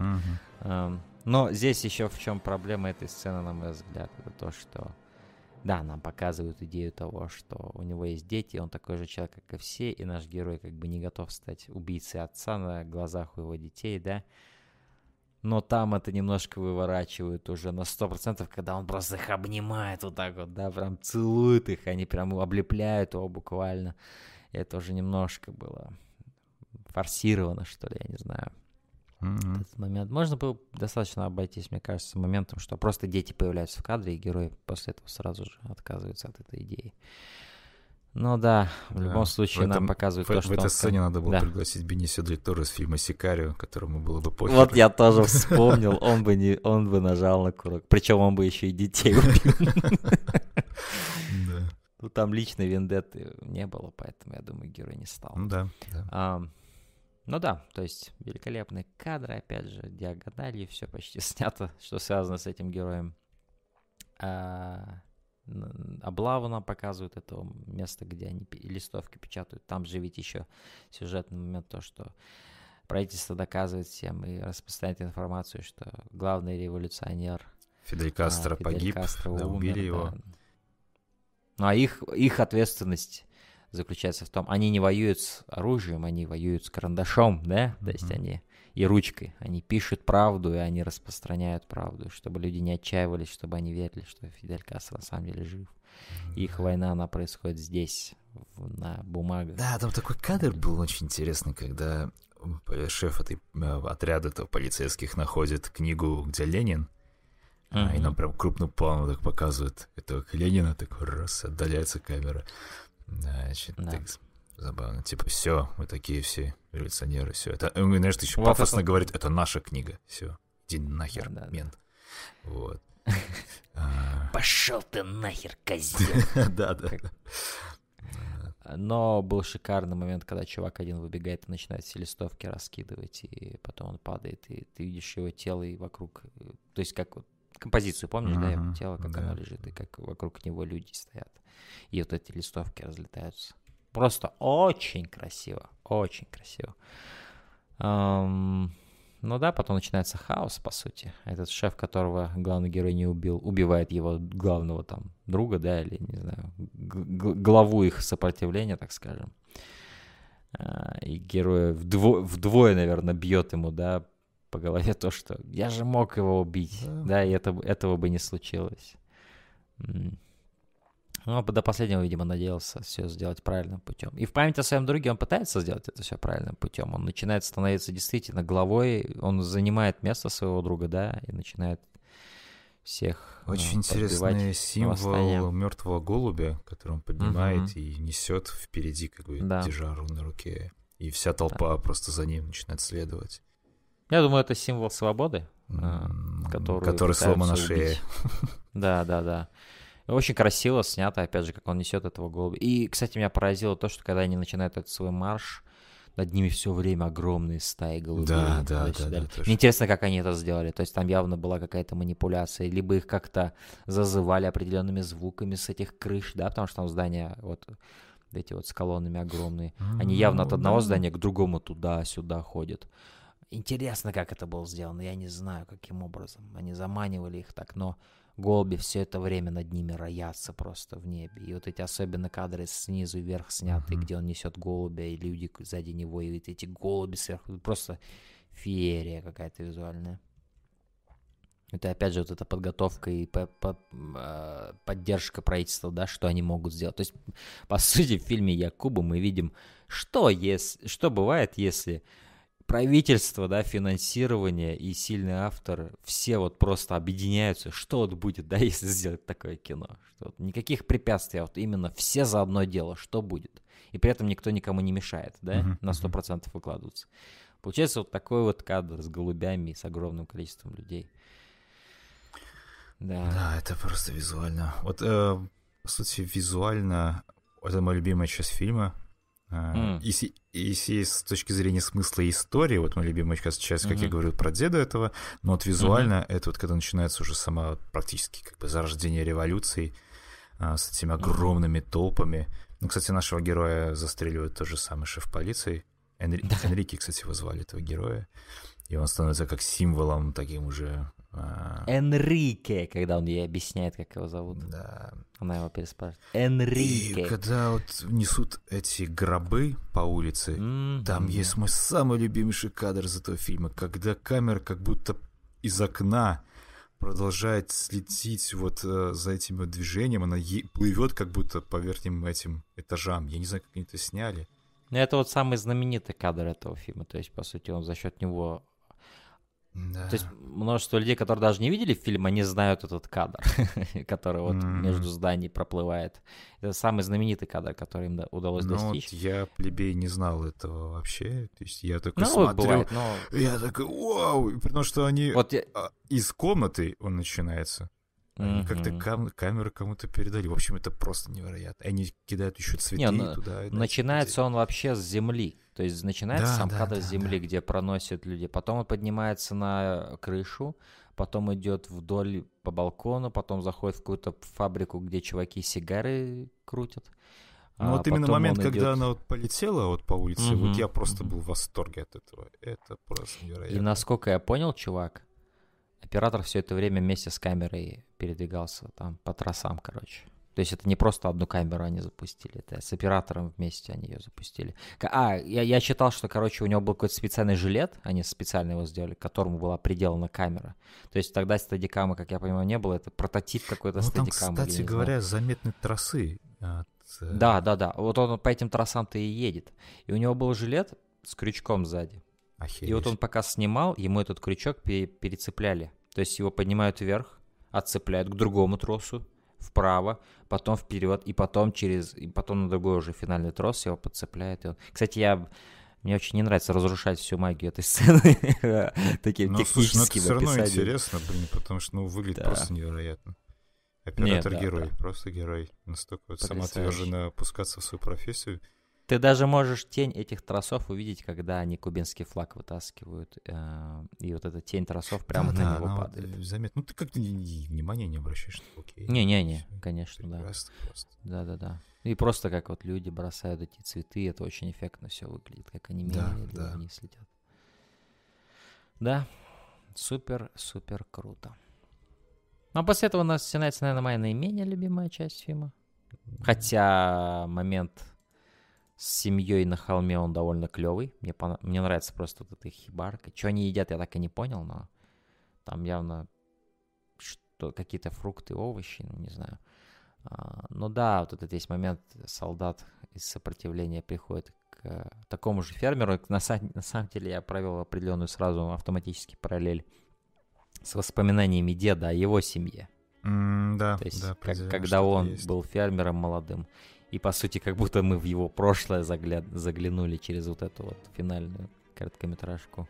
Но здесь еще в чем проблема этой сцены, на мой взгляд, это то, что, да, нам показывают идею того, что у него есть дети, он такой же человек, как и все, и наш герой как бы не готов стать убийцей отца на глазах у его детей, да. Но там это немножко выворачивают уже на 100%, когда он просто их обнимает вот так вот, да, прям целует их, они прям облепляют его буквально. И это уже немножко было форсировано, что ли, я не знаю. Этот момент. Можно было достаточно обойтись, мне кажется, моментом, что просто дети появляются в кадре, и герой после этого сразу же отказывается от этой идеи. Ну да, в любом случае нам показывают то, что... В этой сцене надо было пригласить Бенисио Дель Торо из фильма «Сикарио», которому было бы похер. Вот я тоже вспомнил, он бы нажал на курок. Причем он бы еще и детей убил. Ну там личной вендетты не было, поэтому, я думаю, герой не стал. Ну да. Ну да, то есть великолепные кадры, опять же, диагональю, все почти снято, что связано с этим героем. Облаву нам показывают, это место, где они листовки печатают. Там же ведь еще сюжетный момент, то, что правительство доказывает всем и распространяет информацию, что главный революционер Фидель Кастро погиб, умер, убили его. Да. Ну а их ответственность заключается в том, они не воюют с оружием, они воюют с карандашом, да, то есть они и ручкой, они пишут правду, и они распространяют правду, чтобы люди не отчаивались, чтобы они верили, что Фидель Кастро на самом деле жив. Их война, она происходит здесь, на бумагах. Да, там такой кадр был очень интересный, когда шеф отряда полицейских находит книгу, где Ленин, и нам прям крупным планом так показывают этого Ленина, такой раз, отдаляется камера. Значит, так забавно. Типа, все, мы такие все революционеры, все. Это, знаешь, ты еще вот пафосно это... говорит, это наша книга. Все, иди нахер, мент. Вот. Пошел ты нахер, козел. Да. Но был шикарный момент, когда чувак один выбегает и начинает все листовки раскидывать, и потом он падает, и ты видишь его тело и вокруг... То есть как вот композицию, помнишь, да, его тело, как оно лежит, и как вокруг него люди стоят. и вот эти листовки разлетаются. Просто очень красиво, очень красиво. Ну да, потом начинается хаос, по сути. Этот шеф, которого главный герой не убил, убивает его главного там друга, да, или, не знаю, главу их сопротивления, так скажем. И герой вдвое, наверное, бьет ему, да, по голове то, что я же мог его убить, да, и этого бы не случилось. Ну, до последнего, видимо, надеялся все сделать правильным путем. И в память о своем друге он пытается сделать это все правильным путем. Он начинает становиться действительно главой, он занимает место своего друга, да, и начинает всех очень интересный символ мертвого голубя, который он поднимает и несет впереди, как бы, тяжару на руке. И вся толпа просто за ним начинает следовать. Я думаю, это символ свободы, который сломан на шее. Да. Очень красиво снято, опять же, как он несет этого голубя. И, кстати, меня поразило то, что когда они начинают этот свой марш, над ними все время огромные стаи голубей. Да. Мне интересно, как они это сделали. То есть там явно была какая-то манипуляция. Либо их как-то зазывали определенными звуками с этих крыш, да, потому что там здания вот эти вот с колоннами огромные. Они явно от одного здания к другому туда-сюда ходят. Интересно, как это было сделано. Я не знаю, каким образом. Они заманивали их так, но голуби все это время над ними роятся просто в небе. И вот эти особенно кадры снизу вверх снятые, где он несет голубя, и люди сзади него, и вот эти голуби сверху. Просто феерия какая-то визуальная. Это опять же вот эта подготовка и поддержка правительства, да, что они могут сделать. То есть, по сути, в фильме «Якуба» мы видим, что бывает, если правительство, да, финансирование и сильный автор, все вот просто объединяются. Что вот будет, да, если сделать такое кино? Что вот никаких препятствий, а вот именно все за одно дело, что будет? И при этом никто никому не мешает, да, на 100% выкладываться. Получается вот такой вот кадр с голубями и с огромным количеством людей. Да, это просто визуально. Вот, по сути, визуально это моя любимая часть фильма. Если с точки зрения смысла и истории, вот моя любимая часть, как я говорил про деда этого, но вот визуально это вот когда начинается уже сама практически как бы зарождение революции с этими огромными толпами. Ну, кстати, нашего героя застреливает тот же самый шеф полиции. Энрике, кстати, его звали, этого героя. И он становится как символом таким уже... Энрике, когда он ей объясняет, как его зовут. Да. Она его переспрашивает. Энрике. И когда вот несут эти гробы по улице, там есть мой самый любимейший кадр из этого фильма, когда камера как будто из окна продолжает следить вот за этим вот движением, она плывет как будто по верхним этим этажам. Я не знаю, как они это сняли. Ну, это вот самый знаменитый кадр этого фильма, то есть, по сути, он за счет него... Да. То есть множество людей, которые даже не видели фильм, они знают этот кадр, который вот между зданий проплывает. Это самый знаменитый кадр, который им удалось достичь. Вот я, плебей, не знал этого вообще. То есть я такой смотрю, бывает, я такой, вау! Потому что они... Вот из комнаты он начинается. Они как-то камеру кому-то передали. В общем, это просто невероятно. Они кидают еще цветы туда. Начинается он вообще с земли. То есть начинается сам кадр с земли, где проносят людей. Потом он поднимается на крышу, потом идет вдоль по балкону, потом заходит в какую-то фабрику, где чуваки сигары крутят. Ну вот именно момент, когда она вот полетела вот по улице, вот я просто был в восторге от этого. Это просто невероятно. И насколько я понял, чувак, оператор все это время вместе с камерой передвигался там по трассам, короче. То есть это не просто одну камеру они запустили, это с оператором вместе они ее запустили. Я читал, что, короче, у него был какой-то специальный жилет, они специально его сделали, к которому была приделана камера. То есть тогда стадикама, как я понимаю, не было, это прототип какой-то стадикамы. Там, кстати говоря, заметны тросы. Да. Вот он по этим трассам-то и едет. И у него был жилет с крючком сзади. Охереть. И вот он пока снимал, ему этот крючок перецепляли. То есть его поднимают вверх, отцепляют к другому тросу, вправо, потом вперед, и потом на другой уже финальный трос его подцепляет. Кстати, мне очень не нравится разрушать всю магию этой сцены таким техническим описанием. Это все равно интересно, потому что выглядит просто невероятно. Оператор-герой, просто герой. Настолько вот самоотверженно опускаться в свою профессию. Ты даже можешь тень этих тросов увидеть, когда они кубинский флаг вытаскивают, и вот эта тень тросов прямо на него падает. Заметно. Ну, ты как-то внимания не обращаешь. Окей. Не, конечно, да. Прекрасно, просто. Да. И просто как вот люди бросают эти цветы, это очень эффектно все выглядит, как они медленно вниз летят. Да, супер круто. А после этого у нас начинается, наверное, моя наименее любимая часть фильма. Хотя момент с семьей на холме, он довольно клевый. Мне нравится просто вот эта хибарка. Что они едят, я так и не понял, но там явно какие-то фрукты, овощи, не знаю. Ну да, вот этот весь момент, солдат из сопротивления приходит к такому же фермеру. На самом деле я провел определенную сразу автоматически параллель с воспоминаниями деда о его семье. Да, то есть, да, когда он был фермером молодым. И, по сути, как будто мы в его прошлое заглянули через вот эту вот финальную короткометражку.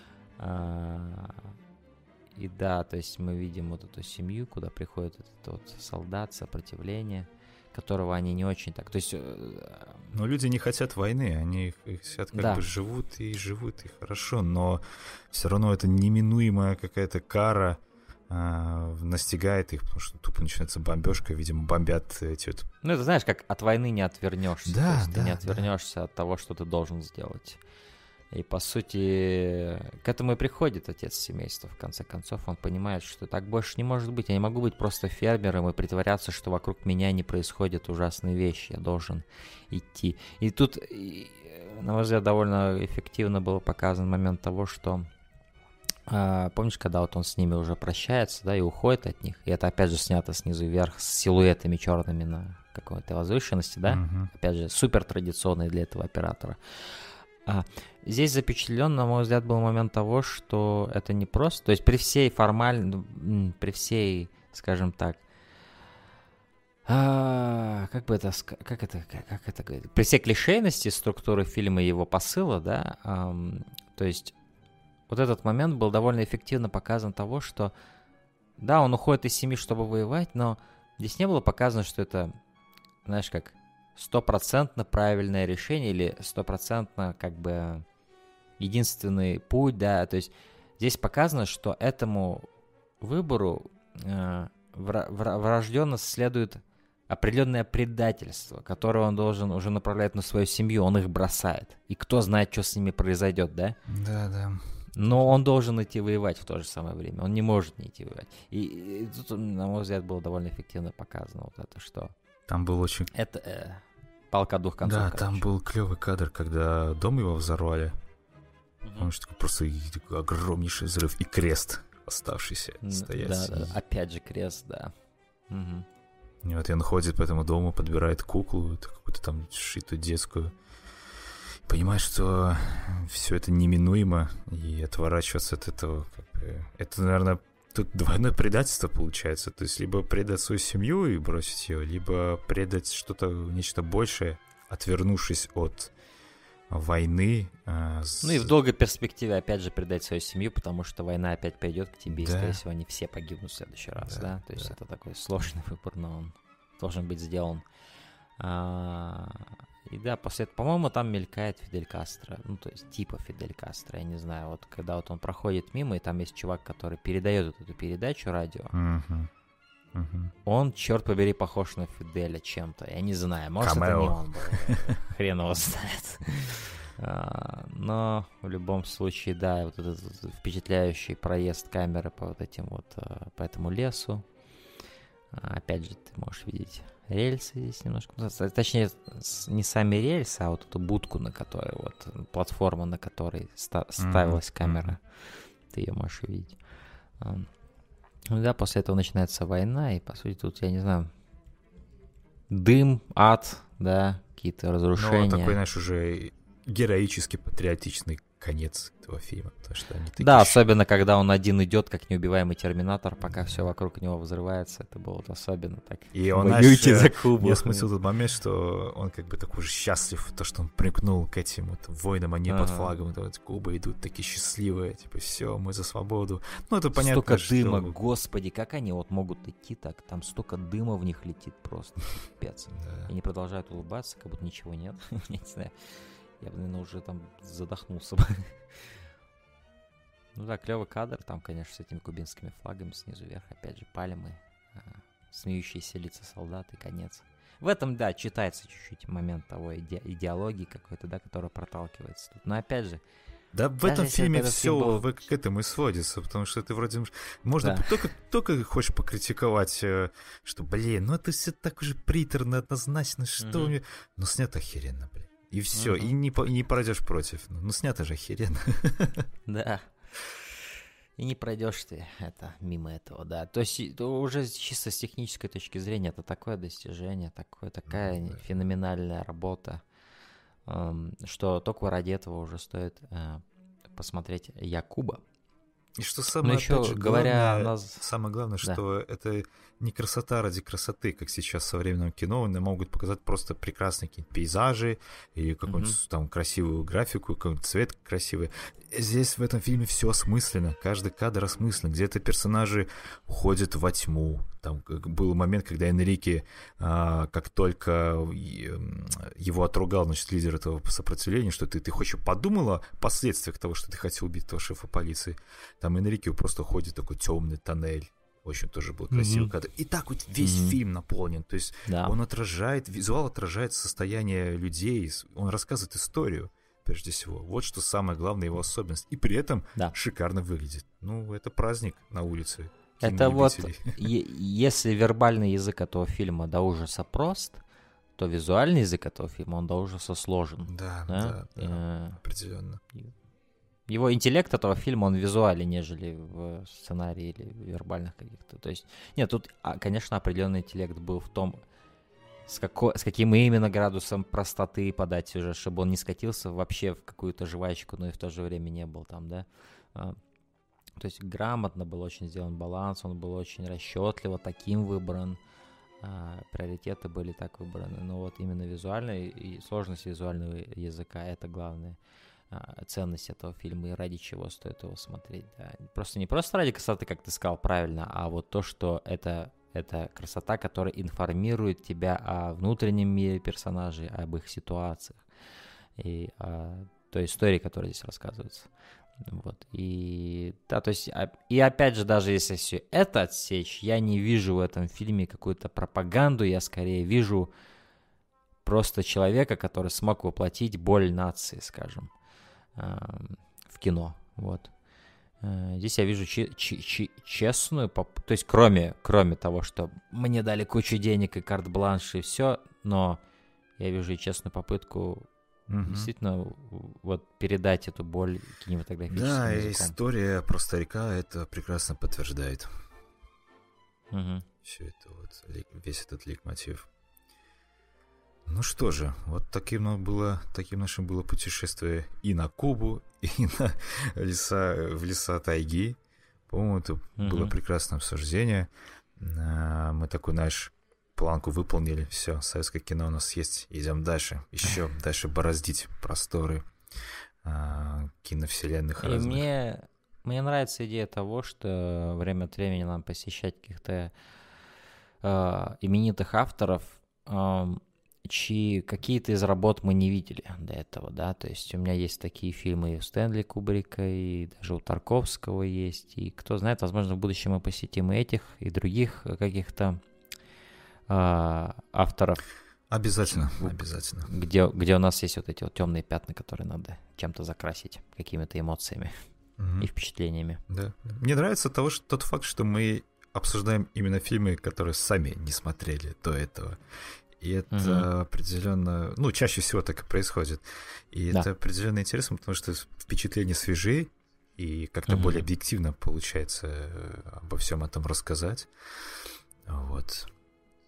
И да, то есть мы видим вот эту семью, куда приходит этот вот солдат, сопротивление, которого они не очень так... То есть... Но люди не хотят войны, они хотят как бы живут и хорошо, но все равно это неминуемая какая-то кара настигает их, потому что тупо начинается бомбежка, видимо, бомбят эти вот... Ну, это знаешь, как от войны не отвернешься. Да, то есть ты не отвернешься от того, что ты должен сделать. И, по сути, к этому и приходит отец семейства, в конце концов. Он понимает, что так больше не может быть. Я не могу быть просто фермером и притворяться, что вокруг меня не происходят ужасные вещи. Я должен идти. И тут, на мой взгляд, довольно эффективно был показан момент того, что... помнишь, когда вот он с ними уже прощается, да, и уходит от них, и это опять же снято снизу вверх с силуэтами черными на какой-то возвышенности, да, опять же, супер традиционный для этого оператора. Здесь запечатлен, на мой взгляд, был момент того, что это не просто, то есть при всей при всей, скажем так, как это говорить, при всей клишейности структуры фильма и его посыла, да, то есть вот этот момент был довольно эффективно показан того, что, да, он уходит из семьи, чтобы воевать, но здесь не было показано, что это, знаешь, как 100% правильное решение или 100% как бы единственный путь, да, то есть здесь показано, что этому выбору врожденно следует определенное предательство, которое он должен уже направлять на свою семью, он их бросает, и кто знает, что с ними произойдет, да? Да. Но он должен идти воевать в то же самое время. Он не может не идти воевать. И тут, на мой взгляд, было довольно эффективно показано вот это, что... Там был очень... Это палка о двух концах. Да, там был клевый кадр, когда дом его взорвали. Помнишь, такой просто огромнейший взрыв и крест оставшийся стоять. Да, опять же крест, да. И вот он ходит по этому дому, подбирает куклу, какую-то там сшитую детскую. Понимаешь, что все это неминуемо, и отворачиваться от этого, это, наверное, тут двойное предательство получается. То есть либо предать свою семью и бросить ее, либо предать нечто большее, отвернувшись от войны. Ну и в долгой перспективе опять же предать свою семью, потому что война опять пойдет к тебе, и, скорее всего, они все погибнут в следующий раз, да? То есть это такой сложный выбор, но он должен быть сделан. И да, после этого, по-моему, там мелькает Фидель Кастро, ну, то есть типа Фидель Кастро, я не знаю, вот когда вот он проходит мимо, и там есть чувак, который передает вот эту передачу радио, он, черт побери, похож на Фиделя чем-то, я не знаю, может, это не он был, хрен его знает. Но в любом случае, да, вот этот впечатляющий проезд камеры по вот этим вот, по этому лесу, опять же, ты можешь видеть рельсы здесь немножко, точнее, не сами рельсы, а вот эту будку, на которой, вот, платформа, на которой ставилась камера, ты ее можешь увидеть. Ну да, после этого начинается война, и, по сути, тут, я не знаю, дым, ад, да, какие-то разрушения. Ну, такой, знаешь, уже героически патриотичный конец этого фильма, потому что они такие... Да, особенно когда он один идет, как неубиваемый терминатор, пока все вокруг него взрывается, это было вот особенно так. И он, воюете за Кубу. Я смысл тот момент, что он как бы такой же счастлив, то, что он прикнул к этим вот воинам, они под флагом вот, Кубы идут такие счастливые, типа, все, мы за свободу. Ну, это понятно, столько что... дыма, господи, как они вот могут идти так, там столько дыма в них летит просто, пипец. Да. И они продолжают улыбаться, как будто ничего нет, я не знаю. Я бы, наверное, уже там задохнулся бы. Ну да, клевый кадр, там, конечно, с этими кубинскими флагами снизу вверх, опять же, пальмы, смеющиеся лица солдат и конец. В этом, да, читается чуть-чуть момент того идеологии какой-то, да, которая проталкивается тут. Но опять же... Да, в этом фильме все к этому и сводится, потому что ты вроде... Можно только хочешь покритиковать, что, блин, ну это все так уже приторно, однозначно, что... Но снято охеренно, блин. И все, и не пройдешь против. Ну, снято же охеренно. Да. И не пройдешь ты это мимо этого, да. То есть уже чисто с технической точки зрения это такое достижение, такая феноменальная работа, что только ради этого уже стоит посмотреть Якуба. И что самое, опять же, самое главное, что это не красота ради красоты, как сейчас в современном кино, они могут показать просто прекрасные какие-то пейзажи или какую-нибудь там красивую графику, какой-нибудь цвет красивый. Здесь в этом фильме все осмысленно, каждый кадр осмыслен, где-то персонажи уходят во тьму. Там был момент, когда Энрике, как только его отругал, значит, лидер этого сопротивления, что ты хоть подумала о последствиях того, что ты хотел убить того шефа полиции. Там Энрике просто ходит такой темный тоннель. Очень тоже был красивый кадр. И так вот весь фильм наполнен. То есть он отражает, визуал отражает состояние людей, он рассказывает историю, прежде всего. Вот что самое главное его особенность. И при этом шикарно выглядит. Ну, это праздник на улице. Это вот, если вербальный язык этого фильма до ужаса прост, то визуальный язык этого фильма, он до ужаса сложен. Да, определенно. Его интеллект этого фильма, он визуальнее, нежели в сценарии или в вербальных каких-то. То есть, нет, тут, конечно, определенный интеллект был в том, с каким именно градусом простоты подать сюжет, чтобы он не скатился вообще в какую-то жвачку, но и в то же время не был там, да. То есть грамотно был очень сделан баланс, он был очень расчетливо таким выбран, приоритеты были так выбраны. Но вот именно визуальная и сложность визуального языка — это главное. Ценность этого фильма и ради чего стоит его смотреть. Да. Просто не просто ради красоты, как ты сказал правильно, а вот то, что это красота, которая информирует тебя о внутреннем мире персонажей, об их ситуациях и о той истории, которая здесь рассказывается. Вот. И да, то есть, и опять же, даже если все это отсечь, я не вижу в этом фильме какую-то пропаганду, я скорее вижу просто человека, который смог воплотить боль нации, скажем, в кино, вот. Здесь я вижу честную, то есть кроме того, что мне дали кучу денег и карт-бланш и все, но я вижу и честную попытку действительно вот передать эту боль кинематографическим языком. Да, и история про старика это прекрасно подтверждает. Все это вот, весь этот лейтмотив. Ну что же, вот таким нашим было путешествие и на Кубу, и в леса тайги. По-моему, это было прекрасное обсуждение. Мы такую, планку выполнили. Все, советское кино у нас есть. Идем дальше. Еще дальше бороздить просторы киновселенных разных. И мне нравится идея того, что время от времени нам посещать каких-то именитых авторов, чьи какие-то из работ мы не видели до этого, да, то есть у меня есть такие фильмы и у Стэнли Кубрика, и даже у Тарковского есть, и кто знает, возможно, в будущем мы посетим и этих, и других каких-то авторов. Обязательно. Где у нас есть вот эти вот темные пятна, которые надо чем-то закрасить, какими-то эмоциями и впечатлениями. Да. Мне нравится тот факт, что мы обсуждаем именно фильмы, которые сами не смотрели до этого. И это определенно, чаще всего так и происходит. И это определенно интересно, потому что впечатления свежие, и как-то более объективно получается обо всем этом рассказать. Вот.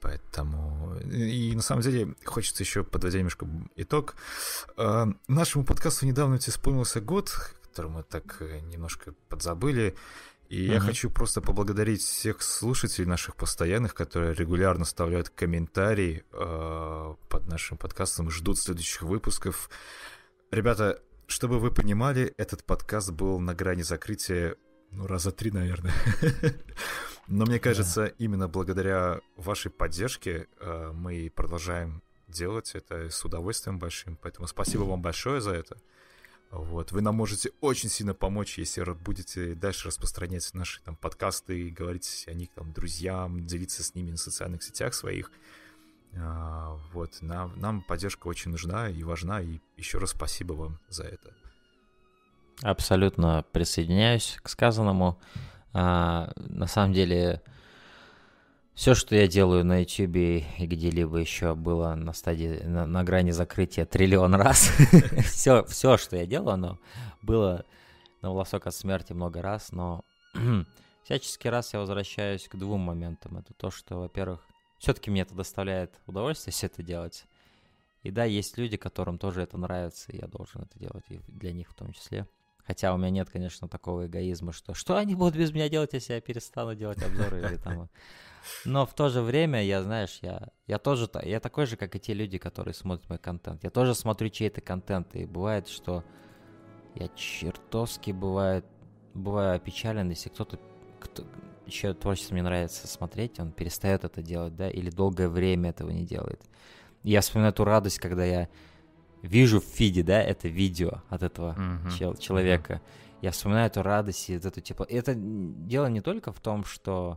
Поэтому... И на самом деле хочется еще, подводя немножко итог, нашему подкасту недавно исполнился год, который мы так немножко подзабыли. И я хочу просто поблагодарить всех слушателей наших постоянных, которые регулярно оставляют комментарии под нашим подкастом, ждут следующих выпусков. Ребята, чтобы вы понимали, этот подкаст был на грани закрытия, раза 3, наверное. Но мне кажется, именно благодаря вашей поддержке мы продолжаем делать это с удовольствием большим. Поэтому спасибо вам большое за это. Вот. Вы нам можете очень сильно помочь, если будете дальше распространять наши там подкасты, говорить о них там друзьям, делиться с ними на социальных сетях своих. Вот. Нам поддержка очень нужна и важна, и еще раз спасибо вам за это. Абсолютно присоединяюсь к сказанному. На самом деле, все, что я делаю на YouTube и где-либо еще, было на стадии, на грани закрытия триллион раз. Все, что я делаю, оно было на волосок от смерти много раз, но всяческий раз я возвращаюсь к 2 моментам. Это то, что, во-первых, все-таки мне это доставляет удовольствие все это делать. И да, есть люди, которым тоже это нравится, и я должен это делать, и для них в том числе. Хотя у меня нет, конечно, такого эгоизма, что они будут без меня делать, если я перестану делать обзоры или там... Но в то же время, я тоже, я такой же, как и те люди, которые смотрят мой контент. Я тоже смотрю чей-то контент, и бывает, что я чертовски бываю опечален, если кто еще творчество мне нравится смотреть, он перестает это делать, да, или долгое время этого не делает. И я вспоминаю эту радость, когда я вижу в фиде, да, это видео от этого человека. Я вспоминаю эту радость и эту, типа... И это дело не только в том, что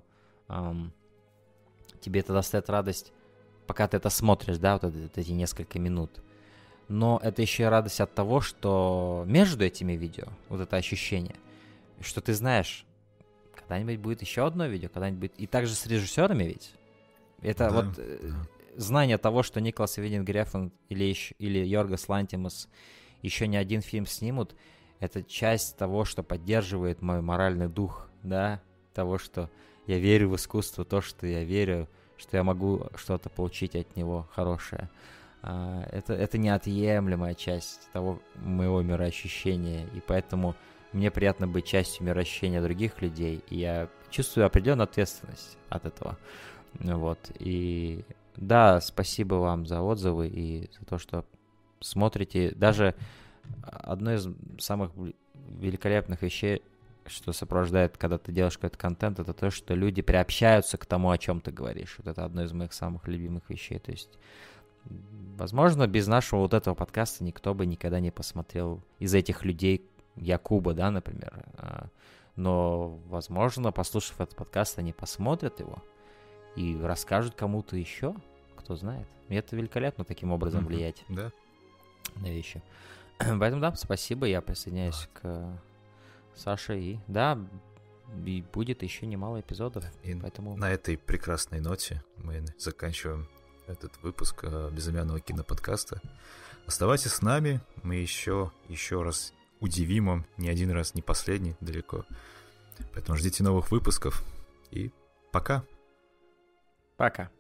тебе это доставит радость, пока ты это смотришь, да, вот эти несколько минут. Но это еще и радость от того, что между этими видео, вот это ощущение, что ты знаешь, когда-нибудь будет еще одно видео, когда-нибудь... И также с режиссерами ведь. Это знание того, что Никлас Виндинг Рефн или Йоргос Лантимос еще не один фильм снимут, это часть того, что поддерживает мой моральный дух, да, того, что я верю в искусство, то, что я верю, что я могу что-то получить от него хорошее. Это неотъемлемая часть того моего мироощущения, и поэтому мне приятно быть частью мироощущения других людей, и я чувствую определенную ответственность от этого. Вот, и да, спасибо вам за отзывы и за то, что смотрите. Даже одно из самых великолепных вещей, что сопровождает, когда ты делаешь какой-то контент, это то, что люди приобщаются к тому, о чем ты говоришь. Вот это одно из моих самых любимых вещей. То есть, возможно, без нашего вот этого подкаста никто бы никогда не посмотрел из этих людей Якуба, да, например. Но, возможно, послушав этот подкаст, они посмотрят его и расскажут кому-то еще, кто знает. И это великолепно таким образом влиять на вещи. Поэтому, да, спасибо, я присоединяюсь к Саше, и да, и будет еще немало эпизодов. И поэтому... на этой прекрасной ноте мы заканчиваем этот выпуск безымянного киноподкаста. Оставайтесь с нами, мы еще раз удивим вам, не один раз, не последний, далеко. Поэтому ждите новых выпусков, и пока. Пока.